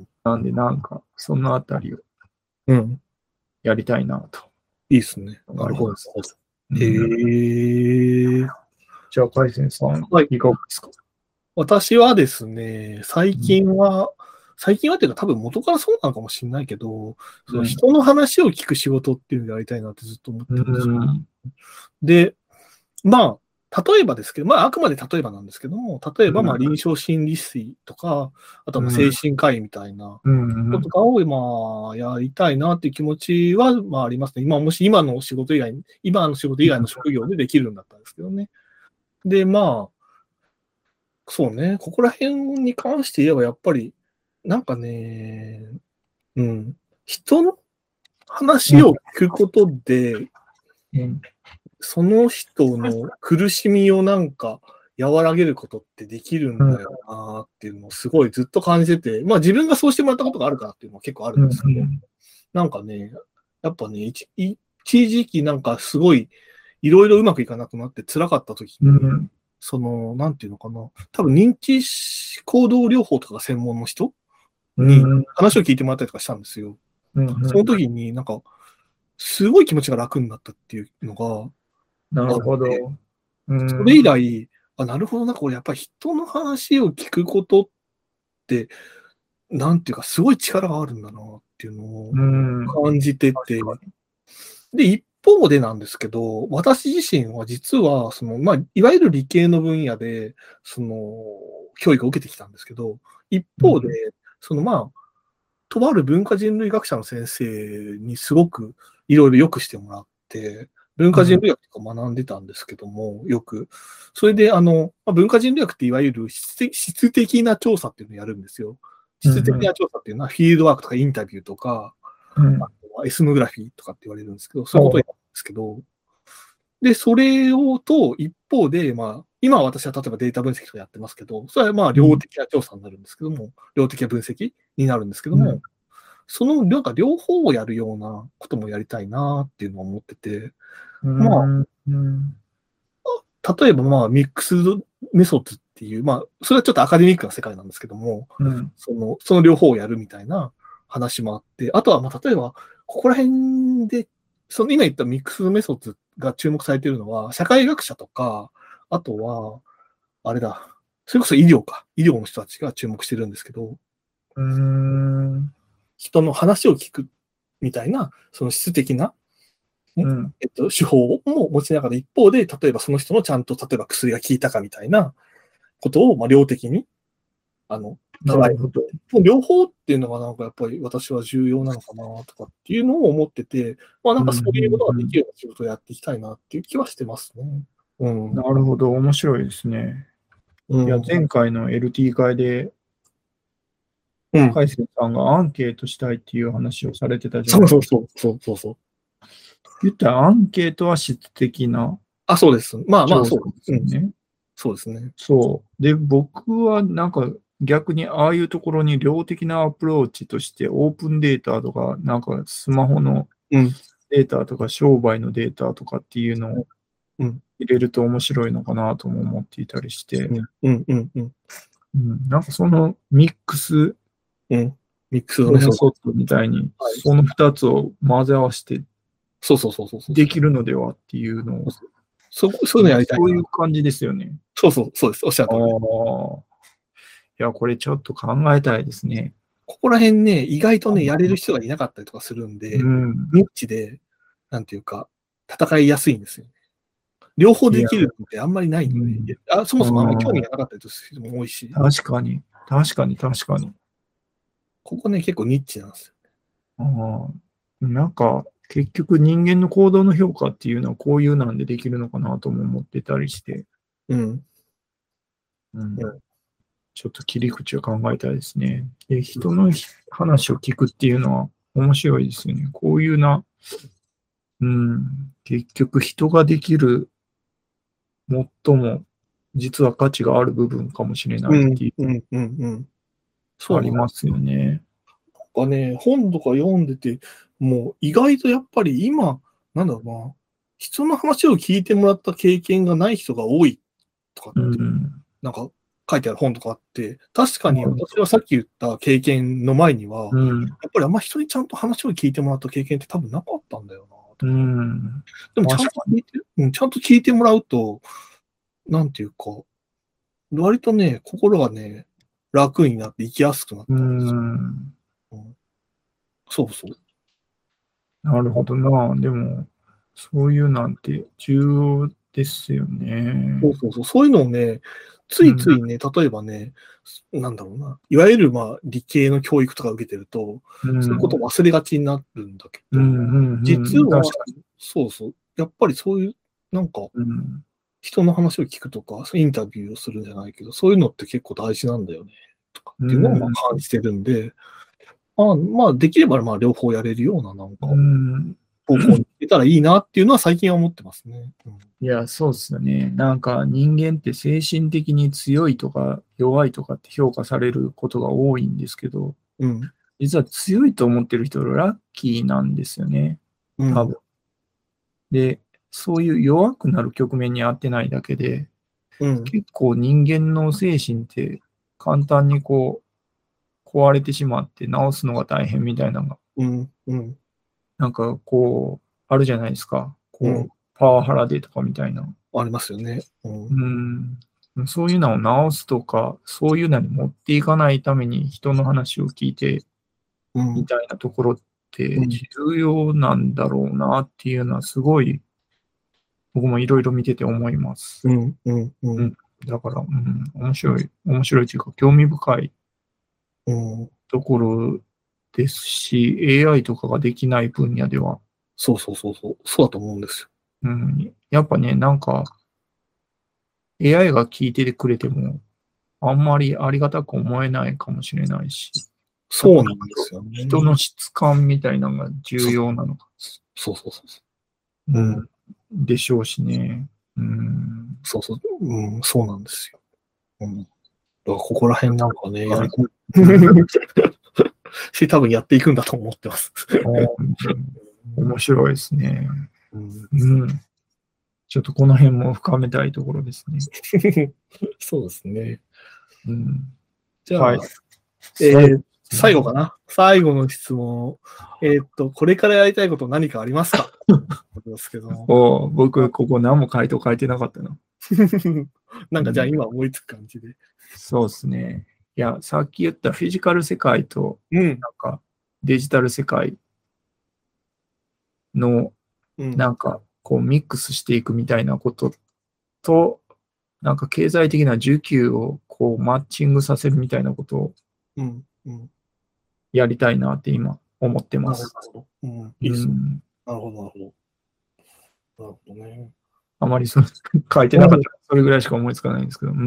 なんで、なんか、そのあたりをうん。 やりたいなといいっすね。なるほど、なる思います。 ほど。 うん、 へえ。 じゃあ、パイセンさん、 はい。 いかがですか？ 私はですね、最近はっていうか多分元からそうなのかもしれないけど、そのうん。 人の話を聞く仕事っていうのをやりたいなってずっと思っうてるんですよ。 ん。 で、まあ、例えばですけど、まあ、あくまで例えばなんですけども、例えば、まあ、 うん。 臨床心理士とか、あとはまあ精うん。 神科医みたいなうん。 こととかを、まあ、やりたいなっていう気持ちは、まあ、ありますね。もし今の仕事以外の職業でできるんだったんですけどね。で、まあ、そうね、ここら辺に関して言えば、やっぱり、なんかね、うん、人の話を聞くことで、 うん。 その人の苦しみをなんか和らげることってできるんだよなっていうのをすごいずっと感じてて、まあ自分がそうしてもらったことがあるからっていうのは結構あるうん。 んですけど、なんかね、やっぱね、一時期なんかすごいいろいろうまくいかなくなって辛かった時に、 うん。 なんていうのかな、多分認知行動療法とかが専門の人にうん。 話を聞いてもらったりとかしたんですよ。 うん。 その時になんか、すごい気持ちが楽になったっていうのがあっなるほど。 て、 うそれ以ん。 来、なるほどな、これやっぱり人の話を聞くことって、なんていうか、すごい力があるんだなっていうのをうん。 感じてて、 確かに。 で、一方でなんですけど、私自身は実は、まあ、いわゆる理系の分野で、教育を受けてきたんですけど、一方で、まあ、 とある文化人類学者の先生にすごくいろいろよくしてもらって、文化人類学とか学んでたんですけども、よく。それで、文化人類学っていわゆる質的な調査っていうのをやるんですよ。質的な調査っていうのは、フィールドワークとかインタビューとか、あとはエスノグラフィーとかって言われるんですけど、そういうことをやるんですけど、で、それをと、一方で、今は私は例えばデータ分析とかやってますけど、それは量的な調査になるんですけども、量的な分析になるんですけども、その、なんか両方をやるようなこともやりたいなっていうのを思ってて、例えばミックスメソッドっていう、それはちょっとアカデミックな世界なんですけども、その両方をやるみたいな話もあって、あとは例えば、ここら辺で、その今言ったミックスメソッドが注目されているのは、社会学者とか、あとは、あれだ、それこそ医療の人たちが注目してるんですけど、人の話を聞くみたいな、その質的な、手法も持ちながら、一方で、例えばその人のちゃんと、例えば薬が効いたかみたいなことを、量的に、捉えると。両方っていうのがなんかやっぱり私は重要なのかなとかっていうのを思ってて、なんかそういうことができるような仕事をやっていきたいなっていう気はしてますね。 なるほど、面白いですね。いや、前回の LT 会で、海星さんがアンケートしたいっていう話をされてたじゃないですか。 そう。 言ったらアンケートは質的な。 そうです。そうですね。 そうですね。 そう。で、僕はなんか逆にああいうところに量的なアプローチとしてオープンデータとか、なんかスマホのデータとか商売のデータとかっていうのを入れると面白いのかなとも思っていたりして、なんかそのミックスメソッドみたいに、その2つを混ぜ合わせてできるのではっていうのを、 そういうのやりたい。 そういう感じですよね。 そうです。おっしゃる通り。 いや、これちょっと考えたいですね。 ここら辺ね、意外とね、やれる人がいなかったりとかするんで、ニッチで、なんていうか、戦いやすいんですよね。両方できるってあんまりないので、そもそもあんまり興味がなかったりする人も多いし。 確かに。 ここね、結構ニッチなんですよ。なんか、結局人間の行動の評価っていうのはこういうなんでできるのかなとも思ってたりして。ちょっと切り口を考えたいですね。で、人の話を聞くっていうのは面白いですよね。こういう結局人ができる最も実は価値がある部分かもしれないっていう、ありますよね。 なんかね、本とか読んでて、もう意外とやっぱり今、人の話を聞いてもらった経験がない人が多いとかって、なんか書いてある本とかあって、確かに私はさっき言った経験の前には、やっぱりあんま人にちゃんと話を聞いてもらった経験って多分なかったんだよな。でもちゃんと聞いてもらうと、なんていうか、割とね、心がね、楽になって生きやすくなったんですよ。そう。 なるほどな。でも、そういうなんて重要ですよね。 そういうのをね、ついついね、例えばね、いわゆる理系の教育とか受けてると、そういうことを忘れがちになるんだけど、実は、やっぱりそういう、人の話を聞くとか、インタビューをするんじゃないけど、そういうのって結構大事なんだよね、とかっていうのを感じてるんで、できれば両方やれるような、方向に行けたらいいなっていうのは最近は思ってますね。 いや、そうですよね。なんか人間って精神的に強いとか弱いとかって評価されることが多いんですけど、実は強いと思ってる人はラッキーなんですよね。多分。で、そういう弱くなる局面に合ってないだけで、結構人間の精神って簡単に壊れてしまって治すのが大変みたいなのが、なんかあるじゃないですか。パワハラでとかみたいな。 ありますよね。 そういうのを直すとか、そういうのに持っていかないために人の話を聞いて、みたいなところって重要なんだろうなっていうのはすごい、僕もいろいろ見てて思います。だから、面白いというか興味深いところですし、AI とかができない分野では。 そうだと思うんですうん。やっぱね、なんか、AI が聞いててくれても、あんまりありがたく思えないかもしれないし、やっぱそうなんですよね。 人の質感みたいなのが重要なのか。 そう。 ううん。 ん。でしょうしね。うん。 そうなんですよ。うん。だからここら辺なんかね、やり込うんむ。し、多分やっていくんだと思ってます。 面白いですね。 うん、 うん。ちょっとこの辺も深めたいところですね。 そうですね。 うん。 じゃあ、 はい。最後ですね。 最後かな。最後の質問。これからやりたいこと何かありますかことですけども。 僕、ここ何も回答書いてなかったな。 なんかじゃあ今思いつく感じで。 そうですね。いや、さっき言ったフィジカル世界と、 うん。 なんかデジタル世界の、 うん。 なんかこうミックスしていくみたいなことと、なんか経済的な需給をこうマッチングさせるみたいなことをうん。うん。 やりたいなって今思ってなるます。 ほど。うん。いいうですね。 ん。 なるほど、なるほど。なるほどね。 あまり書いてなかったらそれぐらいしか思いつかないんですけど、うん。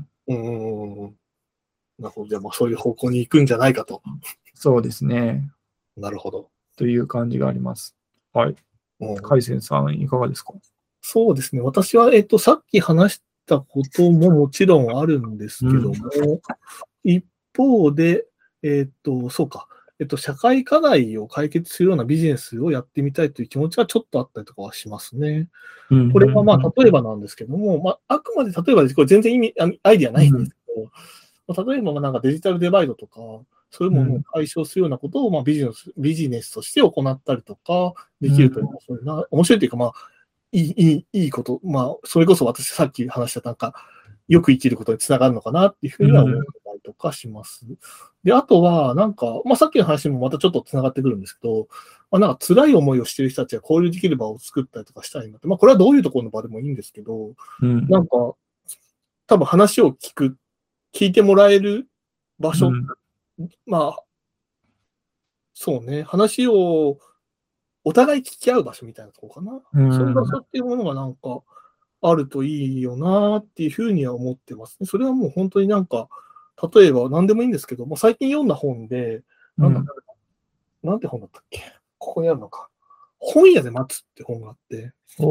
なるほど。じゃあ、まあそういう方向に行くんじゃないかと。 そうですね。 なるほど。 という感じがあります。はい。 うん、 海鮮さん、いかがですか？ そうですね。私は、さっき話したことももちろんあるんですけども、一方で、そうか。社会課題を解決するようなビジネスをやってみたいという気持ちはちょっとあったりとかはしますね。これはまあ、例えばなんですけども、まあ、あくまで例えばです。これ全然アイディアないんですけど、まあ例えばなんかデジタルデバイドとか、そういうものを解消するようなことを、まあ、ビジネスとして行ったりとかできるというのは、そういう面白いというか、まあ、いいこと、まあ、それこそ私さっき話したなんか、よく生きることにつながるのかなっていうふうには思ってたりとかします。で、あとは、なんか、まあ、さっきの話もまたちょっとつながってくるんですけど、まあ、なんか辛い思いをしている人たちが交流できる場を作ったりとかしたいなって、まあ、これはどういうところの場でもいいんですけど、なんか、多分話を聞いてもらえる場所、まあ、そうね、話をお互い聞き合う場所みたいなところかな。そういう場所っていうものがなんかあるといいよなっていうふうには思ってますね。それはもう本当になんか、例えば何でもいいんですけど、もう最近読んだ本で、なんか、なんて本だったっけ？ここにあるのか。本屋で待つって本があって。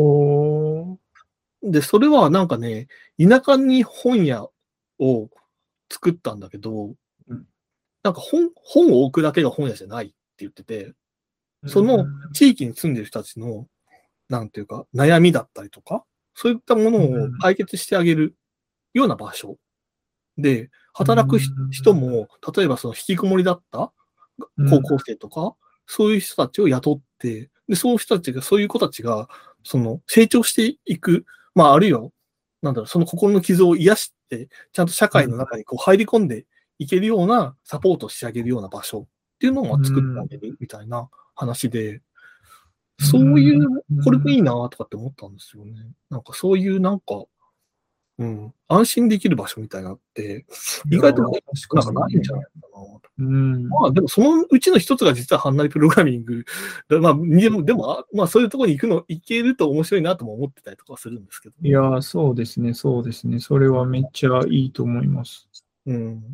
で、それはなんかね、田舎に本屋を作ったんだけど、なんか本を置くだけが本屋じゃないって言ってて、その地域に住んでる人たちの、なんていうか、悩みだったりとか、そういったものを解決してあげるような場所で、働く人も、例えばその引きこもりだった高校生とか、そういう人たちを雇って、で、そういう人たちが、そういう子たちが、その成長していく、まあ、あるいは、なんだろう、その心の傷を癒して、ちゃんと社会の中にこう入り込んでいけるようなサポートをしてあげるような場所っていうのを作ってあげるみたいな話で、そういう、これもいいなとかって思ったんですよね。なんかそういうなんか、安心できる場所みたいなって、意外となんかないんじゃないかなと。まあでもそのうちの一つが実はハンナリプログラミング。まあでも、まあそういうところに行けると面白いなとも思ってたりとかするんですけど、 いや、そうですね。それはめっちゃいいと思います。い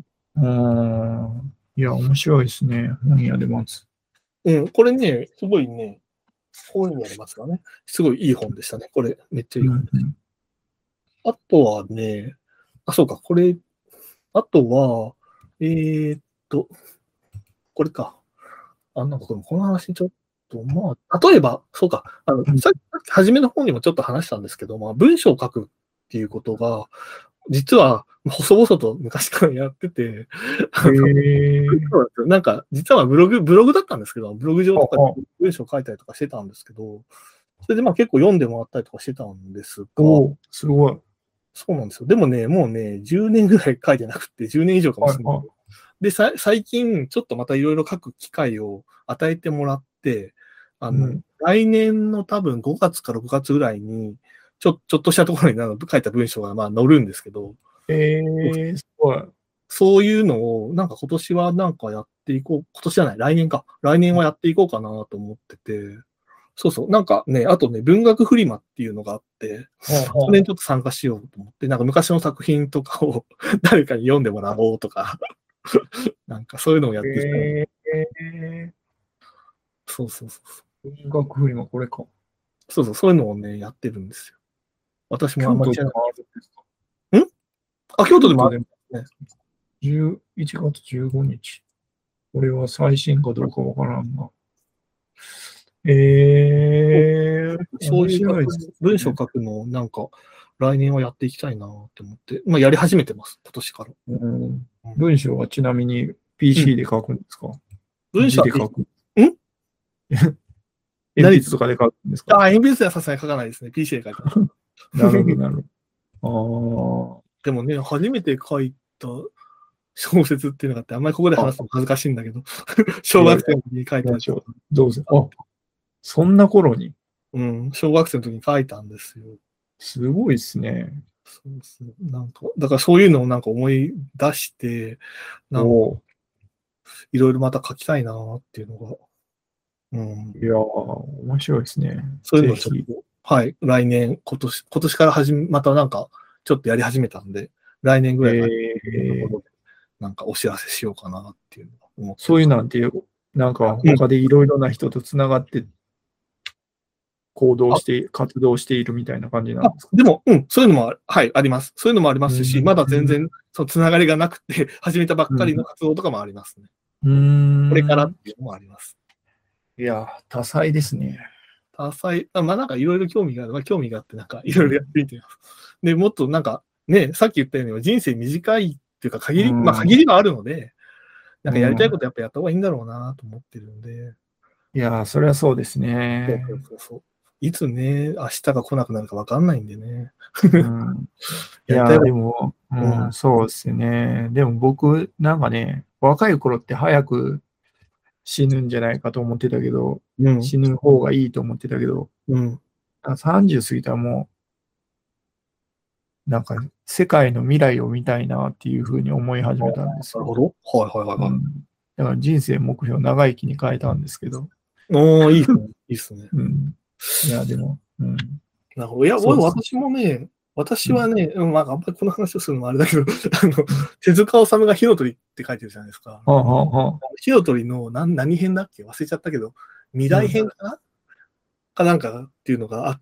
や、面白いですね。本屋で待つ。 これね、すごいね、本屋で待つからね。すごいいい本でしたね。これ、めっちゃいい本です。あとはね、そうか、あとは、えーっと、これか。なんかこの話ちょっと、まあ、例えば、そうか、さっき初めの方にもちょっと話したんですけど、まあ、文章を書くっていうことが、実は、細々と昔からやってて、なんか、実はブログだったんですけど、ブログ上とかで文章を書いたりとかしてたんですけど、それでまあ結構読んでもらったりとかしてたんですが、 すごい。 そうなんですよ。でもね、もうね、10年ぐらい書いてなくて、10年以上かもしれない。で、最近、ちょっとまたいろいろ書く機会を与えてもらって、来年の多分5月から6月ぐらいに、ちょっとしたところに書いた文章がまあ載るんですけど、 すごい。 そういうのを、なんか今年はなんかやっていこう、今年じゃない、来年か。来年はやっていこうかなと思ってて、そうそう、なんかね、あとね、文学フリマっていうのがあって、それにちょっと参加しようと思って、なんか昔の作品とかを誰かに読んでもらおうとか、なんかそういうのをやっていきたい。そうそうそう。 文学フリマ、これか。 そうそう、そういうのをね、やってるんですよ。私もあんまり知らない。 あるんですか？ 京都でもあるん京都でもですね。 11月15日。これは最新かどうかわからんが。面そういう白いですね。 文章書くのをなんか来年はやっていきたいなって思って、まあやり始めてます、今年から。 文章はちなみに PC で書くんですか？ 文章は字で書く。 何鉛筆とかで書くんですか？ 鉛筆ではさすがに書かないですね。PC で書いてます。 なるほど、なるほでもね、初めて書いた小説っていうのがあって、あんまりここで話すの恥ずかしいんだけど、小学生の時に書いたやつ。 どうぞ。そんな頃に。 小学生の時に書いたんですよ。 すごいですね。 そうそう。なんか、だからそういうのをなんか思い出して、なんか、いろいろまた書きたいなっていうのが。 いやー、面白いですね。 そういうのをちょっと、はい、来年、今年からまたなんか、ちょっとやり始めたんで、来年ぐらいから、なんかお知らせしようかなっていうのを思って。 そういうなんて、なんか他でいろいろな人とつながって活動しているみたいな感じなんですか？ でも、そういうのもはい、あります。そういうのもありますし、まだ全然、そのつながりがなくて、始めたばっかりの活動とかもありますね。これからっていうのもあります。 いや、多彩ですね。 多彩、まあなんかいろいろ興味があって、なんかいろいろやってみてます。で、もっとなんか、ね、さっき言ったように人生短いっていうか限りがあるので、なんかやりたいことやっぱやった方がいいんだろうなと思ってるんで。 いや、それはそうですね。 そう。いつね、明日が来なくなるか分かんないんでね。 いや、でも、そうですね。でも僕、なんかね、若い頃って早く死ぬんじゃないかと思ってたけど、死ぬ方がいいと思ってたけど、30過ぎたらもう、なんか世界の未来を見たいなっていうふうに思い始めたんですよ。 なるほど。はい。 だから人生目標、長生きに変えたんですけど。 いいっすね。 いや、でも、 なるほど。いや、私もね、私はね、まあ、あんまりこの話をするのもあれだけど、手塚治虫が火の鳥って書いてるじゃないですか。火の鳥の何編だっけ忘れちゃったけど、未来編かな、かなんかっていうのがあって、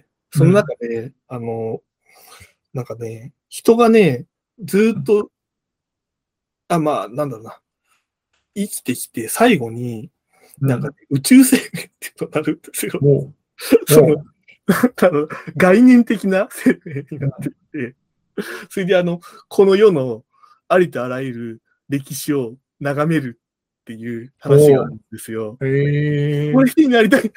その中で、なんかね、人がね、ずっと、まあ、なんだろうな、生きてきて、最後に、なんか、宇宙生命っていうのになるんですよ。その概念的な生命になっていて、それでこの世のありとあらゆる歴史を眺めるっていう話があるんですよ。これになりたいなって。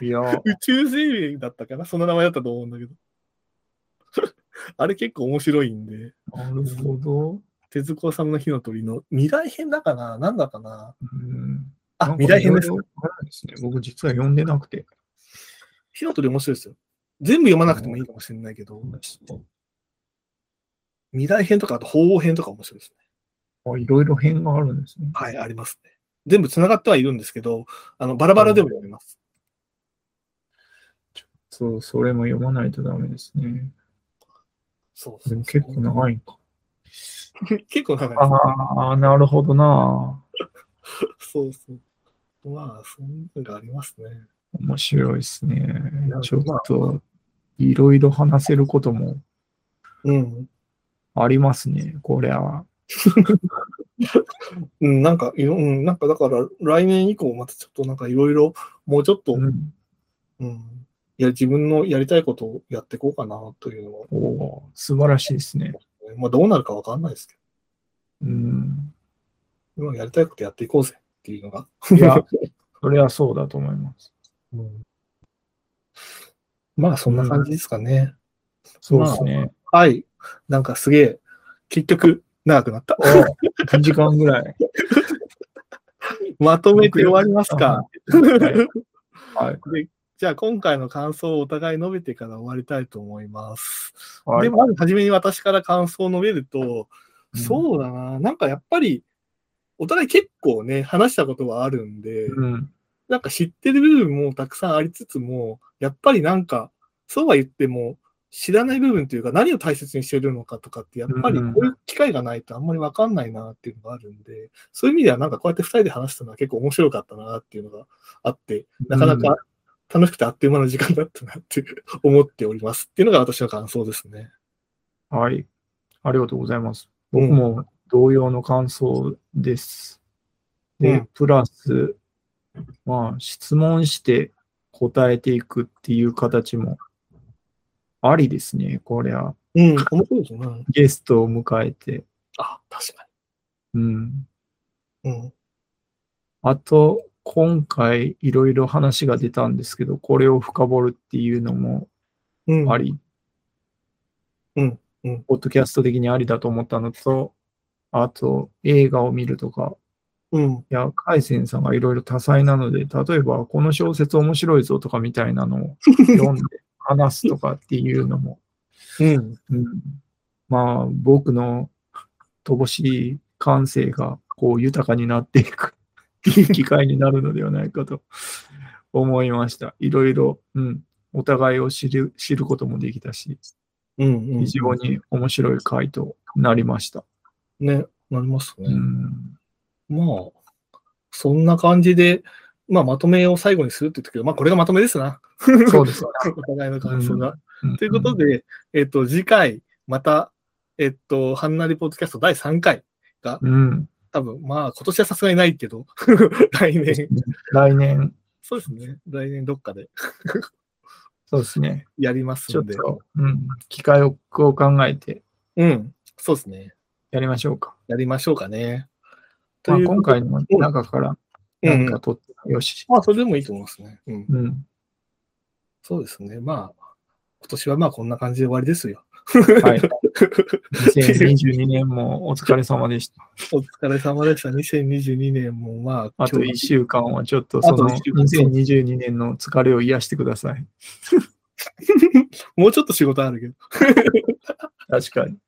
宇宙生命だったかな、その名前だったと思うんだけど。あれ結構面白いんで。 なるほど。 手塚治虫の火の鳥の未来編だかな、なんだかな。 未来編です。僕実は読んでなくて。 火の鳥面白いですよ。全部読まなくてもいいかもしれないけど、未来編とか、あと鳳凰編とか面白いですね。いろいろ編があるんですね。 はい、ありますね。全部繋がってはいるんですけど、バラバラでも読めます。 そう、それも読まないとダメですね。 そう結構長いんか。 結構長いです。 ああ、なるほどな。 そう。まあ、そういうのがありますね。 面白いですね。ちょっと、いろいろ話せることも、ありますね、これは。 なんかだから来年以降またちょっとなんかいろいろもうちょっと、自分のやりたいことをやっていこうかなというのは。 素晴らしいですね。 まあどうなるかわかんないですけど。今やりたいことやっていこうぜっていうのが。 いや、それはそうだと思います。 まあそんな感じですかね。 そうですね。 はい。なんかすげえ、結局長くなった。 2時間ぐらい。 まとめて終わりますか。 はい。 じゃあ今回の感想をお互い述べてから終わりたいと思います。で、まず初めに私から感想を述べると、 そうだな。なんかやっぱり、お互い結構ね、話したことはあるんで、なんか知ってる部分もたくさんありつつも、やっぱりなんか、そうは言っても、知らない部分というか、何を大切にしてるのかとかって、やっぱりこういう機会がないとあんまりわかんないなっていうのがあるんで、そういう意味ではなんかこうやって二人で話したのは結構面白かったなっていうのがあって、なかなか楽しくてあっという間の時間だったなって思っておりますっていうのが私の感想ですね。 はい。ありがとうございます。僕も同様の感想です。で、プラス、まあ、質問して答えていくっていう形もありですね、これは。 面白いですね。 ゲストを迎えて。 あ、確かに。 に。 あと、今回いろいろ話が出たんですけど、これを深掘るっていうのもあり。ポッドキャスト的にありだと思ったのと、あと、映画を見るとか、いや、海鮮さんがいろいろ多彩なので、例えば、この小説面白いぞとかみたいなのを読んで話すとかっていうのも、まあ、僕の乏しい感性がこう豊かになっていく機会になるのではないかと思いました。いろいろ、お互いを知ることもできたし、非常に面白い回となりました。 ね、なりますね。まあ、そんな感じで、まあ、まとめを最後にするって言ったけど、まあ、これがまとめですな。 そうですね。 お互いの感想が。ということで、次回、また、はんなりポッドキャスト第3回が、多分、まあ、今年はさすがにないけど、来年。そうですね。来年どっかで。 そうですね。 やりますんで。 ちょっと、機会を考えて。 そうですね。 やりましょうか。 やりましょうかね。 まあ、今回の中から何か取ってよし。 まあ、それでもいいと思いますね。そうですね。まあ、今年はまあこんな感じで終わりですよ。 はい。2022年もお疲れ様でした。 お疲れ様でした。2022年もまあ、 あと1週間はちょっとその2022年の疲れを癒してください。 もうちょっと仕事あるけど。 確かに。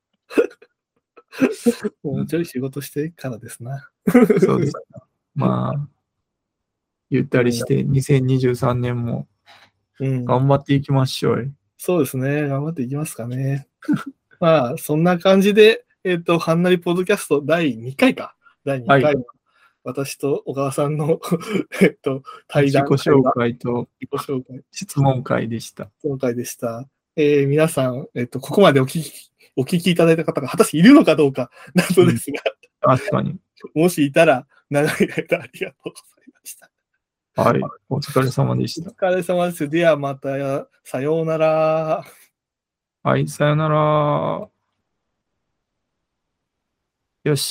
もうちょい仕事してからですな。 そうです。まあ、ゆったりして2023年も頑張っていきましょう。 そうですね。頑張っていきますかね。まあ、そんな感じで、はんなりポッドキャスト第2回か。第2回は、私と小川さんの対談自己紹介と質問会でした。 質問会でした。皆さん、ここまでお聞きいただいた方が果たしているのかどうかなどですが、 確かに。 もしいたら、長い間ありがとうございました。 はい、お疲れ様でした。 お疲れ様です。ではまた、さようなら。 はい、さようなら。よし。